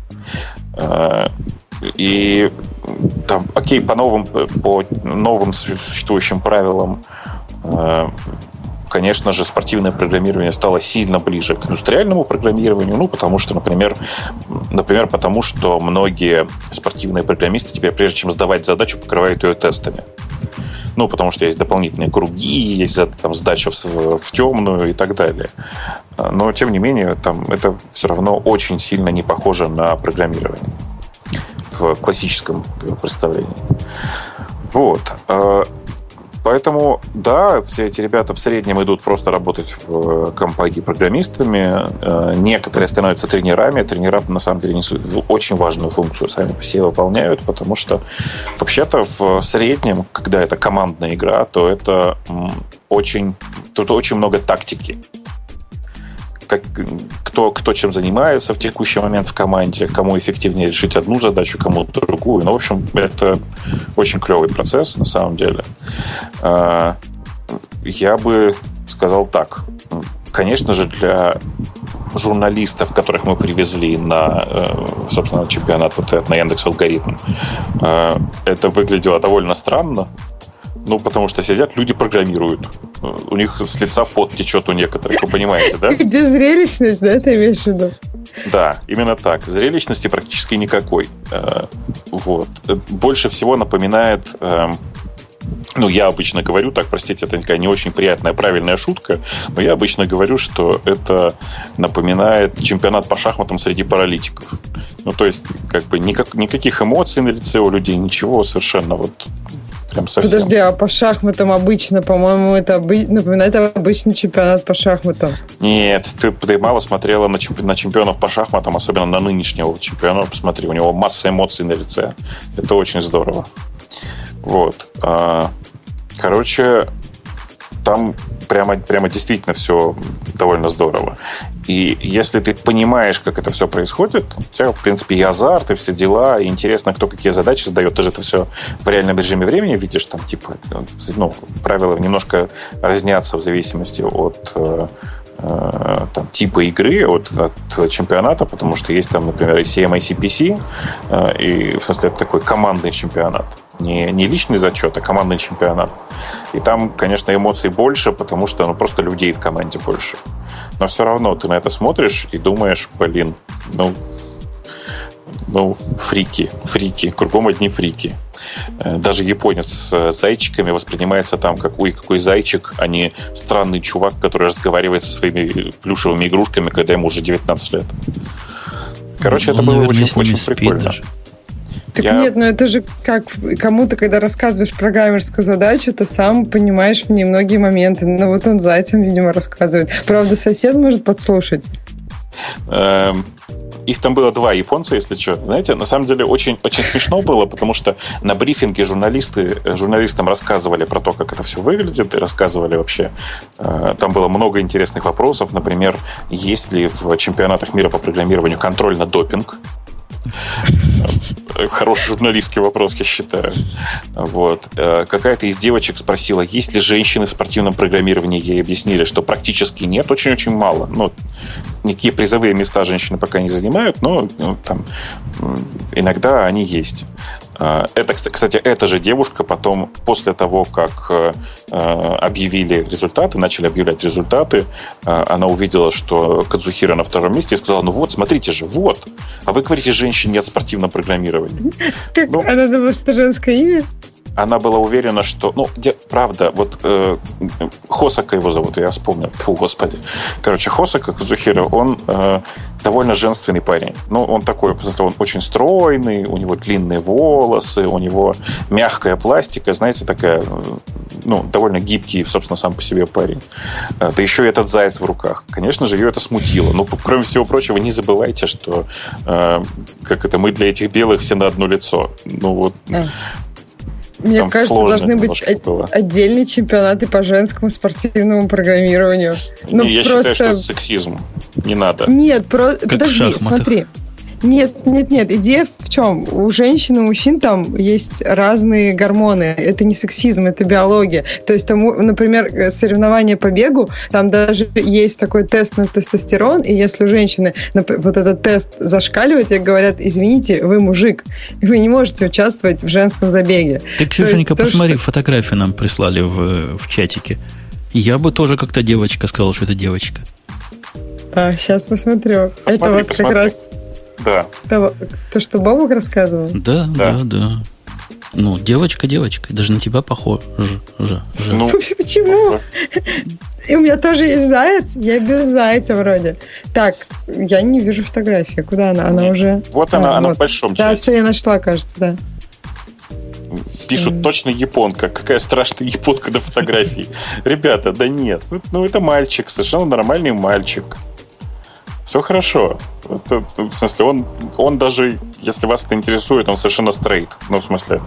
И там, окей, по новым, по новым существующим правилам, конечно же, спортивное программирование стало сильно ближе к индустриальному программированию, ну, потому что, например, например, потому что многие спортивные программисты теперь, прежде чем сдавать задачу, покрывают ее тестами. Ну, потому что есть дополнительные круги, есть там сдача в, в темную и так далее. Но, тем не менее, там это все равно очень сильно не похоже на программирование в классическом представлении. Вот. Поэтому, да, все эти ребята в среднем идут просто работать в компании программистами. Некоторые становятся тренерами. Тренера, на самом деле, несут очень важную функцию, сами по себе выполняют, потому что, вообще-то, в среднем, когда это командная игра, то это очень... Тут очень много тактики. Как, кто, кто чем занимается в текущий момент в команде, кому эффективнее решить одну задачу, кому другую. Ну, в общем, это очень клевый процесс, на самом деле. Я бы сказал так. Конечно же, для журналистов, которых мы привезли на, собственно, чемпионат вот этот, на Яндекс.Алгоритм, это выглядело довольно странно. Ну, потому что сидят, люди программируют. У них с лица пот течет у некоторых, вы понимаете, да? Где зрелищность, да, ты имеешь в виду? Да, именно так. Зрелищности практически никакой. Вот. Больше всего напоминает... Ну, я обычно говорю, так, простите, это такая не очень приятная, правильная шутка, но я обычно говорю, что это напоминает чемпионат по шахматам среди паралитиков. Ну, то есть, как бы, никак, никаких эмоций на лице у людей, ничего совершенно вот... прям совсем. Подожди, а по шахматам обычно, по-моему, это оби... напоминает обычный чемпионат по шахматам. Нет, ты, ты мало смотрела на, чемпи... на чемпионов по шахматам, особенно на нынешнего чемпиона. Посмотри, у него масса эмоций на лице. Это очень здорово. Вот. Короче, там прямо, прямо действительно все довольно здорово. И если ты понимаешь, как это все происходит, у тебя, в принципе, и азарт, и все дела, и интересно, кто какие задачи задает. Ты же это все в реальном режиме времени видишь, там, типа, ну, правила немножко разнятся в зависимости от э, там, типа игры, от, от чемпионата, потому что есть там, например, и си эм, и си пи си, э, и, в смысле, это такой командный чемпионат. Не, не личный зачет, а командный чемпионат. И там, конечно, эмоций больше, потому что ну, просто людей в команде больше. Но все равно ты на это смотришь и думаешь, блин, ну, ну фрики, фрики, кругом одни фрики. Даже японец с зайчиками воспринимается там как, ой, какой зайчик, а не странный чувак, который разговаривает со своими плюшевыми игрушками, когда ему уже девятнадцать лет. Короче, ну, это было наверное, очень, очень прикольно. Даже. Так я... нет, ну это же как кому-то, когда рассказываешь программерскую задачу, ты сам понимаешь в ней многие моменты. Ну вот он зайцем, видимо, рассказывает. Правда, сосед может подслушать. Эм, их там было два японца, если что. Знаете, на самом деле очень, очень смешно было, потому что на брифинге журналисты, журналистам рассказывали про то, как это все выглядит, и рассказывали вообще. Э, там было много интересных вопросов. Например, есть ли в чемпионатах мира по программированию контроль на допинг? Хороший журналистский вопрос, я считаю. Вот. Какая-то из девочек спросила, есть ли женщины в спортивном программировании. Ей объяснили, что практически нет, очень-очень мало. Ну, никакие призовые места женщины пока не занимают, но ну, там, иногда они есть. Это, кстати, эта же девушка потом, после того, как объявили результаты, начали объявлять результаты, она увидела, что Кадзухира на втором месте и сказала, ну вот, смотрите же, вот. А вы говорите, женщин нет в спортивном программировании. Как? Ну, она думала, что женское имя? Она была уверена, что... Ну, де, правда, вот э, Хосака его зовут, я вспомнил. Фу, господи. Короче, Хосака Кадзухира, он э, довольно женственный парень. Ну, он такой, он очень стройный, у него длинные волосы, у него мягкая пластика, знаете, такая, ну, довольно гибкий, собственно, сам по себе парень. Да еще и этот заяц в руках. Конечно же, ее это смутило. Но, кроме всего прочего, не забывайте, что э, как это, мы для этих белых все на одно лицо. Ну, вот... Мне там кажется, должны быть было. Отдельные чемпионаты по женскому спортивному программированию. Ну, я просто... считаю, что это сексизм. Не надо. Нет, про... подожди, смотри. Нет, нет, нет. Идея в чем? У женщин и у мужчин там есть разные гормоны. Это не сексизм, это биология. То есть, там, например, соревнования по бегу, там даже есть такой тест на тестостерон, и если у женщины вот этот тест зашкаливает, ей говорят, извините, вы мужик, вы не можете участвовать в женском забеге. Ты, Ксюшенька, то, посмотри, что... фотографию нам прислали в, в чатике. Я бы тоже как-то девочка сказал, что это девочка. А, сейчас посмотрю. Посмотри, это вот посмотри. как раз... Да. То, то, что Бобок рассказывал? Да, да, да, да. Ну, девочка-девочка. Даже на тебя похожа. Ну, почему? И у меня тоже есть заяц. Я без зайца вроде. Так, я не вижу фотографии. Куда она? Она уже... Вот она, она в большом чате. Да, все, я нашла, кажется, да. Пишут, точно японка. Какая страшная японка на фотографии. Ребята, да нет. Ну, это мальчик. Совершенно нормальный мальчик. Все хорошо. Это, в смысле, он, он даже, если вас это интересует, он совершенно стрейт. Ну, в смысле...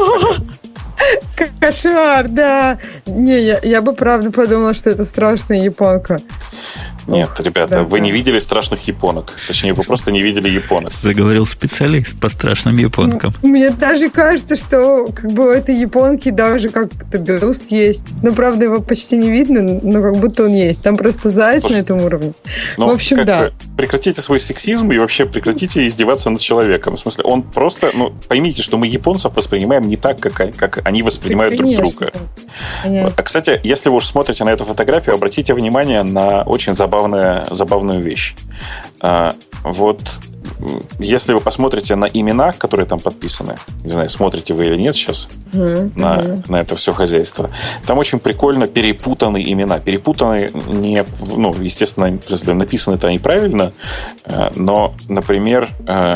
Кошмар, да. Не, я, я бы правда подумала, что это страшная японка. Нет, ребята, да, вы да. не видели страшных японок. Точнее, вы просто не видели японок. Заговорил специалист по страшным японкам. Мне даже кажется, что как бы у этой японки даже как-то бюст есть. Ну, правда, его почти не видно, но как будто он есть. Там просто заяц Слушай, на этом уровне. Ну, в общем, да. Бы, прекратите свой сексизм и вообще прекратите издеваться над человеком. В смысле, он просто... Ну, поймите, что мы японцев воспринимаем не так, как, как они воспринимают друг друга. Конечно. Кстати, если вы уж смотрите на эту фотографию, обратите внимание на очень забавная, забавную вещь. Вот если вы посмотрите на имена, которые там подписаны, не знаю, смотрите вы или нет сейчас mm-hmm. на, на это все хозяйство, там очень прикольно перепутаны имена. Перепутаны не, ну, естественно, если написаны это неправильно, но, например,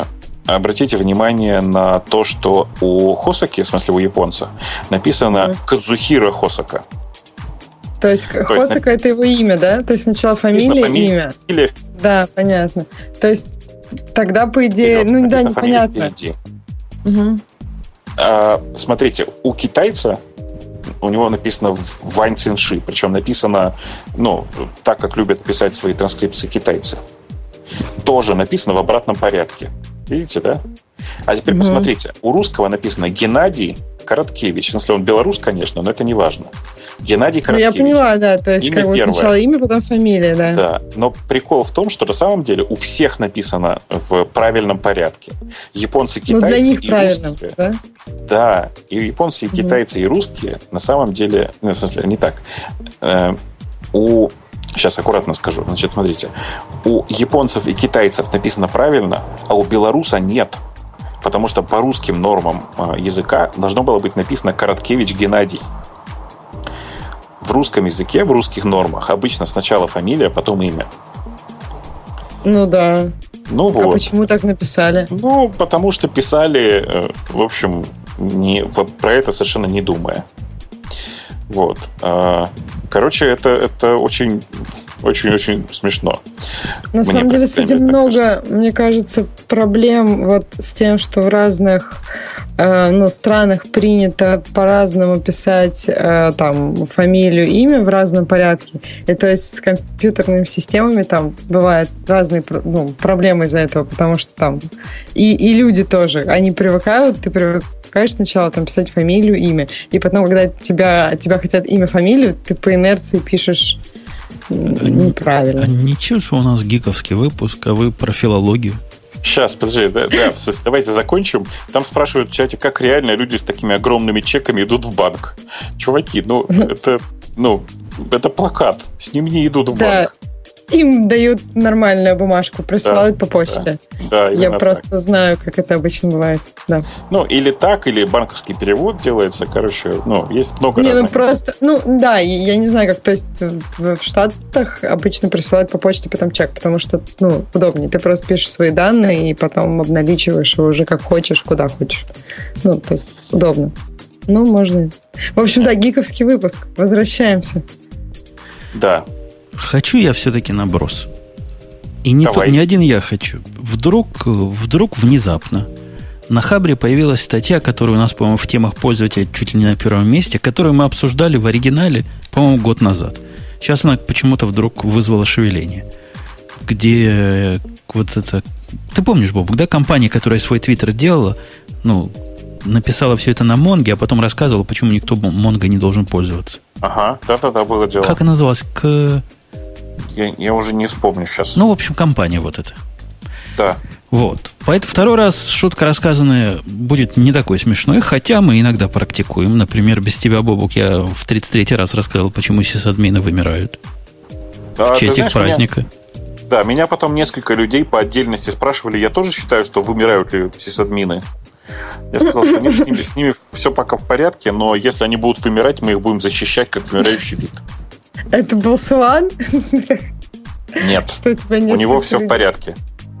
обратите внимание на то, что у Хосаки, в смысле у японца, написано Кадзухиро Хосака. То есть то Хосака есть, это его имя, да? То есть сначала фамилия, фамилия, имя. Да, понятно. То есть тогда, по идее, вперед, ну да, непонятно. Угу. А, смотрите, у китайца у него написано Вань Цинши, причем написано, ну, так, как любят писать свои транскрипции китайцы. Тоже написано в обратном порядке. Видите, да? А теперь угу. посмотрите, у русского написано Геннадий Короткевич. В смысле, он белорус, конечно, но это не важно. Геннадий Короткевич. Ну, я поняла, да. То есть, имя как бы сначала имя, потом фамилия, да. Да. Но прикол в том, что на самом деле у всех написано в правильном порядке. Японцы, китайцы ну, для них и русские. Да? Да. И японцы, и китайцы, угу. и русские на самом деле... Ну, в смысле, не так. Э, у... Сейчас аккуратно скажу. Значит, смотрите. У японцев и китайцев написано правильно, а у белоруса нет. Потому что по русским нормам языка должно было быть написано Короткевич Геннадий. В русском языке, в русских нормах обычно сначала фамилия, потом имя. Ну да. Ну, вот. А почему так написали? Ну, потому что писали, в общем, не, про это совершенно не думая. Вот. Короче, это, это очень, очень-очень смешно. На мне самом деле, с этим много, кажется. Мне кажется, проблем вот с тем, что в разных э, ну, странах принято по-разному писать э, там фамилию, имя в разном порядке. И то есть с компьютерными системами там бывают разные ну, проблемы из-за этого, потому что там и, и люди тоже, они привыкают, ты привыкаешь сначала там писать фамилию, имя, и потом, когда тебя, от тебя хотят имя, фамилию, ты по инерции пишешь неправильно. А ничего, что у нас гиковский выпуск, а вы про филологию. Сейчас, подожди, да, да, давайте закончим. Там спрашивают в чате, как реально люди с такими огромными чеками идут в банк. Чуваки, ну, это, ну, это плакат. С ним не идут в да. банк. Им дают нормальную бумажку, присылают да, по почте. Да, да, я просто так. знаю, как это обычно бывает. Да. Ну, или так, или банковский перевод делается. Короче, ну, есть много не, разных. Ну, просто, ну, да, я не знаю, как, то есть в, в Штатах обычно присылают по почте потом чек, потому что, ну, удобнее. Ты просто пишешь свои данные и потом обналичиваешь его уже как хочешь, куда хочешь. Ну, то есть удобно. Ну, можно. В общем, да, гиковский выпуск. Возвращаемся. Да. Хочу я все-таки наброс. И не, то, не один я хочу. Вдруг, вдруг внезапно на Хабре появилась статья, которая у нас, по-моему, в темах пользователя чуть ли не на первом месте, которую мы обсуждали в оригинале, по-моему, год назад. Сейчас она почему-то вдруг вызвала шевеление. Где вот это... Ты помнишь, Бобук, да? Компания, которая свой твиттер делала, ну, написала все это на Монге, а потом рассказывала, почему никто Монго не должен пользоваться. Ага, да-да-да, было дело. Как она называлась? К... Я, я уже не вспомню сейчас. Ну, в общем, компания вот эта. Да. Вот. Поэтому второй раз шутка рассказанная будет не такой смешной, хотя мы иногда практикуем. Например, без тебя, Бобук, я в тридцать третий раз рассказал, почему сисадмины вымирают. Да, в честь их праздника. Меня, да, меня потом несколько людей по отдельности спрашивали, я тоже считаю, что вымирают ли сисадмины. Я сказал, что нет, с, ними, с ними все пока в порядке, но если они будут вымирать, мы их будем защищать как вымирающий вид. Это был Сван? Нет, что у, тебя у него все в порядке.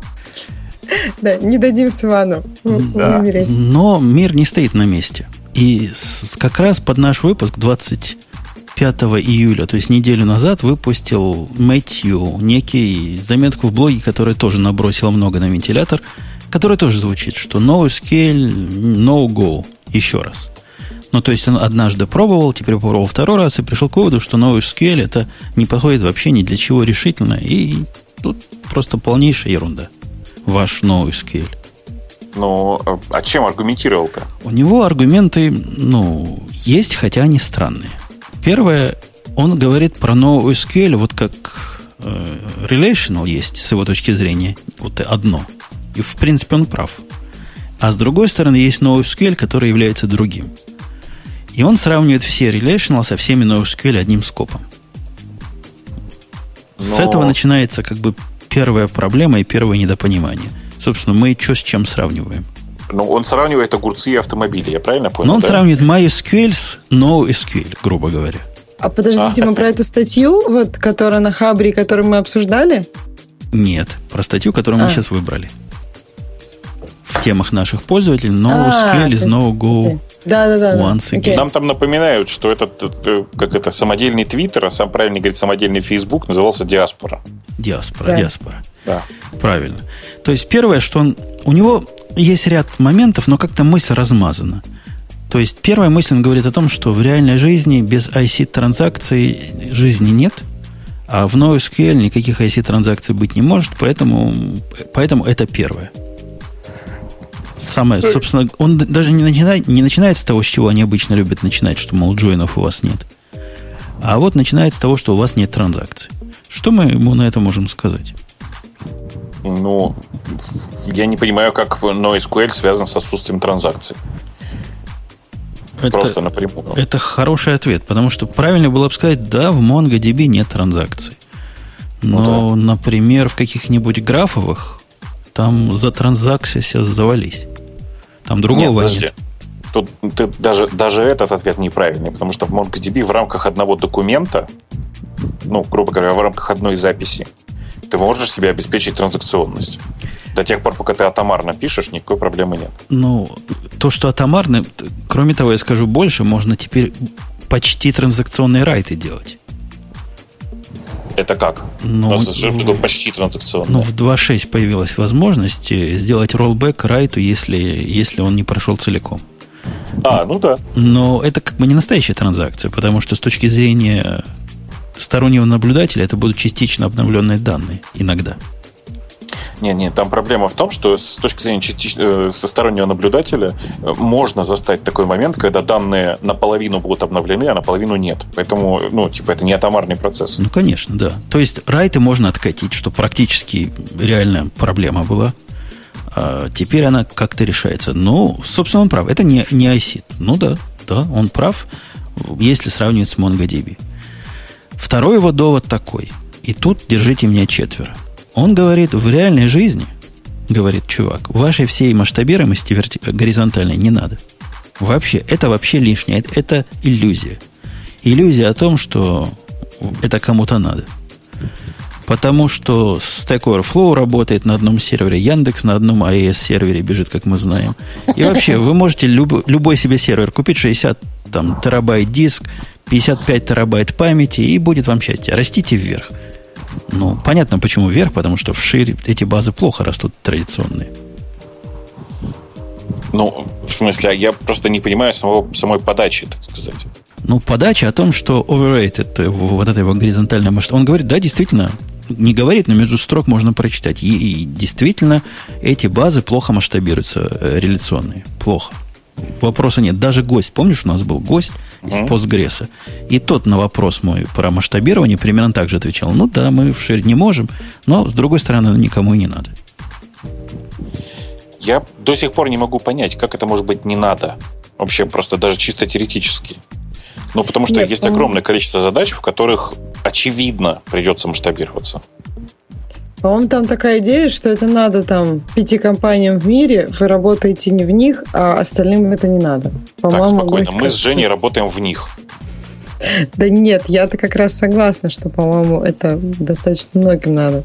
Да, не дадим Свану да. умереть. Но мир не стоит на месте. И как раз под наш выпуск двадцать пятого июля, то есть неделю назад, выпустил Мэтью некий заметку в блоге, которая тоже набросила много на вентилятор, которая тоже звучит, что NoSQL, no-go. Еще раз. Ну, то есть он однажды пробовал, теперь попробовал второй раз и пришел к выводу, что NoSQL это не подходит вообще ни для чего решительно. И тут просто полнейшая ерунда. Ваш NoSQL. Ну, а чем аргументировал-то? У него аргументы, ну, есть, хотя они странные. Первое, он говорит про NoSQL, вот как э, relational есть, с его точки зрения, вот одно. И, в принципе, он прав. А с другой стороны, есть NoSQL, который является другим. И он сравнивает все relational со всеми NoSQL одним скопом. Но... С этого начинается как бы первая проблема и первое недопонимание. Собственно, мы что с чем сравниваем? Ну, он сравнивает огурцы и автомобили, я правильно понял? Но он да? сравнивает MySQL с NoSQL, грубо говоря. А подождите, а, мы про эту статью, вот, которая на Хабре, которую мы обсуждали? Нет, про статью, которую а. мы сейчас выбрали. В системах наших пользователей NoSQL is no go да, да, да, once again. Okay. Нам там напоминают, что этот, это, как это, самодельный Твиттер, а сам правильно говорит, самодельный Фейсбук назывался Диаспора. Диаспора, да. Диаспора. Да. Правильно. То есть первое, что он... У него есть ряд моментов, но как-то мысль размазана. То есть первая мысль, он говорит о том, что в реальной жизни без ай си-транзакций жизни нет, а в NoSQL никаких ай си-транзакций быть не может, поэтому, поэтому это первое. Самое, собственно, он даже не начинает, не начинает с того, с чего они обычно любят начинать, что, мол, джойнов у вас нет. А вот начинает с того, что у вас нет транзакций. Что мы ему на это можем сказать? Ну, я не понимаю, как NoSQL связан с отсутствием транзакций. Это, Просто напрямую. Это хороший ответ, потому что правильно было бы сказать, да, в MongoDB нет транзакций. Но, ну, да. например, в каких-нибудь графовых там за транзакции завались. Там другого нет. нет. Тут ты, даже, даже этот ответ неправильный, потому что в MongoDB в рамках одного документа, ну, грубо говоря, в рамках одной записи, ты можешь себе обеспечить транзакционность. До тех пор, пока ты атомарно пишешь, никакой проблемы нет. Ну, то, что атомарно, кроме того, я скажу больше, можно теперь почти транзакционные райты делать. Это как? Ну, У нас что такое почти транзакционное? Ну, в два точка шесть появилась возможность сделать роллбэк райту, если, если он не прошел целиком. А, ну да. Но это как бы не настоящая транзакция, потому что с точки зрения стороннего наблюдателя это будут частично обновленные данные иногда. Нет, нет, там проблема в том, что с точки зрения частично, со стороннего наблюдателя можно застать такой момент, когда данные наполовину будут обновлены, а наполовину нет. Поэтому, ну, типа, это не атомарный процесс. Ну, конечно, да. То есть райты можно откатить, что практически реальная проблема была. А теперь она как-то решается. Ну, собственно, он прав. Это не, не ай си. Ну да, да, он прав, если сравнивать с MongoDB. Второй его довод такой. И тут держите меня четверо. Он говорит, в реальной жизни, говорит чувак, вашей всей масштабируемости верти... горизонтальной не надо. Вообще, это вообще лишнее. Это, это иллюзия. Иллюзия о том, что это кому-то надо. Потому что Stack Overflow работает на одном сервере, Яндекс на одном эй и эс-сервере бежит, как мы знаем. И вообще, вы можете люб... любой себе сервер купить, шестьдесят там, терабайт диск, пятьдесят пять терабайт памяти, и будет вам счастье. Растите вверх. Ну, понятно, почему вверх, потому что вширь эти базы плохо растут традиционные. Ну, в смысле, я просто не понимаю самого, самой подачи, так сказать. Ну, подача о том, что overrated вот этой вот горизонтальной масштаб. Он говорит, да, действительно, не говорит, но между строк можно прочитать. И, и действительно, эти базы плохо масштабируются, реляционные. Плохо. Вопроса нет. Даже гость, помнишь, у нас был гость из uh-huh. Postgres, и тот на вопрос мой про масштабирование примерно так же отвечал. Ну да, мы вширь не можем, но, с другой стороны, никому и не надо. Я до сих пор не могу понять, как это может быть не надо. Вообще, просто даже чисто теоретически. Ну, потому что нет, есть по-моему... огромное количество задач, в которых, очевидно, придется масштабироваться. По-моему, там такая идея, что это надо там пяти компаниям в мире, вы работаете не в них, а остальным это не надо. По-моему, так, спокойно, мы с Женей работаем в них. Да нет, я-то как раз согласна, что, по-моему, это достаточно многим надо.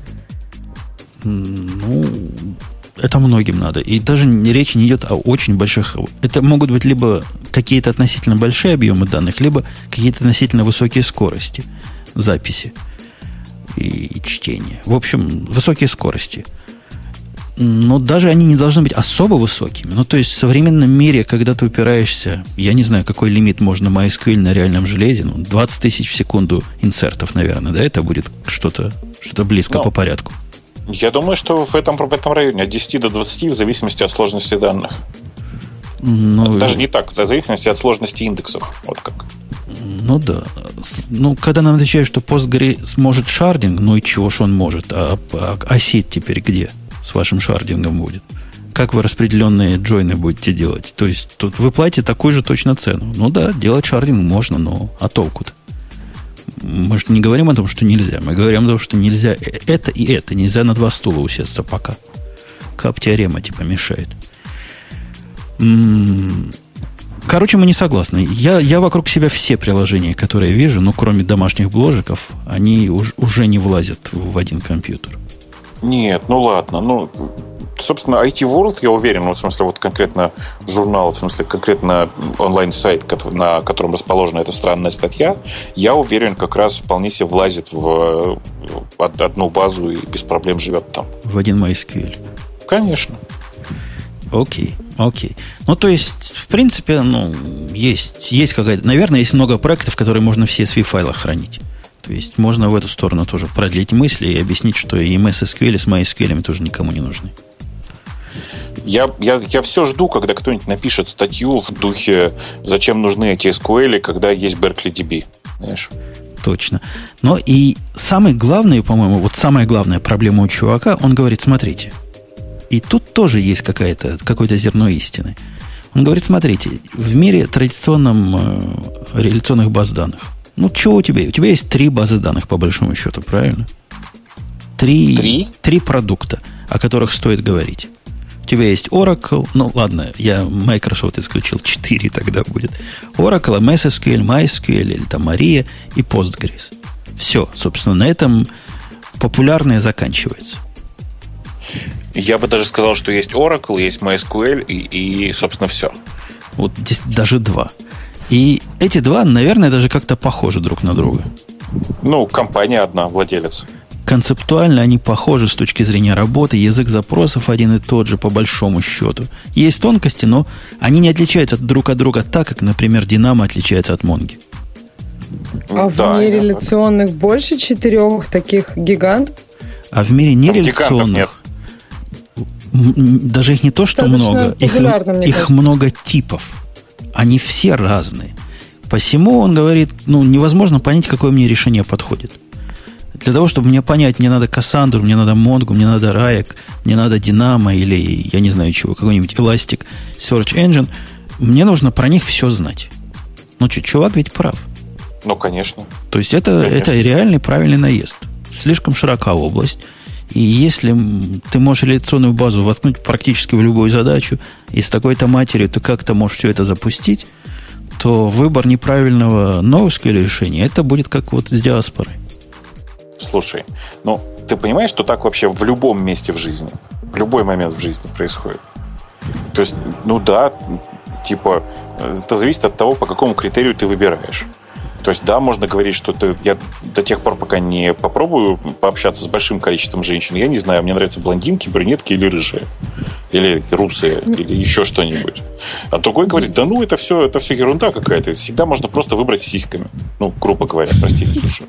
Ну, это многим надо. И даже речь не идет о очень больших... Это могут быть либо какие-то относительно большие объемы данных, либо какие-то относительно высокие скорости записи и чтения. В общем, высокие скорости. Но даже они не должны быть особо высокими. Ну, то есть в современном мире, когда ты упираешься, я не знаю, какой лимит можно MySQL на реальном железе, ну, двадцать тысяч в секунду инсертов, наверное, да, это будет что-то, что-то близко ну, по порядку. Я думаю, что в этом, в этом районе от десяти до двадцати в зависимости от сложности данных. Ну, даже не так, в зависимости от сложности индексов. Вот как. Ну да. Ну, когда нам отвечают, что Postgre сможет шардинг, ну и чего ж он может? А, а, а сеть теперь где с вашим шардингом будет? Как вы распределенные джойны будете делать? То есть тут вы платите такую же точно цену. Ну да, делать шардинг можно, но а толку-то? Мы же не говорим о том, что нельзя. Мы говорим о том, что нельзя это и это. Нельзя на два стула усесться пока. Кап-теорема типа мешает. М-м- Короче, мы не согласны. Я, я вокруг себя все приложения, которые вижу, ну, кроме домашних бложиков, они уж, уже не влазят в один компьютер. Нет, ну ладно. Ну, собственно, ай ти World, я уверен, ну, в смысле, вот конкретно журнал, в смысле, конкретно онлайн-сайт, на котором расположена эта странная статья, я уверен, как раз вполне себе влазит в одну базу и без проблем живет там. В один MySQL. Конечно. Окей, окей. Ну, то есть, в принципе, ну, есть, есть какая-то... Наверное, есть много проектов, которые можно в си эс ви файлах хранить. То есть, можно в эту сторону тоже продлить мысли и объяснить, что и эм эс эс кью эль с MySQL тоже никому не нужны. Я, я, я все жду, когда кто-нибудь напишет статью в духе «Зачем нужны эти эс кью эль, когда есть Berkeley ди би?» Знаешь? Точно. Но и самое главное, по-моему, вот самая главная проблема у чувака, он говорит, смотрите, и тут тоже есть какая-то, какое-то зерно истины. Он говорит, смотрите, в мире традиционном э, реляционных баз данных, ну, чего у тебя? У тебя есть три базы данных, по большому счету, правильно? Три, три? три продукта, о которых стоит говорить. У тебя есть Oracle, ну, ладно, я Microsoft исключил, четыре тогда будет. Oracle, эм эс эс кью эль, MySQL, или там Maria и Postgres. Все, собственно, на этом популярное заканчивается. Я бы даже сказал, что есть Oracle, есть MySQL и, и собственно, все. Вот здесь даже два. И эти два, наверное, даже как-то похожи друг на друга. Ну, компания одна, владелец. Концептуально они похожи с точки зрения работы, язык запросов один и тот же, по большому счету. Есть тонкости, но они не отличаются друг от друга так, как, например, Dynamo отличается от Монги. А в да, нереляционных больше четырех таких гигантов? А в мире нереляционных... Даже их не то, что много, их, их много типов. Они все разные. Посему он говорит, ну, невозможно понять, какое мне решение подходит. Для того, чтобы мне понять, мне надо Cassandra, мне надо Mongo, мне надо Rayak, мне надо Dynamo или, я не знаю чего, какой-нибудь Elastic Search Engine, мне нужно про них все знать. Ну, что, чувак ведь прав. Ну, конечно. То есть это, это реальный правильный наезд. Слишком широка область. И если ты можешь реляционную базу воткнуть практически в любую задачу, и с такой-то матерью ты как-то можешь все это запустить, то выбор неправильного NoSQL решения, это будет как вот с диаспорой. Слушай, ну, ты понимаешь, что так вообще в любом месте в жизни, в любой момент в жизни происходит? То есть, ну да, типа, это зависит от того, по какому критерию ты выбираешь. То есть, да, можно говорить, что ты, я до тех пор, пока не попробую пообщаться с большим количеством женщин, я не знаю, мне нравятся блондинки, брюнетки или рыжие. Или русые, или еще что-нибудь. А другой говорит, да ну, это все, это все ерунда какая-то. Всегда можно просто выбрать сиськами. Ну, грубо говоря, простите, Ксюша.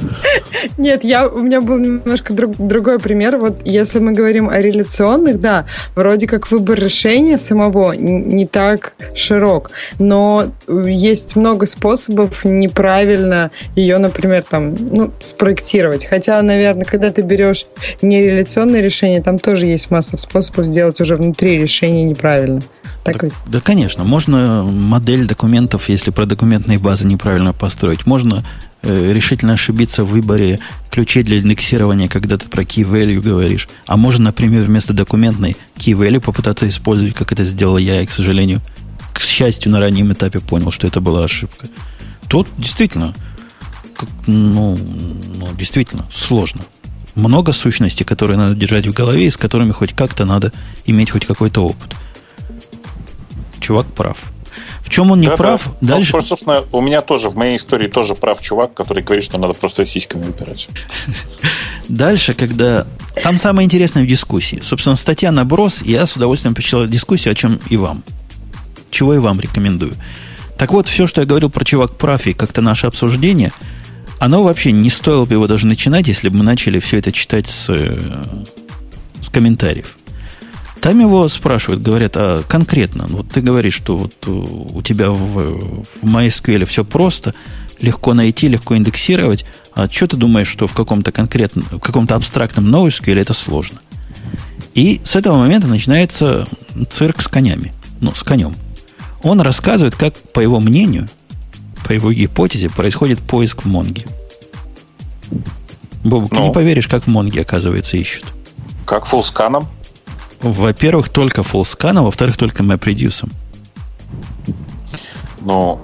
Нет, я, у меня был немножко друг, другой пример. Вот если мы говорим о реляционных, да, вроде как выбор решения самого не так широк, но есть много способов неправильно ее, например, там, ну, спроектировать. Хотя, наверное, когда ты берешь нереляционное решение, там тоже есть масса способов сделать уже внутри решения неправильно. Так да, ведь? Да, конечно. Можно модель документов, если про документные базы неправильно построить. Можно э, решительно ошибиться в выборе ключей для индексирования, когда ты про key value говоришь. А можно, например, вместо документной key value попытаться использовать, как это сделал я, и, к сожалению, к счастью, на раннем этапе понял, что это была ошибка. Тут действительно, как, ну, ну, действительно сложно. Много сущностей, которые надо держать в голове, и с которыми хоть как-то надо иметь хоть какой-то опыт. Чувак прав. В чем он не да, прав? Да. Дальше... Ну, собственно, у меня тоже, в моей истории тоже прав чувак, который говорит, что надо просто сиськами выбирать. Дальше, когда... Там самое интересное в дискуссии. Собственно, статья наброс, и я с удовольствием почитал дискуссию, о чем и вам. Чего и вам рекомендую. Так вот, все, что я говорил про чувак прав и как-то наше обсуждение, оно вообще не стоило бы его даже начинать, если бы мы начали все это читать с, с комментариев. Там его спрашивают, говорят, а конкретно, вот ты говоришь, что вот у тебя в, в MySQL все просто, легко найти, легко индексировать, а что ты думаешь, что в каком-то конкретном, в каком-то абстрактном NoSQL это сложно? И с этого момента начинается цирк с конями, ну, с конем. Он рассказывает, как, по его мнению, по его гипотезе, происходит поиск в Монге. Бобок, ну, ты не поверишь, как в Монге, оказывается, ищут. Как фуллсканом? Во-первых, только фуллсканом, во-вторых, только MapReduce. Ну,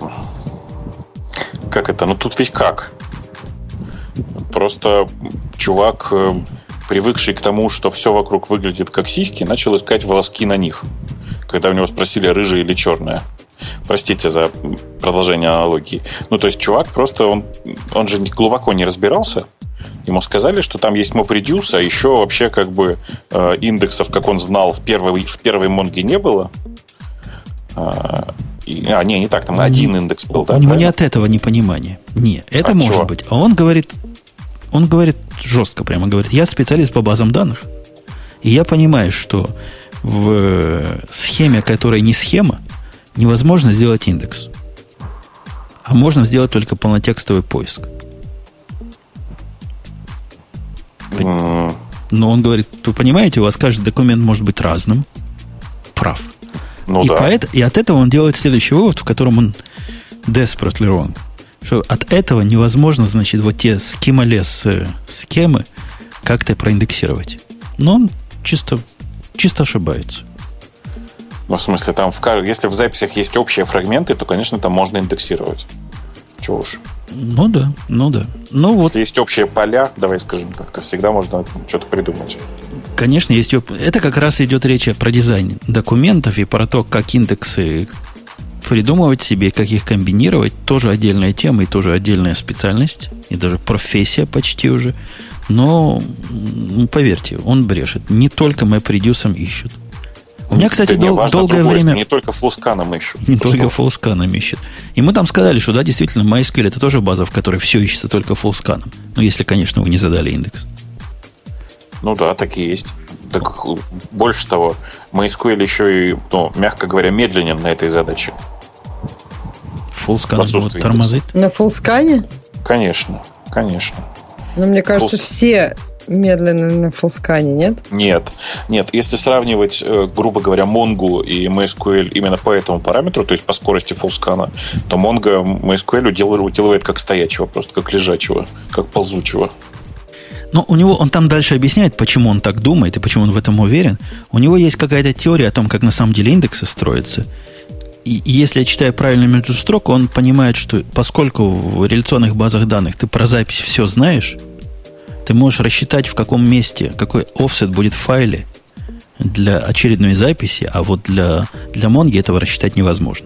как это? Ну, тут ведь как? Просто чувак привыкший к тому, что все вокруг выглядит как сиськи, начал искать волоски на них. Когда у него спросили, рыжая или черная. Простите за продолжение аналогии. Ну, то есть, чувак просто, он, он же глубоко не разбирался. Ему сказали, что там есть MapReduce, а еще вообще как бы э, индексов, как он знал, в первой, в первой Монге не было. А, и, а, не, не так, там один индекс был, да? У него не от этого непонимание. Не, это от может чего? быть. А он говорит, он говорит жестко прямо, говорит, я специалист по базам данных, и я понимаю, что в схеме, которая не схема, невозможно сделать индекс. А можно сделать только полнотекстовый поиск. Mm. Но он говорит, вы понимаете, у вас каждый документ может быть разным. Прав. Ну, и, да. поэт, и от этого он делает следующий вывод, в котором он desperately wrong. Что от этого невозможно, значит, вот те скимолес схемы как-то проиндексировать. Но он чисто, чисто ошибается. Ну, в смысле, там, в, если в записях есть общие фрагменты, то, конечно, там можно индексировать. Чего уж. Ну да, ну да. Ну, вот. Если есть общие поля, давай скажем так, то всегда можно что-то придумать. Конечно, есть. Это как раз идет речь про дизайн документов и про то, как индексы придумывать себе, как их комбинировать. Тоже отдельная тема и тоже отдельная специальность. И даже профессия почти уже. Но, поверьте, он брешет. Не только MapReduce ищут. У меня, кстати, да, дол- важно долгое другое, время... Не только фуллсканом ищут. Не что только что? фуллсканом ищут. И мы там сказали, что да, действительно, MySQL это тоже база, в которой все ищется только фуллсканом. Ну, если, конечно, вы не задали индекс. Ну да, так и есть. Так, больше того, MySQL еще и, ну, мягко говоря, медленен на этой задаче. Фуллскан вот тормозит. На фуллскане? Конечно, конечно. Но мне кажется, Full... все медленно на фуллскане, нет? Нет, нет. Если сравнивать, грубо говоря, Mongo и MySQL именно по этому параметру, то есть по скорости фуллскана, то Mongo MySQL уделывает как стоячего, просто как лежачего, как ползучего. Но у него, он там дальше объясняет, почему он так думает и почему он в этом уверен. У него есть какая-то теория о том, как на самом деле индексы строятся. И если я читаю правильно между строк, он понимает, что поскольку в реляционных базах данных ты про запись все знаешь, ты можешь рассчитать, в каком месте, какой офсет будет в файле для очередной записи, а вот для, для Монги этого рассчитать невозможно.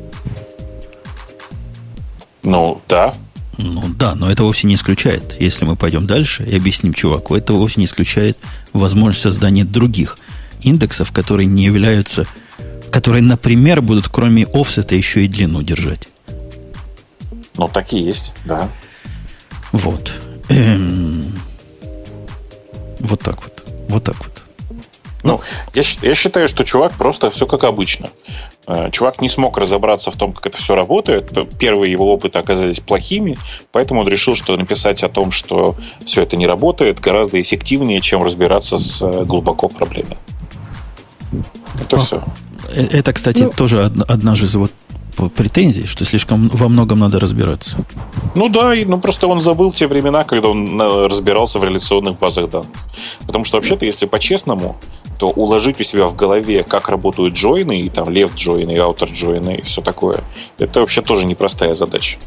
Ну, да. Ну да, но это вовсе не исключает, если мы пойдем дальше и объясним чуваку, это вовсе не исключает возможность создания других индексов, которые не являются, которые, например, будут кроме офсета еще и длину держать. Ну, так и есть, да. Вот. Эм... Вот так вот. Вот так вот. Ну, я, я считаю, что чувак просто все как обычно. Чувак не смог разобраться в том, как это все работает. Первые его опыты оказались плохими, поэтому он решил, что написать о том, что все это не работает, гораздо эффективнее, чем разбираться с глубоко в проблеме. Это а, все. Это, кстати, ну, тоже одна, одна же из вот претензий, что слишком во многом надо разбираться. Ну да, и, ну просто он забыл те времена, когда он разбирался в реляционных базах данных. Потому что вообще-то, если по-честному, то уложить у себя в голове, как работают джойны, и там left джойны, и outer джойны, и все такое, это вообще тоже непростая задача.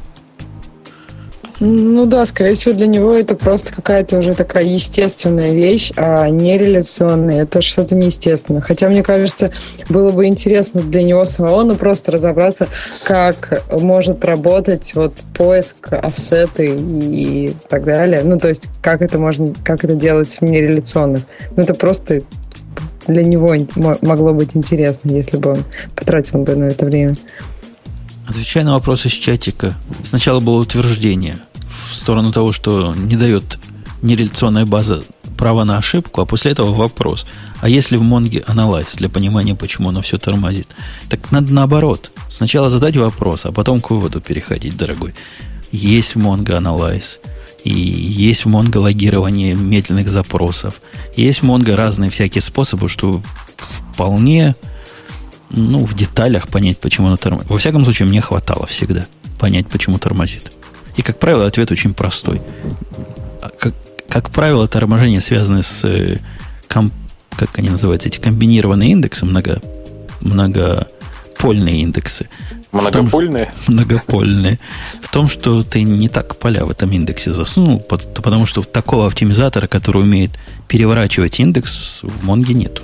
Ну да, скорее всего, для него это просто какая-то уже такая естественная вещь, а не реляционная. Это что-то неестественное. Хотя, мне кажется, было бы интересно для него самого, ну, просто разобраться, как может работать вот поиск, офсеты и так далее. Ну, то есть, как это можно, как это делать в нереляционных. Ну, это просто для него могло быть интересно, если бы он потратил бы на это время. Отвечая на вопрос из чатика, сначала было утверждение в сторону того, что не дает нереляционная база права на ошибку, а после этого вопрос. А если в Mongo Analyze, для понимания, почему оно все тормозит? Так надо наоборот. Сначала задать вопрос, а потом к выводу переходить, дорогой. Есть в Mongo Analyze, и есть в Mongo логирование медленных запросов, есть в Mongo разные всякие способы, чтобы вполне, ну, в деталях понять, почему оно тормозит. Во всяком случае, мне хватало всегда понять, почему тормозит. И, как правило, ответ очень простой. Как, как правило, торможение связано с, комп, как они называются, эти комбинированные индексы, много, многопольные индексы. Многопольные? В том, многопольные. В том, что ты не так поля в этом индексе засунул, потому что такого оптимизатора, который умеет переворачивать индекс, в Монге нету.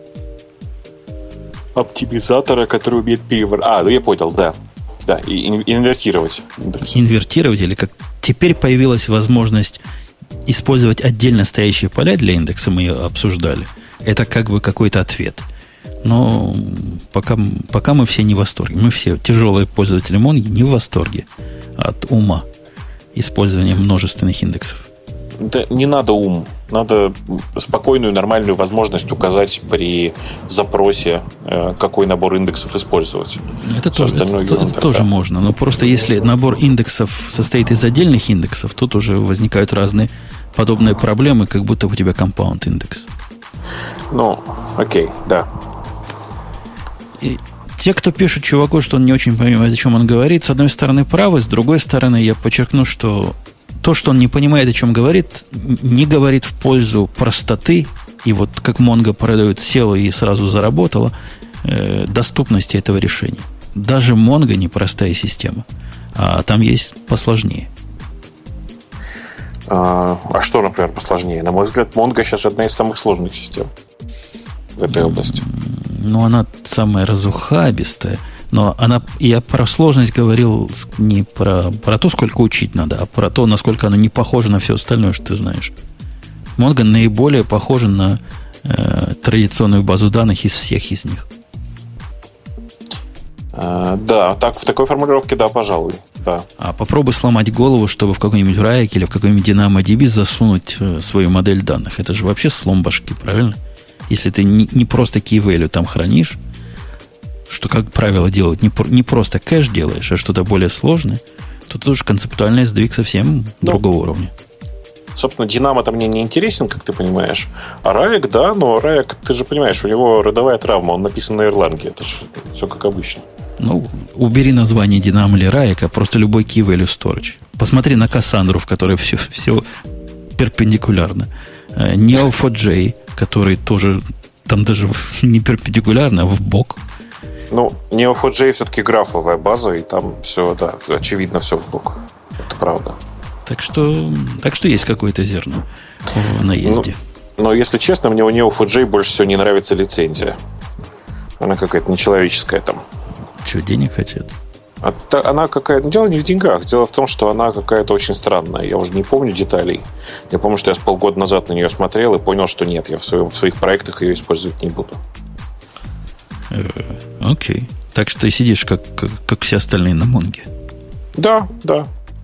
Оптимизатора, который умеет переворачивать... А, ну я понял, да. Да, и инвертировать индекс. Инвертировать, или как... Теперь появилась возможность использовать отдельно стоящие поля для индекса, мы ее обсуждали. Это как бы какой-то ответ. Но пока, пока мы все не в восторге. Мы все тяжелые пользователи Монги не в восторге от ума использования множественных индексов. Да, не надо ум. Надо спокойную, нормальную возможность указать при запросе, какой набор индексов использовать. Это, тоже, это, это тоже можно. Но просто если набор индексов состоит из отдельных индексов, тут уже возникают разные подобные проблемы, как будто у тебя компаунд индекс. Ну, окей, да. И те, кто пишут чуваку, что он не очень понимает, о чем он говорит, с одной стороны правы, с другой стороны я подчеркну, что то, что он не понимает, о чем говорит, не говорит в пользу простоты, и вот как Mongo продает, села и сразу заработала, э, доступности этого решения. Даже Mongo непростая система, а там есть посложнее. А, а что, например, посложнее? На мой взгляд, Mongo сейчас одна из самых сложных систем в этой области. Ну, она самая разухабистая. Но она, я про сложность говорил не про, про то, сколько учить надо, а про то, насколько оно не похоже на все остальное, что ты знаешь. Mongo наиболее похоже на э, традиционную базу данных из всех из них. А, да, так, в такой формулировке, да, пожалуй. Да. А попробуй сломать голову, чтобы в какой-нибудь Raik или в какой-нибудь DynamoDB засунуть э, свою модель данных. Это же вообще слом башки, правильно? Если ты не, не просто key-value там хранишь, что, как правило, делают, не, не просто кэш делаешь, а что-то более сложное, то тут уж концептуальный сдвиг совсем ну, другого уровня. Собственно, Dynamo-то мне не интересен, как ты понимаешь. А Raik, да, но Raik, ты же понимаешь, у него родовая травма, он написан на Erlang, это же все как обычно. Ну, убери название Dynamo или Raik, а просто любой key-value storage. Посмотри на Кассандру, в которой все, все перпендикулярно. нео фор джей, который тоже там даже не перпендикулярно, а в бок. Ну, нео фор джей все-таки графовая база, и там все, да, очевидно, все в бок. Это правда. Так что, так что есть какое-то зерно в наезде. Ну, но, если честно, мне у нео фор джей больше всего не нравится лицензия. Она какая-то нечеловеческая там. Что, денег хотят? А, она какая-то... Дело не в деньгах. Дело в том, что она какая-то очень странная. Я уже не помню деталей. Я помню, что я с полгода назад на нее смотрел и понял, что нет, я в, своем, в своих проектах ее использовать не буду. Окей. Okay. Так что ты сидишь, как, как, как все остальные на Монге. Да, да.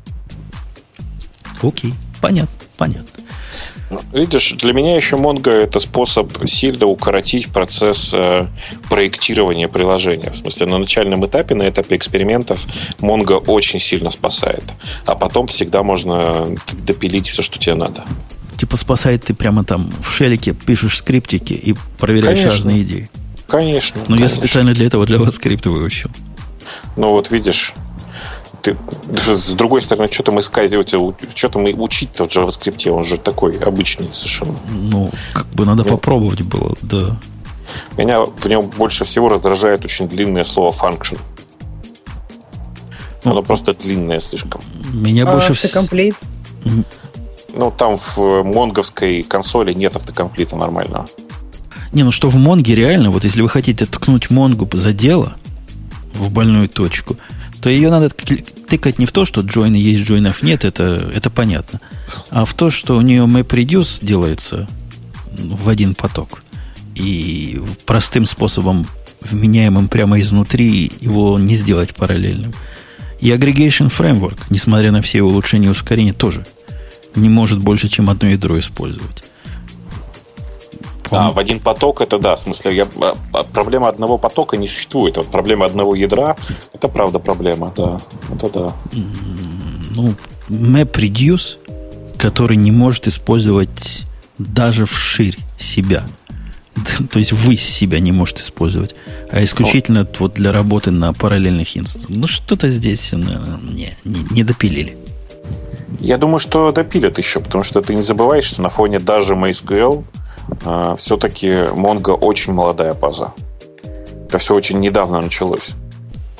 Окей. Okay. Понятно, понятно. Видишь, для меня еще Mongo это способ сильно укоротить процесс э, проектирования приложения. В смысле, на начальном этапе, на этапе экспериментов Mongo очень сильно спасает. А потом всегда можно допилить все, что тебе надо. Типа спасает, ты прямо там в шелике пишешь скриптики и проверяешь конечно. разные идеи. Конечно. Но конечно. я специально для этого JavaScript выучил. Ну вот видишь, ты, с другой стороны, что там искать, что там учить-то в JavaScript, он же такой обычный совершенно. Ну, как бы надо Меня... попробовать было, да. Меня в нем больше всего раздражает очень длинное слово function. Оно ну, просто длинное слишком. Меня а больше автокомплит? Ну, там в монговской консоли нет автокомплита нормального. Не, ну что в Монге реально, вот если вы хотите ткнуть Монгу за дело в больную точку, то ее надо тыкать не в то, что джойны есть, джойнов нет, это, это понятно, а в то, что у нее MapReduce делается в один поток. И простым способом, вменяемым прямо изнутри, его не сделать параллельным. И Aggregation Framework, несмотря на все улучшения и ускорения, тоже не может больше, чем одно ядро использовать. А, в один поток это да, в смысле, я, проблема одного потока не существует. Вот проблема одного ядра, это правда проблема, да. Это да. Ну, MapReduce, который не может использовать даже вширь себя. То есть ввысь себя не может использовать. А исключительно вот, вот для работы на параллельных инстансах. Ну, что-то здесь не, не, не допилили. Я думаю, что допилят еще, потому что ты не забывай, что на фоне даже MySQL Uh, все-таки Mongo очень молодая база. Это все очень недавно началось.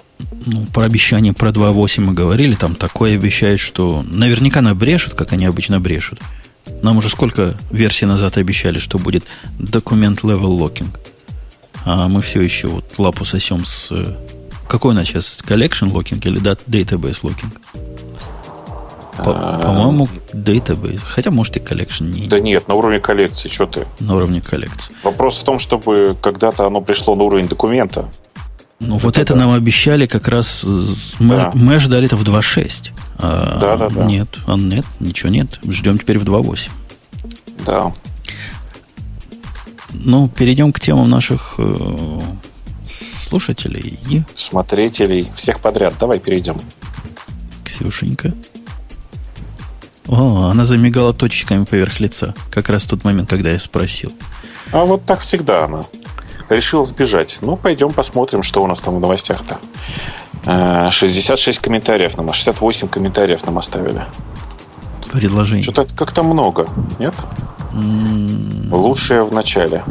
Ну, про обещание про два восемь мы говорили. Там такое обещает, что наверняка набрешут, как они обычно брешут. Нам уже сколько версий назад обещали, что будет документ level locking. А мы все еще вот лапу сосем с... Какой у нас сейчас? Collection locking или database locking? По- по-моему, database. Хотя, может, и collection не... Да нет, на уровне коллекции, что ты? На уровне коллекции. Вопрос в том, чтобы когда-то оно пришло на уровень документа. Ну, вот это, это нам обещали как раз... Мы, да. мы ожидали это в два шесть. А да, да, да. Нет, а нет, ничего нет. Ждем теперь в два восемь. Да. Ну, перейдем к темам наших э, слушателей и... Смотрителей. Всех подряд. Давай перейдем. Ксюшенька. О, она замигала точечками поверх лица. Как раз в тот момент, когда я спросил. А вот так всегда она. Решила сбежать. Ну, пойдем посмотрим, что у нас там в новостях-то. шестьдесят шесть комментариев нам, шестьдесят восемь комментариев нам оставили. Предложение. Что-то как-то много, нет? Mm. Лучшее в начале.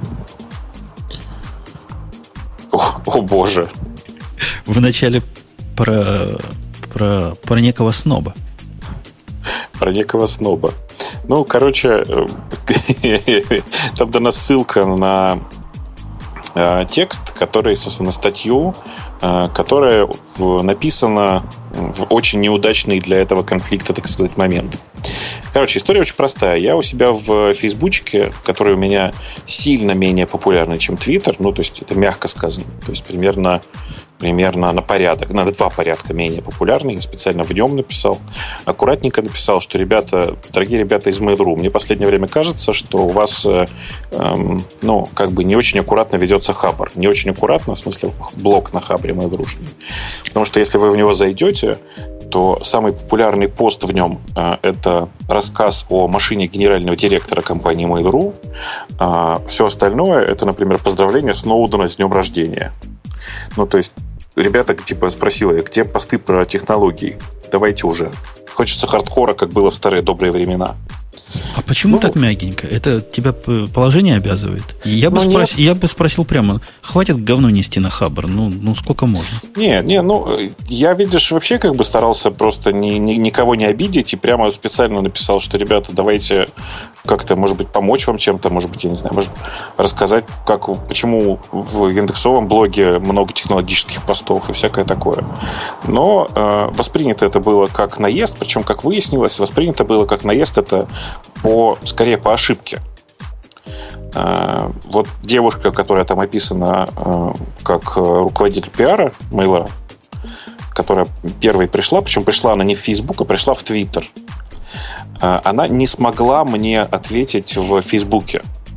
О, о боже. В начале про, про, про некого сноба. Про некого сноба. Ну, короче, там дана ссылка на текст, который, собственно, статью, которая написана в очень неудачный для этого конфликта, так сказать, момент. Короче, история очень простая. Я у себя в Фейсбучке, который у меня сильно менее популярный, чем Твиттер, ну, то есть это мягко сказано, то есть примерно, примерно на порядок, на два порядка менее популярный, я специально в нем написал, аккуратненько написал, что, ребята, дорогие ребята из Mail.ru, мне в последнее время кажется, что у вас, эм, ну, как бы не очень аккуратно ведется Хабр, не очень аккуратно, в смысле блог на Хабре Mail.ru, потому что если вы в него зайдете, то самый популярный пост в нем э, это рассказ о машине генерального директора компании Mail.ru. А все остальное это, например, поздравление Сноудена с днем рождения. Ну, то есть, ребята типа спросили, где посты про технологии? Давайте уже. Хочется хардкора, как было в старые добрые времена. А почему ну, так мягенько? Это тебя положение обязывает? Я бы, ну, спрос... я бы спросил прямо, хватит говно нести на Хабр? Ну, ну сколько можно? Не, не, ну, я, видишь, вообще как бы старался просто ни, ни, никого не обидеть и прямо специально написал, что, ребята, давайте как-то, может быть, помочь вам чем-то, может быть, я не знаю, может рассказать, как, почему в индексовом блоге много технологических постов и всякое такое. Но э, воспринято это было как наезд, причем, как выяснилось, воспринято было как наезд это по, скорее по ошибке. Э, вот девушка, которая там описана э, как руководитель пиара Мейла, которая первой пришла, причем пришла она не в Facebook, а пришла в Twitter. Э, она не смогла мне ответить в Фейсбуке.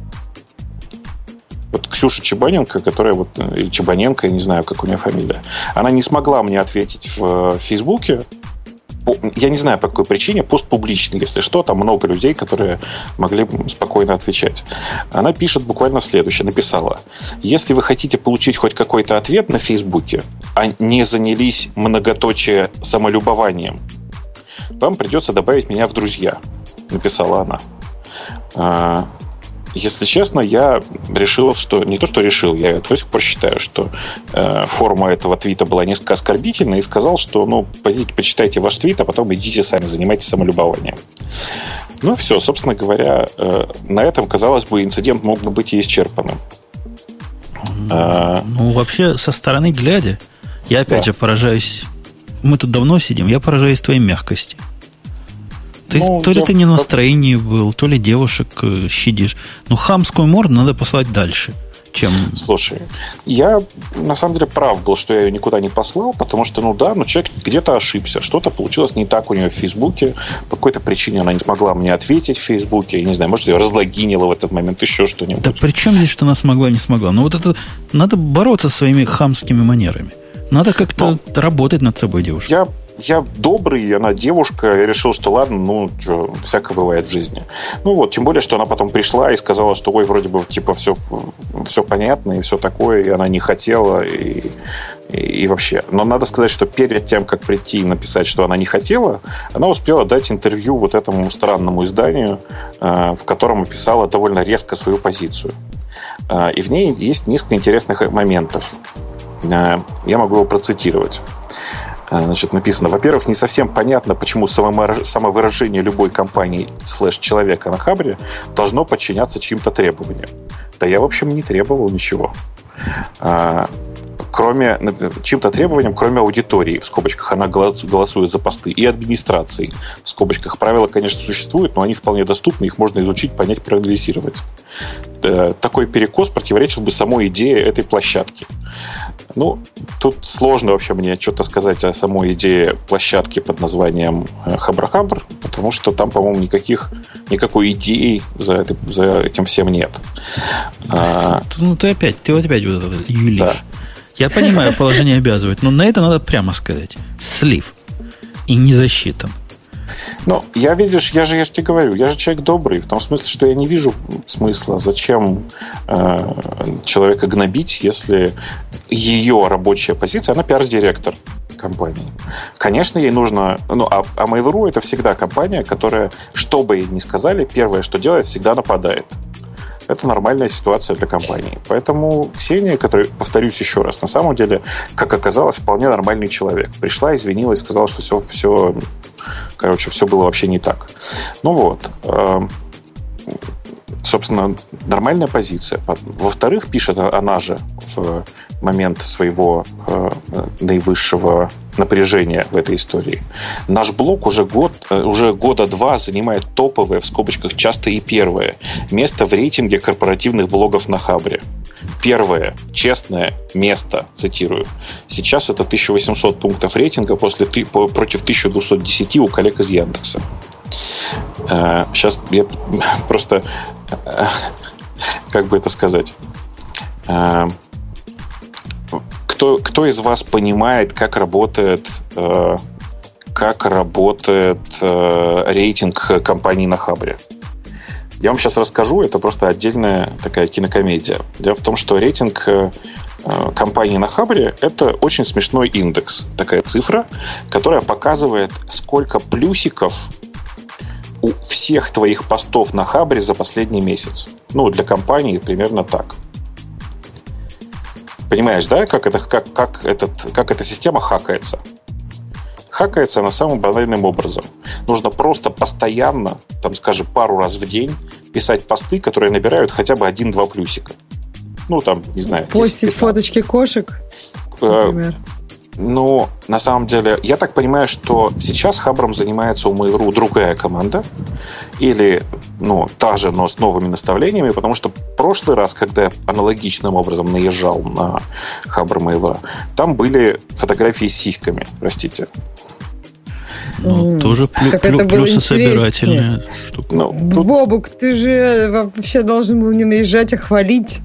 Вот Ксюша Чебаненко, которая вот, или Чебаненко, я не знаю, как у нее фамилия, она не смогла мне ответить в Фейсбуке. Я не знаю, по какой причине, пост публичный, если что, там много людей, которые могли спокойно отвечать. Она пишет буквально следующее, написала: если вы хотите получить хоть какой-то ответ на Фейсбуке, а не занялись многоточие самолюбованием, вам придется добавить меня в друзья, написала она. Если честно, я решил, что... Не то, что решил, я до сих пор считаю, что э, форма этого твита была несколько оскорбительной, и сказал, что, ну, пойдите, почитайте ваш твит, а потом идите сами, занимайтесь самолюбованием. Ну, все, собственно говоря, э, на этом, казалось бы, инцидент мог бы быть и исчерпанным. А, ну, вообще, со стороны глядя, я опять да. же поражаюсь... Мы тут давно сидим, я поражаюсь твоей мягкости. Ты, ну, то ли ты не в настроении был, то ли девушек э, щадишь. Ну, хамскую морду надо послать дальше, чем... Слушай, я на самом деле прав был, что я ее никуда не послал, потому что, ну да, ну человек где-то ошибся. Что-то получилось не так у нее в Фейсбуке. По какой-то причине она не смогла мне ответить в Фейсбуке. Я не знаю, может, ее разлогинила в этот момент, еще что-нибудь. Да при чем здесь, что она смогла, не смогла? Ну, вот это... Надо бороться со своими хамскими манерами. Надо как-то ну, работать над собой, девушка. Я... Я добрый, она девушка, я решил, что ладно, ну, что, всякое бывает в жизни. Ну вот, тем более, что она потом пришла и сказала, что, ой, вроде бы, типа, все, все понятно и все такое, и она не хотела, и, и, и вообще. Но надо сказать, что перед тем, как прийти и написать, что она не хотела, она успела дать интервью вот этому странному изданию, в котором описала довольно резко свою позицию. И в ней есть несколько интересных моментов. Я могу его процитировать. Значит, написано: во-первых, не совсем понятно, почему самовыражение любой компании слэш-человека на Хабре должно подчиняться чьим-то требованиям. Да я, в общем, не требовал ничего. Кроме, чьим-то требованиям, кроме аудитории, в скобочках, она голосует за посты, и администрации, в скобочках. Правила, конечно, существуют, но они вполне доступны, их можно изучить, понять, проанализировать. Такой перекос противоречил бы самой идее этой площадки. Ну, тут сложно вообще мне что-то сказать о самой идее площадки под названием Хабр-Хабр, потому что там, по-моему, никаких, никакой идеи за, это, за этим всем нет. Ну, ты опять, ты вот опять вот это юлишь. Да. Я понимаю, положение обязывает, но на это надо прямо сказать. Слив. И не засчитан. Ну, я, видишь, я же, я же тебе говорю, я же человек добрый, в том смысле, что я не вижу смысла, зачем э, человека гнобить, если ее рабочая позиция, она пиар-директор компании. Конечно, ей нужно... Ну, а, а Mail.ru — это всегда компания, которая, что бы ей ни сказали, первое, что делает, всегда нападает. Это нормальная ситуация для компании. Поэтому Ксения, которая, повторюсь еще раз, на самом деле, как оказалось, вполне нормальный человек. Пришла, извинилась, сказала, что все, все, короче, все было вообще не так. Ну вот. Собственно, нормальная позиция. Во-вторых, пишет она же в момент своего э, наивысшего напряжения в этой истории. Наш блог уже, год, уже года два занимает топовое, в скобочках, часто и первое место в рейтинге корпоративных блогов на Хабре. Первое, честное место, цитирую. Сейчас это тысяча восемьсот пунктов рейтинга после, против тысяча двести десять у коллег из Яндекса. Сейчас я просто, как бы это сказать, кто, кто из вас понимает, как работает, как работает рейтинг компаний на Хабре? Я вам сейчас расскажу, это просто отдельная такая кинокомедия. Дело в том, что рейтинг компании на Хабре — это очень смешной индекс, такая цифра, которая показывает, сколько плюсиков у всех твоих постов на Хабре за последний месяц. Ну, для компании примерно так. Понимаешь, да, как, это, как, как, этот, как эта система хакается? Хакается она самым банальным образом. Нужно просто постоянно, там, скажем, пару раз в день писать посты, которые набирают хотя бы один-два плюсика. Ну, там, не знаю. Постить фоточки кошек, например. Ну, на самом деле, я так понимаю, что сейчас Хабром занимается у Mail.ru другая команда. Или, ну, та же, но с новыми наставлениями. Потому что в прошлый раз, когда я аналогичным образом наезжал на Хабр Mail.ru, там были фотографии с сиськами, простите. Ну, mm. тоже плю- плю- плюсособирательная штука. Ну, тут... Бобук, ты же вообще должен был не наезжать, а хвалить.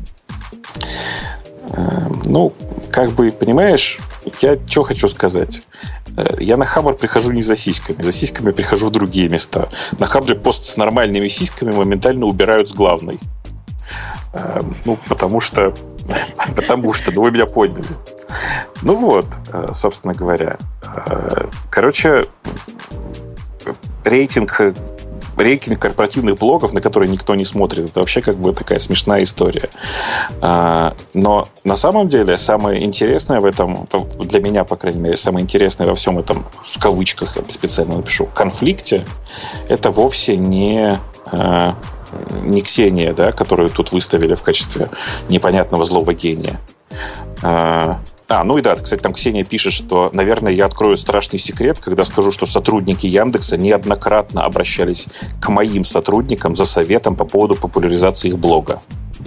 Э, ну, как бы, понимаешь... Я что хочу сказать. Я на Хабр прихожу не за сиськами. За сиськами прихожу в другие места. На Хабре пост с нормальными сиськами моментально убирают с главной. Ну, потому что... Потому что, ну, вы меня поняли. Ну вот, собственно говоря. Короче, рейтинг... Рейтинг корпоративных блогов, на которые никто не смотрит, это вообще как бы такая смешная история. Но на самом деле самое интересное в этом, для меня, по крайней мере, самое интересное во всем этом, в кавычках я специально напишу, конфликте, это вовсе не, не Ксения, да, которую тут выставили в качестве непонятного злого гения. А, ну и да, кстати, там Ксения пишет, что, наверное, я открою страшный секрет, когда скажу, что сотрудники Яндекса неоднократно обращались к моим сотрудникам за советом по поводу популяризации их блога.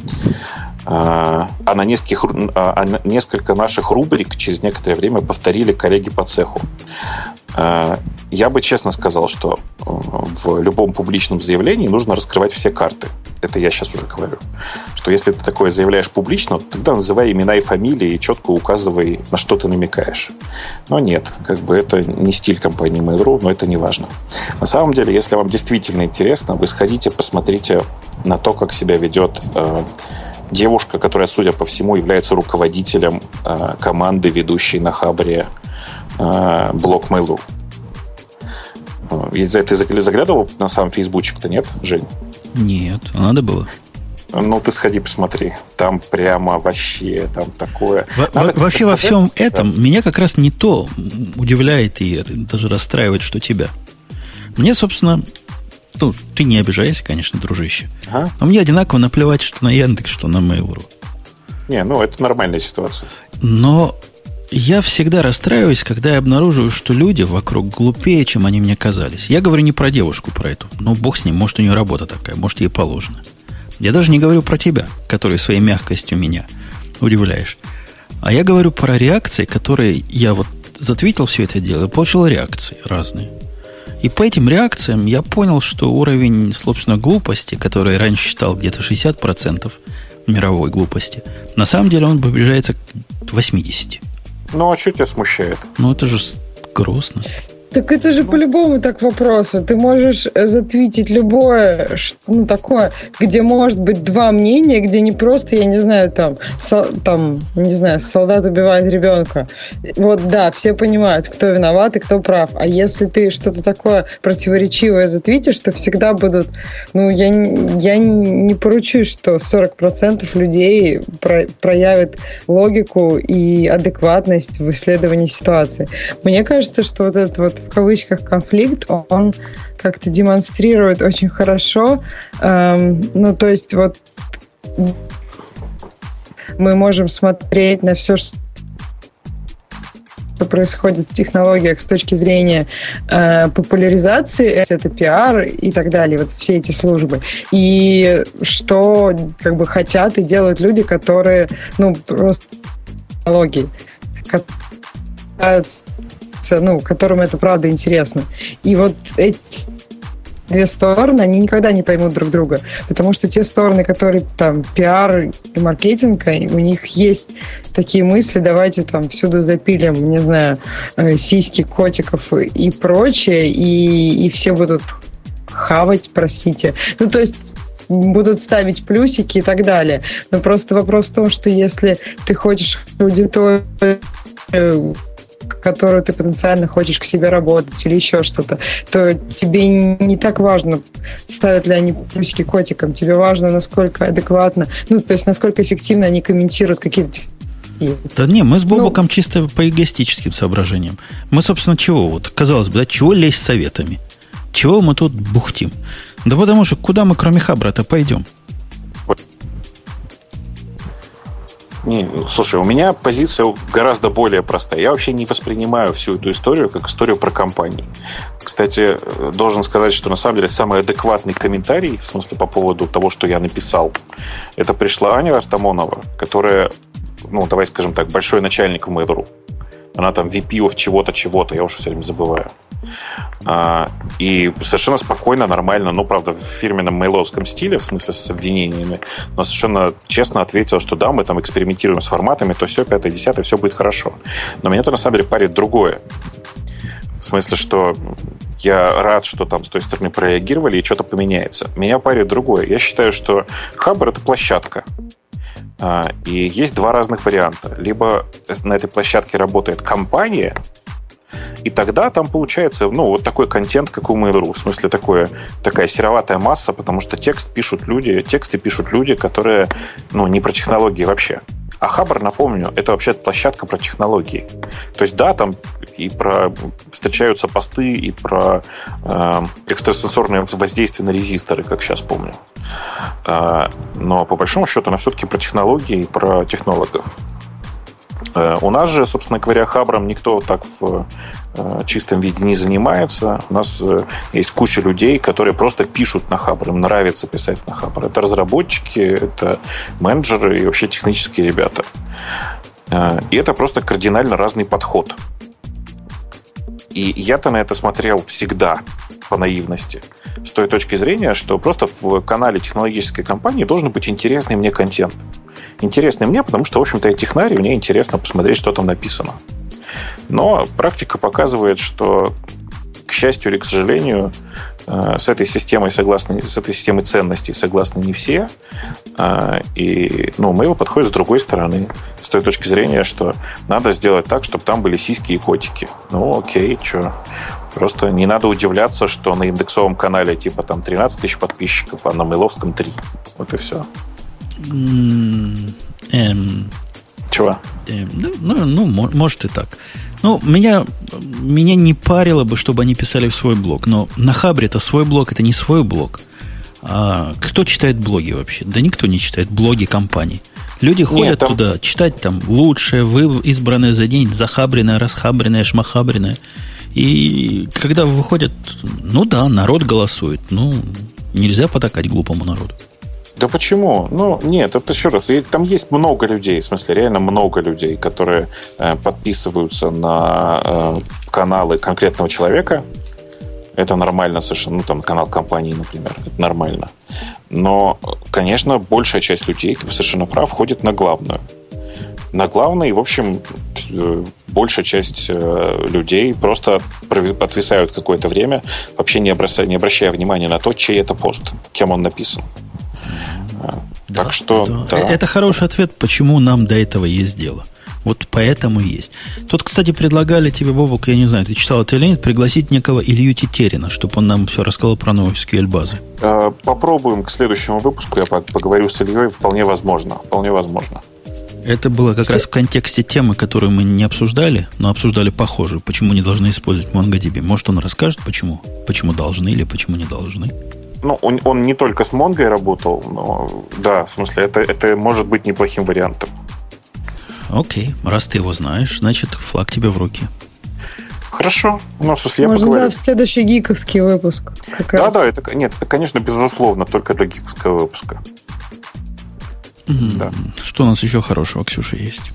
А на нескольких, а несколько наших рубрик через некоторое время повторили коллеги по цеху. Я бы честно сказал, что в любом публичном заявлении нужно раскрывать все карты. Это я сейчас уже говорю. Что если ты такое заявляешь публично, то тогда называй имена и фамилии и четко указывай, на что ты намекаешь. Но нет, как бы это не стиль компании Mail.ru, но это не важно. На самом деле, если вам действительно интересно, вы сходите, посмотрите на то, как себя ведет э, девушка, которая, судя по всему, является руководителем э, команды, ведущей на Хабре э, блог Mail.ru. Ты заглядывал на сам фейсбучик-то, нет, Жень? Нет, надо было. Ну, ты сходи посмотри. Там прямо вообще, там такое. Во- Надо, во- вообще сказать, во всем да. этом меня как раз не то удивляет и даже расстраивает, что тебя. Мне, собственно, ну, ты не обижайся, конечно, дружище. Ага. Но мне одинаково наплевать, что на Яндекс, что на Mail.ru. Не, ну, это нормальная ситуация. Но я всегда расстраиваюсь, когда я обнаруживаю, что люди вокруг глупее, чем они мне казались. Я говорю не про девушку, про эту. Ну, бог с ним, может, у нее работа такая, может, ей положено. Я даже не говорю про тебя, который своей мягкостью меня удивляешь. А я говорю про реакции, которые я вот затвитил все это дело и получил реакции разные. И по этим реакциям я понял, что уровень, собственно, глупости, который я раньше считал где-то шестьдесят процентов мировой глупости, на самом деле он приближается к восемьдесят процентов. Ну, а что тебя смущает? Ну, это же грустно. Так это же по-любому так вопросу. Ты можешь затвитить любое, ну, такое, где может быть два мнения, где не просто, я не знаю, там, со, там, не знаю, солдат убивает ребенка. Вот, да, все понимают, кто виноват и кто прав. А если ты что-то такое противоречивое затвитишь, то всегда будут, ну, я, я не поручусь, что сорок процентов людей про, проявят логику и адекватность в исследовании ситуации. Мне кажется, что вот этот вот в кавычках конфликт, он как-то демонстрирует очень хорошо. Эм, ну, то есть вот мы можем смотреть на все, что происходит в технологиях с точки зрения э, популяризации, это пиар и так далее, вот все эти службы. И что как бы хотят и делают люди, которые, ну, просто технологии, катаются, ну, которым это правда интересно. И вот эти две стороны, они никогда не поймут друг друга, потому что те стороны, которые там пиар и маркетинг, у них есть такие мысли, давайте там всюду запилим, не знаю, сиськи котиков и прочее, и, и все будут хавать, простите. Ну, то есть будут ставить плюсики и так далее. Но просто вопрос в том, что если ты хочешь аудиторию, которую ты потенциально хочешь к себе работать или еще что-то, то тебе не так важно, ставят ли они плюсики котикам. Тебе важно, насколько адекватно, ну, то есть насколько эффективно они комментируют какие-то... Да не, мы с Бобоком ну, чисто по эгоистическим соображениям. Мы, собственно, чего? Вот, казалось бы, да, чего лезть с советами? Чего мы тут бухтим? Да потому что куда мы, кроме Хабра-то, пойдем? Не, слушай, у меня позиция гораздо более простая. Я вообще не воспринимаю всю эту историю как историю про компании. Кстати, должен сказать, что на самом деле самый адекватный комментарий, в смысле по поводу того, что я написал, это пришла Аня Артамонова, которая, ну, давай скажем так, большой начальник в Mail.ru. Она там ви пи of чего-то, чего-то, я уже все время забываю. А, и совершенно спокойно, нормально, ну, правда, в фирменном мейловском стиле, в смысле с обвинениями, но совершенно честно ответила, что да, мы там экспериментируем с форматами, то все, пятое, десятое, все будет хорошо. Но меня-то на самом деле парит другое. В смысле, что я рад, что там с той стороны прореагировали и что-то поменяется. Меня парит другое. Я считаю, что Хабр — это площадка. И есть два разных варианта. Либо на этой площадке работает компания, и тогда там получается, ну, вот такой контент, как у Mail.ru. В смысле, такое, такая сероватая масса, потому что текст пишут люди, тексты пишут люди, которые, ну, не про технологии вообще. А Хабр, напомню, это вообще площадка про технологии. То есть, да, там и про встречаются посты, и про э, экстрасенсорное воздействие на резисторы, как сейчас помню. Э, но по большому счету она все-таки про технологии и про технологов. Э, у нас же, собственно говоря, Хабром никто так в э, чистом виде не занимается. У нас э, есть куча людей, которые просто пишут на Хабр. Им нравится писать на Хабр. Это разработчики, это менеджеры и вообще технические ребята. Э, и это просто кардинально разный подход. И я-то на это смотрел всегда по наивности. С той точки зрения, что просто в канале технологической компании должен быть интересный мне контент. Интересный мне, потому что, в общем-то, я технарь, и мне интересно посмотреть, что там написано. Но практика показывает, что, к счастью или к сожалению, с этой системой согласны, с этой системой ценностей согласны не все. И, ну, Mail подходит с другой стороны. С той точки зрения, что надо сделать так, чтобы там были сиськи и котики. Ну, окей, что. Просто не надо удивляться, что на индексовом канале типа там тринадцать тысяч подписчиков, а на мейловском три. Вот и все. Эм, Чего? Эм, ну, ну, ну, может и так. Ну, меня, меня не парило бы, чтобы они писали в свой блог. Но на Хабре-то свой блог, это не свой блог. А кто читает блоги вообще? Да никто не читает блоги компаний. Люди ходят Нет, там... туда читать там лучшее, вы избранное за день, захабренное, расхабренное, шмахабренное. И когда выходят, ну да, народ голосует. Ну, нельзя потакать глупому народу. Да почему? Ну, нет, это еще раз. Там есть много людей, в смысле, реально много людей, которые э, подписываются на э, каналы конкретного человека. Это нормально совершенно. Ну, там, канал компании, например. Это нормально. Но, конечно, большая часть людей, ты совершенно прав, ходит на главную. На главной, в общем, большая часть людей просто отвисают какое-то время, вообще не обращая, не обращая внимания на то, чей это пост, кем он написан. Да, так что... Да. Да. Это хороший ответ, почему нам до этого есть дело. Вот поэтому есть. Тут, кстати, предлагали тебе, Бобок, я не знаю, ты читал это или нет, пригласить некого Илью Тетерина, чтобы он нам все рассказал про новые эс кью эль-базы. Попробуем к следующему выпуску, я поговорю с Ильей, вполне возможно. Вполне возможно. Это было как Что? раз в контексте темы, которую мы не обсуждали, но обсуждали похожую. Почему не должны использовать MongoDB? Может, он расскажет, почему? Почему должны или почему не должны? Ну, он, он не только с Mongo работал, но да, в смысле, это, это может быть неплохим вариантом. Окей, раз ты его знаешь, значит, флаг тебе в руки. Хорошо. Ну, я Можно, поговорю. да, в следующий гиковский выпуск. Да, да, это, нет, это, конечно, безусловно, только для гиковского выпуска. Mm-hmm. Да. Что у нас еще хорошего, Ксюша, есть?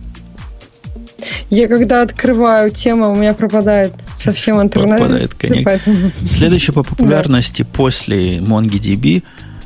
Я когда открываю тему, у меня пропадает совсем интернет. Пропадает коньяк. Поэтому... Следующий по популярности да. после MongoDB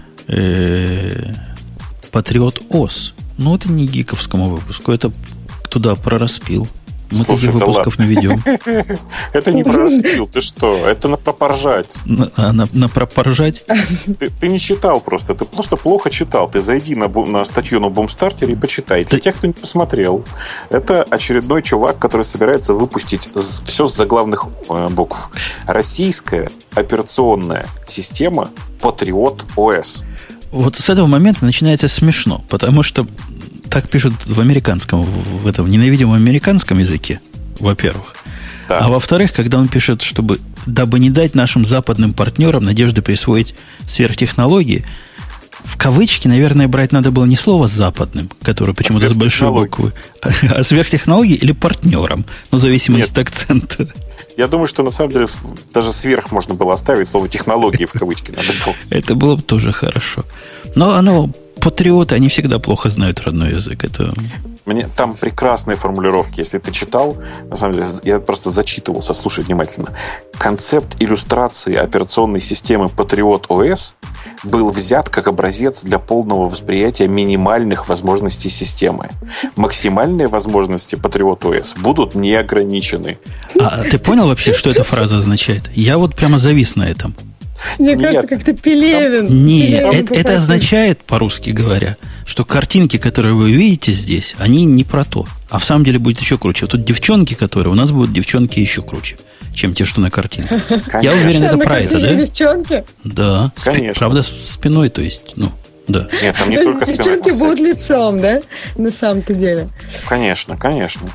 э, Patriot о эс. Ну, это не гиковскому выпуску, это туда прораспил. Мы Слушай, таких выпусков не ведем. Это не про распил, ты что? Это на пропоржать. А на, на пропоржать? Ты, ты не читал просто, ты просто плохо читал. Ты зайди на, на статью на Бумстартере и почитай. Для тех, кто не посмотрел, это очередной чувак, который собирается выпустить все с заглавных э, букв. Российская операционная система Patriot о эс. Вот с этого момента начинается смешно, потому что так пишут в американском, в этом ненавидимом американском языке, во-первых. Да. А во-вторых, когда он пишет, чтобы, дабы не дать нашим западным партнерам надежды присвоить сверхтехнологии, в кавычки, наверное, брать надо было не слово «западным», которое почему-то а с большой буквы, а сверхтехнологии или партнерам, ну, в зависимости от акцента. Я думаю, что на самом деле даже сверх можно было оставить, слово «технологии» в кавычки надо было. Это было бы тоже хорошо. Но оно... Патриоты, они всегда плохо знают родной язык. Это... Мне, там прекрасные формулировки. Если ты читал, на самом деле, я просто зачитывался, слушай внимательно. Концепт иллюстрации операционной системы Patriot о эс был взят как образец для полного восприятия минимальных возможностей системы. Максимальные возможности Patriot о эс будут не ограничены. А ты понял вообще, что эта фраза означает? Я вот прямо завис на этом. Мне Нет, кажется, как-то Пелевин. Там, нет, Пелевин это, это означает, по-русски говоря, что картинки, которые вы видите здесь, они не про то. А в самом деле будет еще круче. Вот тут девчонки, которые... У нас будут девчонки еще круче, чем те, что на картинке. Я уверен, это про это, да? Девчонки? Да. Конечно. Правда, спиной, то есть, ну, да. Нет, там не только спиной. Девчонки будут лицом, да? На самом-то деле. Конечно, конечно.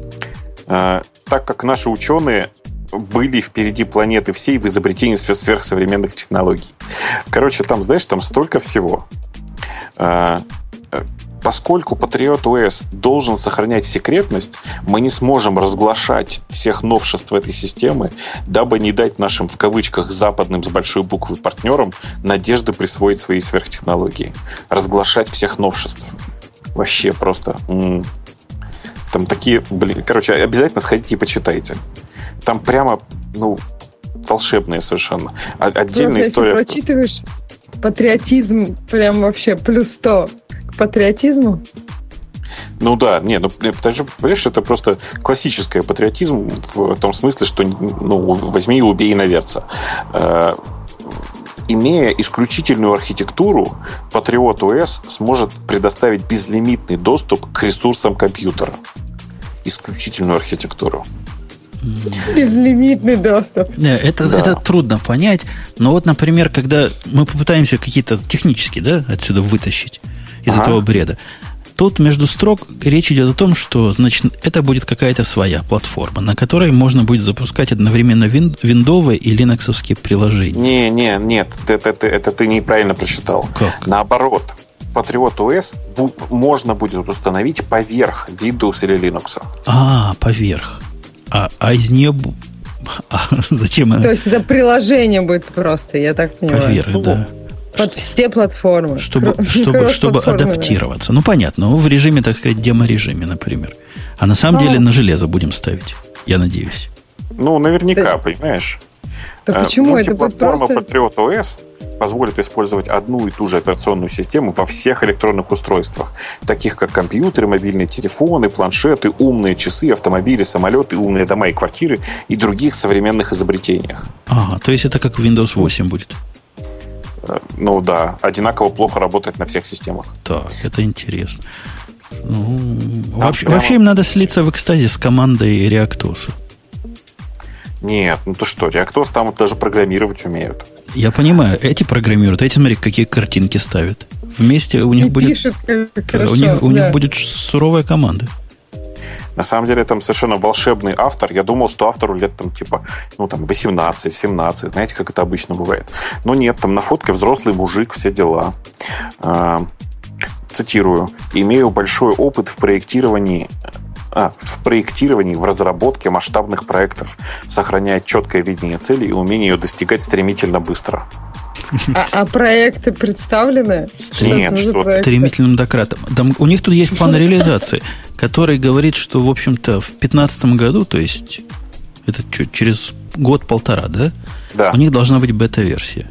Так как наши ученые были впереди планеты всей в изобретении сверхсовременных технологий. Короче, там, знаешь, там столько всего. Поскольку Patriot о эс должен сохранять секретность, мы не сможем разглашать всех новшеств этой системы, дабы не дать нашим, в кавычках, западным с большой буквы партнерам надежды присвоить свои сверхтехнологии. Разглашать всех новшеств. Вообще просто... М-м. Там такие... Блин, короче, обязательно сходите и почитайте. Там прямо, ну, волшебные совершенно. Отдельная Просто, история. Если прочитываешь патриотизм, прям вообще плюс сто к патриотизму. Ну да, не, ну, понимаешь, это просто классический патриотизм в том смысле, что, ну, возьми и убей иноверца. Э, имея исключительную архитектуру, Patriot о эс сможет предоставить безлимитный доступ к ресурсам компьютера. Исключительную архитектуру. Безлимитный доступ. Это, да. это трудно понять. Но вот, например, когда мы попытаемся какие-то технические, да, отсюда вытащить, из ага. этого бреда. Тут между строк речь идет о том, что, значит, это будет какая-то своя платформа, на которой можно будет запускать одновременно вин, виндовые и линоксовские приложения. Не, не, нет, это, это, это ты неправильно прочитал. Как? Наоборот, Patriot о эс бу- можно будет установить поверх Windows или Linux. А, поверх. А, а из нее... А, зачем она? То есть это приложение будет просто, я так понимаю. Поверх, ну, да. Под все платформы. Чтобы, чтобы, чтобы адаптироваться. Ну, понятно. Ну, в режиме, так сказать, демо-режиме, например. А на самом а. деле на железо будем ставить. Я надеюсь. Ну, наверняка, да. понимаешь? Да а, почему? Это платформа просто... Patriot о эс позволит использовать одну и ту же операционную систему во всех электронных устройствах, таких как компьютеры, мобильные телефоны, планшеты, умные часы, автомобили, самолеты, умные дома и квартиры и других современных изобретениях. Ага, то есть это как Windows восемь будет? Ну да, одинаково плохо работает на всех системах. Так, это интересно. Ну, вообще, прямо... вообще им надо слиться в экстазе с командой ReactOS. Нет, ну ты что, ReactOS там даже программировать умеют. Я понимаю, эти программируют, эти, смотри, какие картинки ставят. Вместе у них, будет, пишут, да, у них, у да. них будет суровая команда. На самом деле там совершенно волшебный автор. Я думал, что автору лет там типа, ну там восемнадцать-семнадцать. Знаете, как это обычно бывает. Но нет, там на фотке взрослый мужик, все дела. А, цитирую. «Имею большой опыт в проектировании А, в проектировании, в разработке масштабных проектов, сохраняя четкое видение цели и умение ее достигать стремительно быстро». А, а проекты представлены? Нет, что стремительным дократом. Там, у них тут есть план реализации, который говорит, что, в общем-то, в две тысячи пятнадцатом году, то есть это что, через год-полтора, да? Да. У них должна быть бета-версия.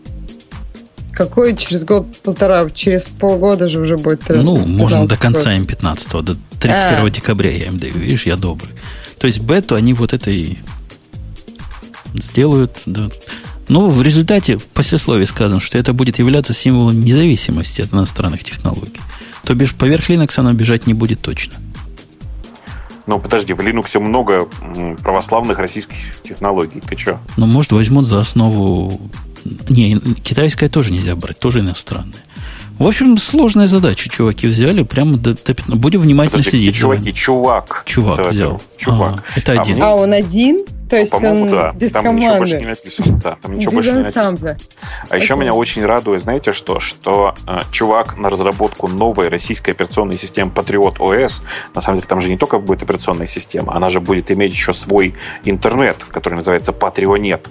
Какой через год-полтора? Через полгода же уже будет. Ну, можно до конца эм пятнадцатого, до тридцать первого а. декабря я им даю. Видишь, я добрый. То есть бету они вот это и сделают. Да. Ну, в результате в послесловии сказано, что это будет являться символом независимости от иностранных технологий. То бишь, поверх Linux она бежать не будет точно. Ну, подожди, в Linux много православных российских технологий. Ты что? Ну, может, возьмут за основу... Не, китайская тоже нельзя брать, тоже иностранная. В общем, сложная задача, чуваки взяли. Прямо до, до... Будем внимательно подожди, следить. Чуваки, чувак. Чувак это, взял. Чувак. А, это один. А, он один? То есть по-моему, он да. без там команды. Ничего больше не написано. Да, там ничего без больше не ансамбля. написано. А еще меня очень радует, знаете что? Что э, чувак на разработку новой российской операционной системы Patriot о эс, на самом деле там же не только будет операционная система, она же будет иметь еще свой интернет, который называется Patrionet,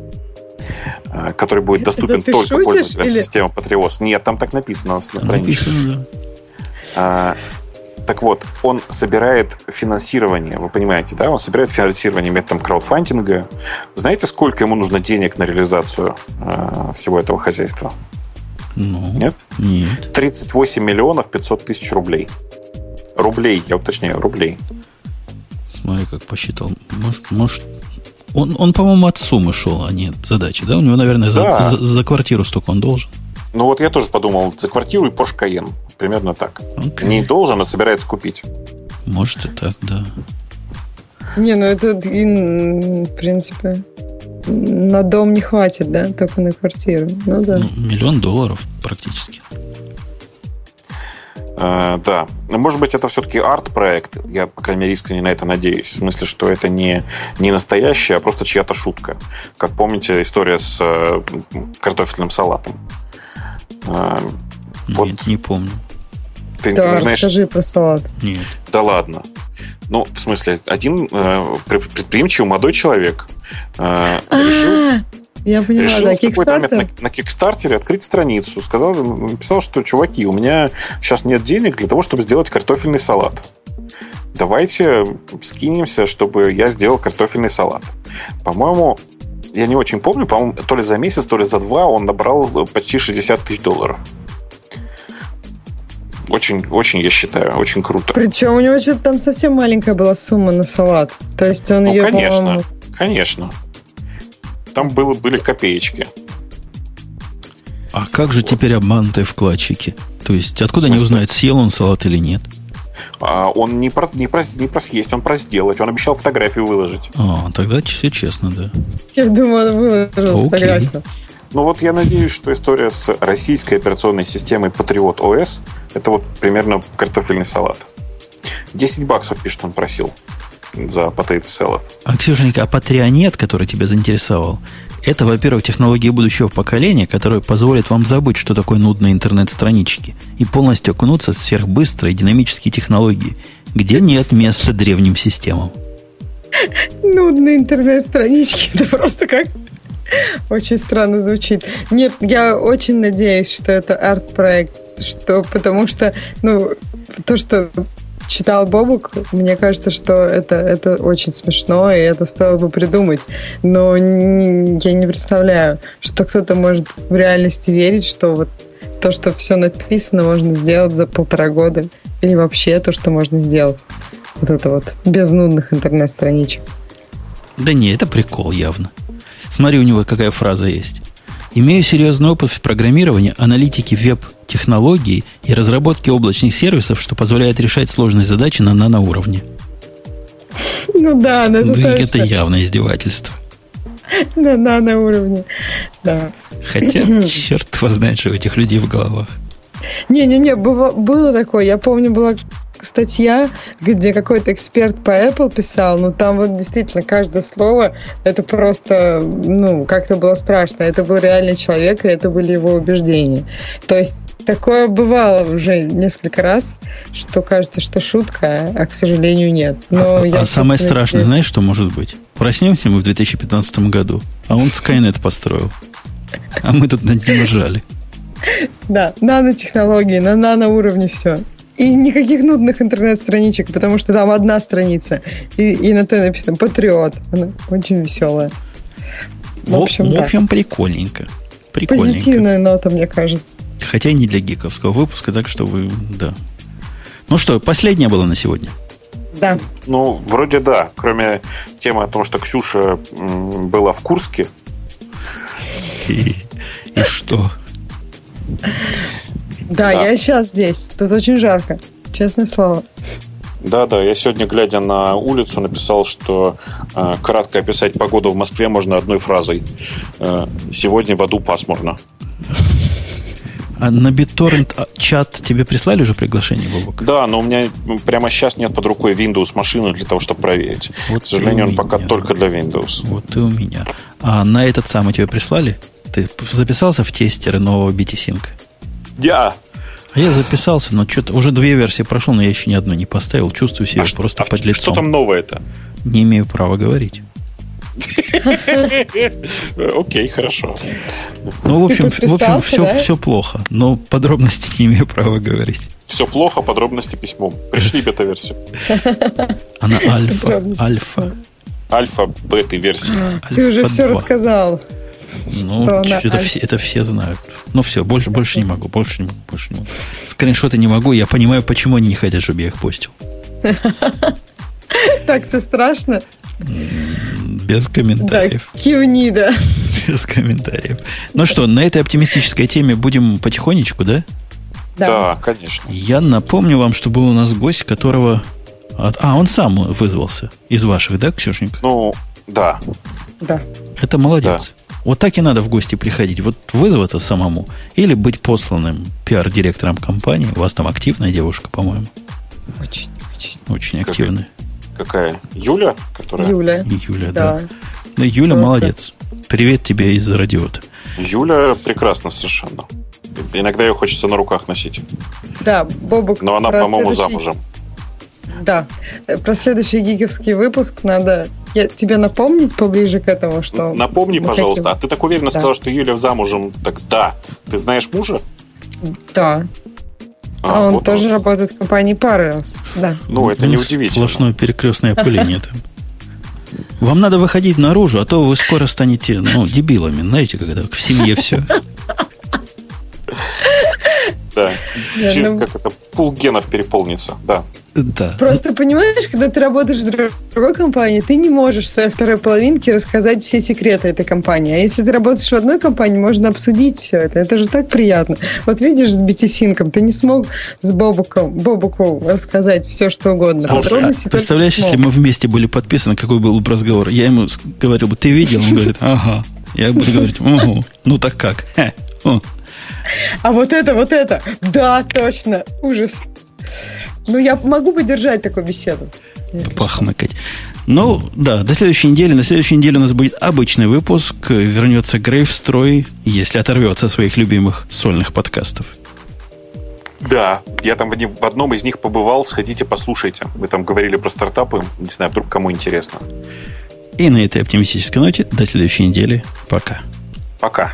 э, который будет доступен Это только шутишь, пользователям или... системы Patriot. Нет, там так написано на, на страничке. Написано, да. А, так вот, он собирает финансирование, вы понимаете, да? Он собирает финансирование методом краудфандинга. Знаете, сколько ему нужно денег на реализацию э, всего этого хозяйства? Ну, нет? Нет. тридцать восемь миллионов пятьсот тысяч рублей. Рублей, я уточняю, рублей. Смотри, как посчитал. Может, может он, он, по-моему, от суммы шел, а не от задачи, да? У него, наверное, да. за, за, за квартиру столько он должен. Ну вот я тоже подумал, за квартиру и Porsche Cayenne. Примерно так. Okay. Не должен, а собирается купить. Может и так, да. Не, ну это, в принципе, на дом не хватит, да? Только на квартиру. Ну да. Ну, миллион долларов практически. Uh, да. Может быть, это все-таки арт-проект. Я, по крайней мере, искренне на это надеюсь. В смысле, что это не, не настоящая, а просто чья-то шутка. Как помните, история с uh, картофельным салатом. Uh, Нет, вот. не помню. Ты, да, ты знаешь... расскажи про салат. Нет. Да ладно. Ну, в смысле, один uh, предприимчивый молодой человек uh, решил... Я понимаю, решил да, в какой-то момент на, на Кикстартере открыть страницу. Сказал, написал, что, чуваки, у меня сейчас нет денег для того, чтобы сделать картофельный салат. Давайте скинемся, чтобы я сделал картофельный салат. По-моему, я не очень помню, по-моему, то ли за месяц, то ли за два он набрал почти шестьдесят тысяч долларов. Очень, очень, я считаю, очень круто. Причем у него что-то там совсем маленькая была сумма на салат. То есть он ну, ее, конечно, по-моему... конечно. Там было, были копеечки. А как же вот. Теперь обманутые вкладчики? То есть, откуда они узнают, съел он салат или нет? А, он не про, не, про, не про съесть, он про сделать. Он обещал фотографию выложить. А, тогда все честно, да. Я думаю, он выложил Окей. фотографию. Ну вот я надеюсь, что история с российской операционной системой Patriot о эс это вот примерно картофельный салат. десять баксов, пишет, он просил за Potato Salad. А, Ксюшенька, а Патреонет, который тебя заинтересовал, это, во-первых, технологии будущего поколения, которые позволят вам забыть, что такое нудные интернет-странички, и полностью окунуться в сверхбыстрые динамические технологии, где нет места древним системам. Нудные интернет-странички, это просто как... Очень странно звучит. Нет, я очень надеюсь, что это арт-проект, что, потому что, ну, то, что читал Бобук, мне кажется, что это, это очень смешно, и это стоило бы придумать. Но не, я не представляю, что кто-то может в реальности верить, что вот то, что все написано, можно сделать за полтора года. Или вообще то, что можно сделать. Вот это вот, без нудных интернет-страничек. Да не, это прикол явно. Смотри, у него какая фраза есть. Имею серьезный опыт в программировании, аналитике веб-технологий и разработке облачных сервисов, что позволяет решать сложные задачи на наноуровне. Ну да, ну это точно. Это явное издевательство. На наноуровне, да. Хотя, черт его знает, что у этих людей в головах. Не-не-не, было, было такое. Я помню, была статья, где какой-то эксперт по Apple писал, ну там вот действительно каждое слово, это просто, ну, как-то было страшно. Это был реальный человек, и это были его убеждения. То есть такое бывало уже несколько раз, что кажется, что шутка, а, к сожалению, нет. Но а я а самое страшное, здесь... знаешь, что может быть? Проснемся мы в две тысячи пятнадцатом году, а он Skynet построил. А мы тут над ним ржали. Да, нанотехнологии, на наноуровне все. И никаких нудных интернет-страничек, потому что там одна страница. И, и на той написано «Патриот». Она очень веселая. В общем, в общем прикольненько. прикольненько. Позитивная нота, мне кажется. Хотя и не для гиковского выпуска, так что вы, да. Ну что, последняя была на сегодня? Да. Ну, вроде да. Кроме темы о том, что Ксюша была в Курске. И, и что? Да, да, я сейчас здесь. Тут очень жарко, честное слово. Да-да, я сегодня, глядя на улицу, написал, что э, кратко описать погоду в Москве можно одной фразой. Э, сегодня в аду пасмурно. А на BitTorrent чат тебе прислали уже приглашение, Бобок? Да, но у меня прямо сейчас нет под рукой Windows машины для того, чтобы проверить. Вот к сожалению, он пока только для Windows. Вот и у меня. А на этот самый тебе прислали? Ты записался в тестеры нового би ти Sync? Я. А я записался, но что-то уже две версии прошло, но я еще ни одну не поставил. Чувствую себя а просто а под лицом. Что там новое-то? Не имею права говорить. Окей, хорошо. Ну, в общем, в общем все, да? все плохо, но подробности не имею права говорить. Все плохо, подробности письмом. Пришли бета-версию. Она альфа. Альфа. Альфа-бета-версия. Ты уже все рассказал. Ну, это все, это все знают. Ну, все, больше, больше не могу, больше не могу, больше не могу. Скриншоты не могу, я понимаю, почему они не хотят, чтобы я их постил. Так все страшно. Без комментариев. Да, кивни, да. Без комментариев. Ну что, на этой оптимистической теме будем потихонечку, да? Да, да, конечно. Я напомню вам, что был у нас гость, которого... А, он сам вызвался из ваших, да, Ксюшенька? Ну, да. Да. Это молодец. Да. Вот так и надо в гости приходить. Вот вызваться самому или быть посланным пиар-директором компании. У вас там активная девушка, по-моему. Очень, очень. Очень активная. Какая? Юля? Которая... Юля. Юля, да. да. Ну, Юля Просто... молодец. Привет тебе из радиота. Юля прекрасна совершенно. Иногда ее хочется на руках носить. Да, Бобок. Но она, по-моему, следующий... замужем. Да. Про следующий гиговский выпуск надо я, тебе напомнить поближе к этому, что... Напомни, пожалуйста. Хотим. А ты так уверенно да. сказал, что Юля замужем. Так да. Ты знаешь мужа? Да. А, а он вот тоже он. работает в компании Parallels. Да. Ну, это не удивительно. Сплошное перекрестное опыление там. Вам надо выходить наружу, а то вы скоро станете, ну, дебилами. Знаете, когда в семье все. Да. Нет, ну... Как это, пул генов переполнится. Да. Да. Просто понимаешь, когда ты работаешь в другой компании, ты не можешь своей второй половинке рассказать все секреты этой компании. А если ты работаешь в одной компании, можно обсудить все это. Это же так приятно. Вот видишь, с би ти Sync ты не смог с Бобуком, Бобуку рассказать все, что угодно. Слушай, а представляешь, если мы вместе были подписаны, какой был бы разговор? Я ему говорил бы, ты видел? Он говорит, ага. Я буду говорить, угу, ну так как? Ха, о. А вот это, вот это, да, точно, ужас. Ну, я могу поддержать такую беседу. Похмыкать. Ну, да, до следующей недели. На следующей неделе у нас будет обычный выпуск. Вернется Грей в строй, если оторвется от своих любимых сольных подкастов. Да, я там в, не, в одном из них побывал. Сходите, послушайте. Мы там говорили про стартапы. Не знаю, вдруг кому интересно. И на этой оптимистической ноте до следующей недели. Пока. Пока.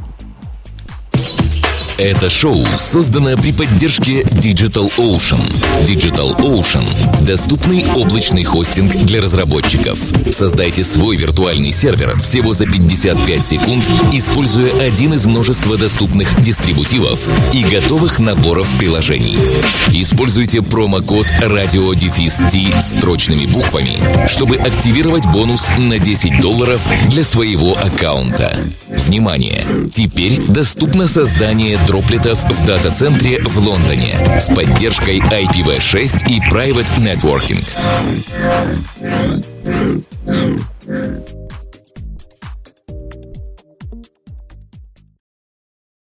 Это шоу создано при поддержке Digital Ocean. Digital Ocean – доступный облачный хостинг для разработчиков. Создайте свой виртуальный сервер всего за пятьдесят пять секунд, используя один из множества доступных дистрибутивов и готовых наборов приложений. Используйте промокод радио-ти строчными буквами, чтобы активировать бонус на десять долларов для своего аккаунта. Внимание! Теперь доступно создание дроплетов в дата-центре в Лондоне с поддержкой ай пи ви шесть и Private Networking.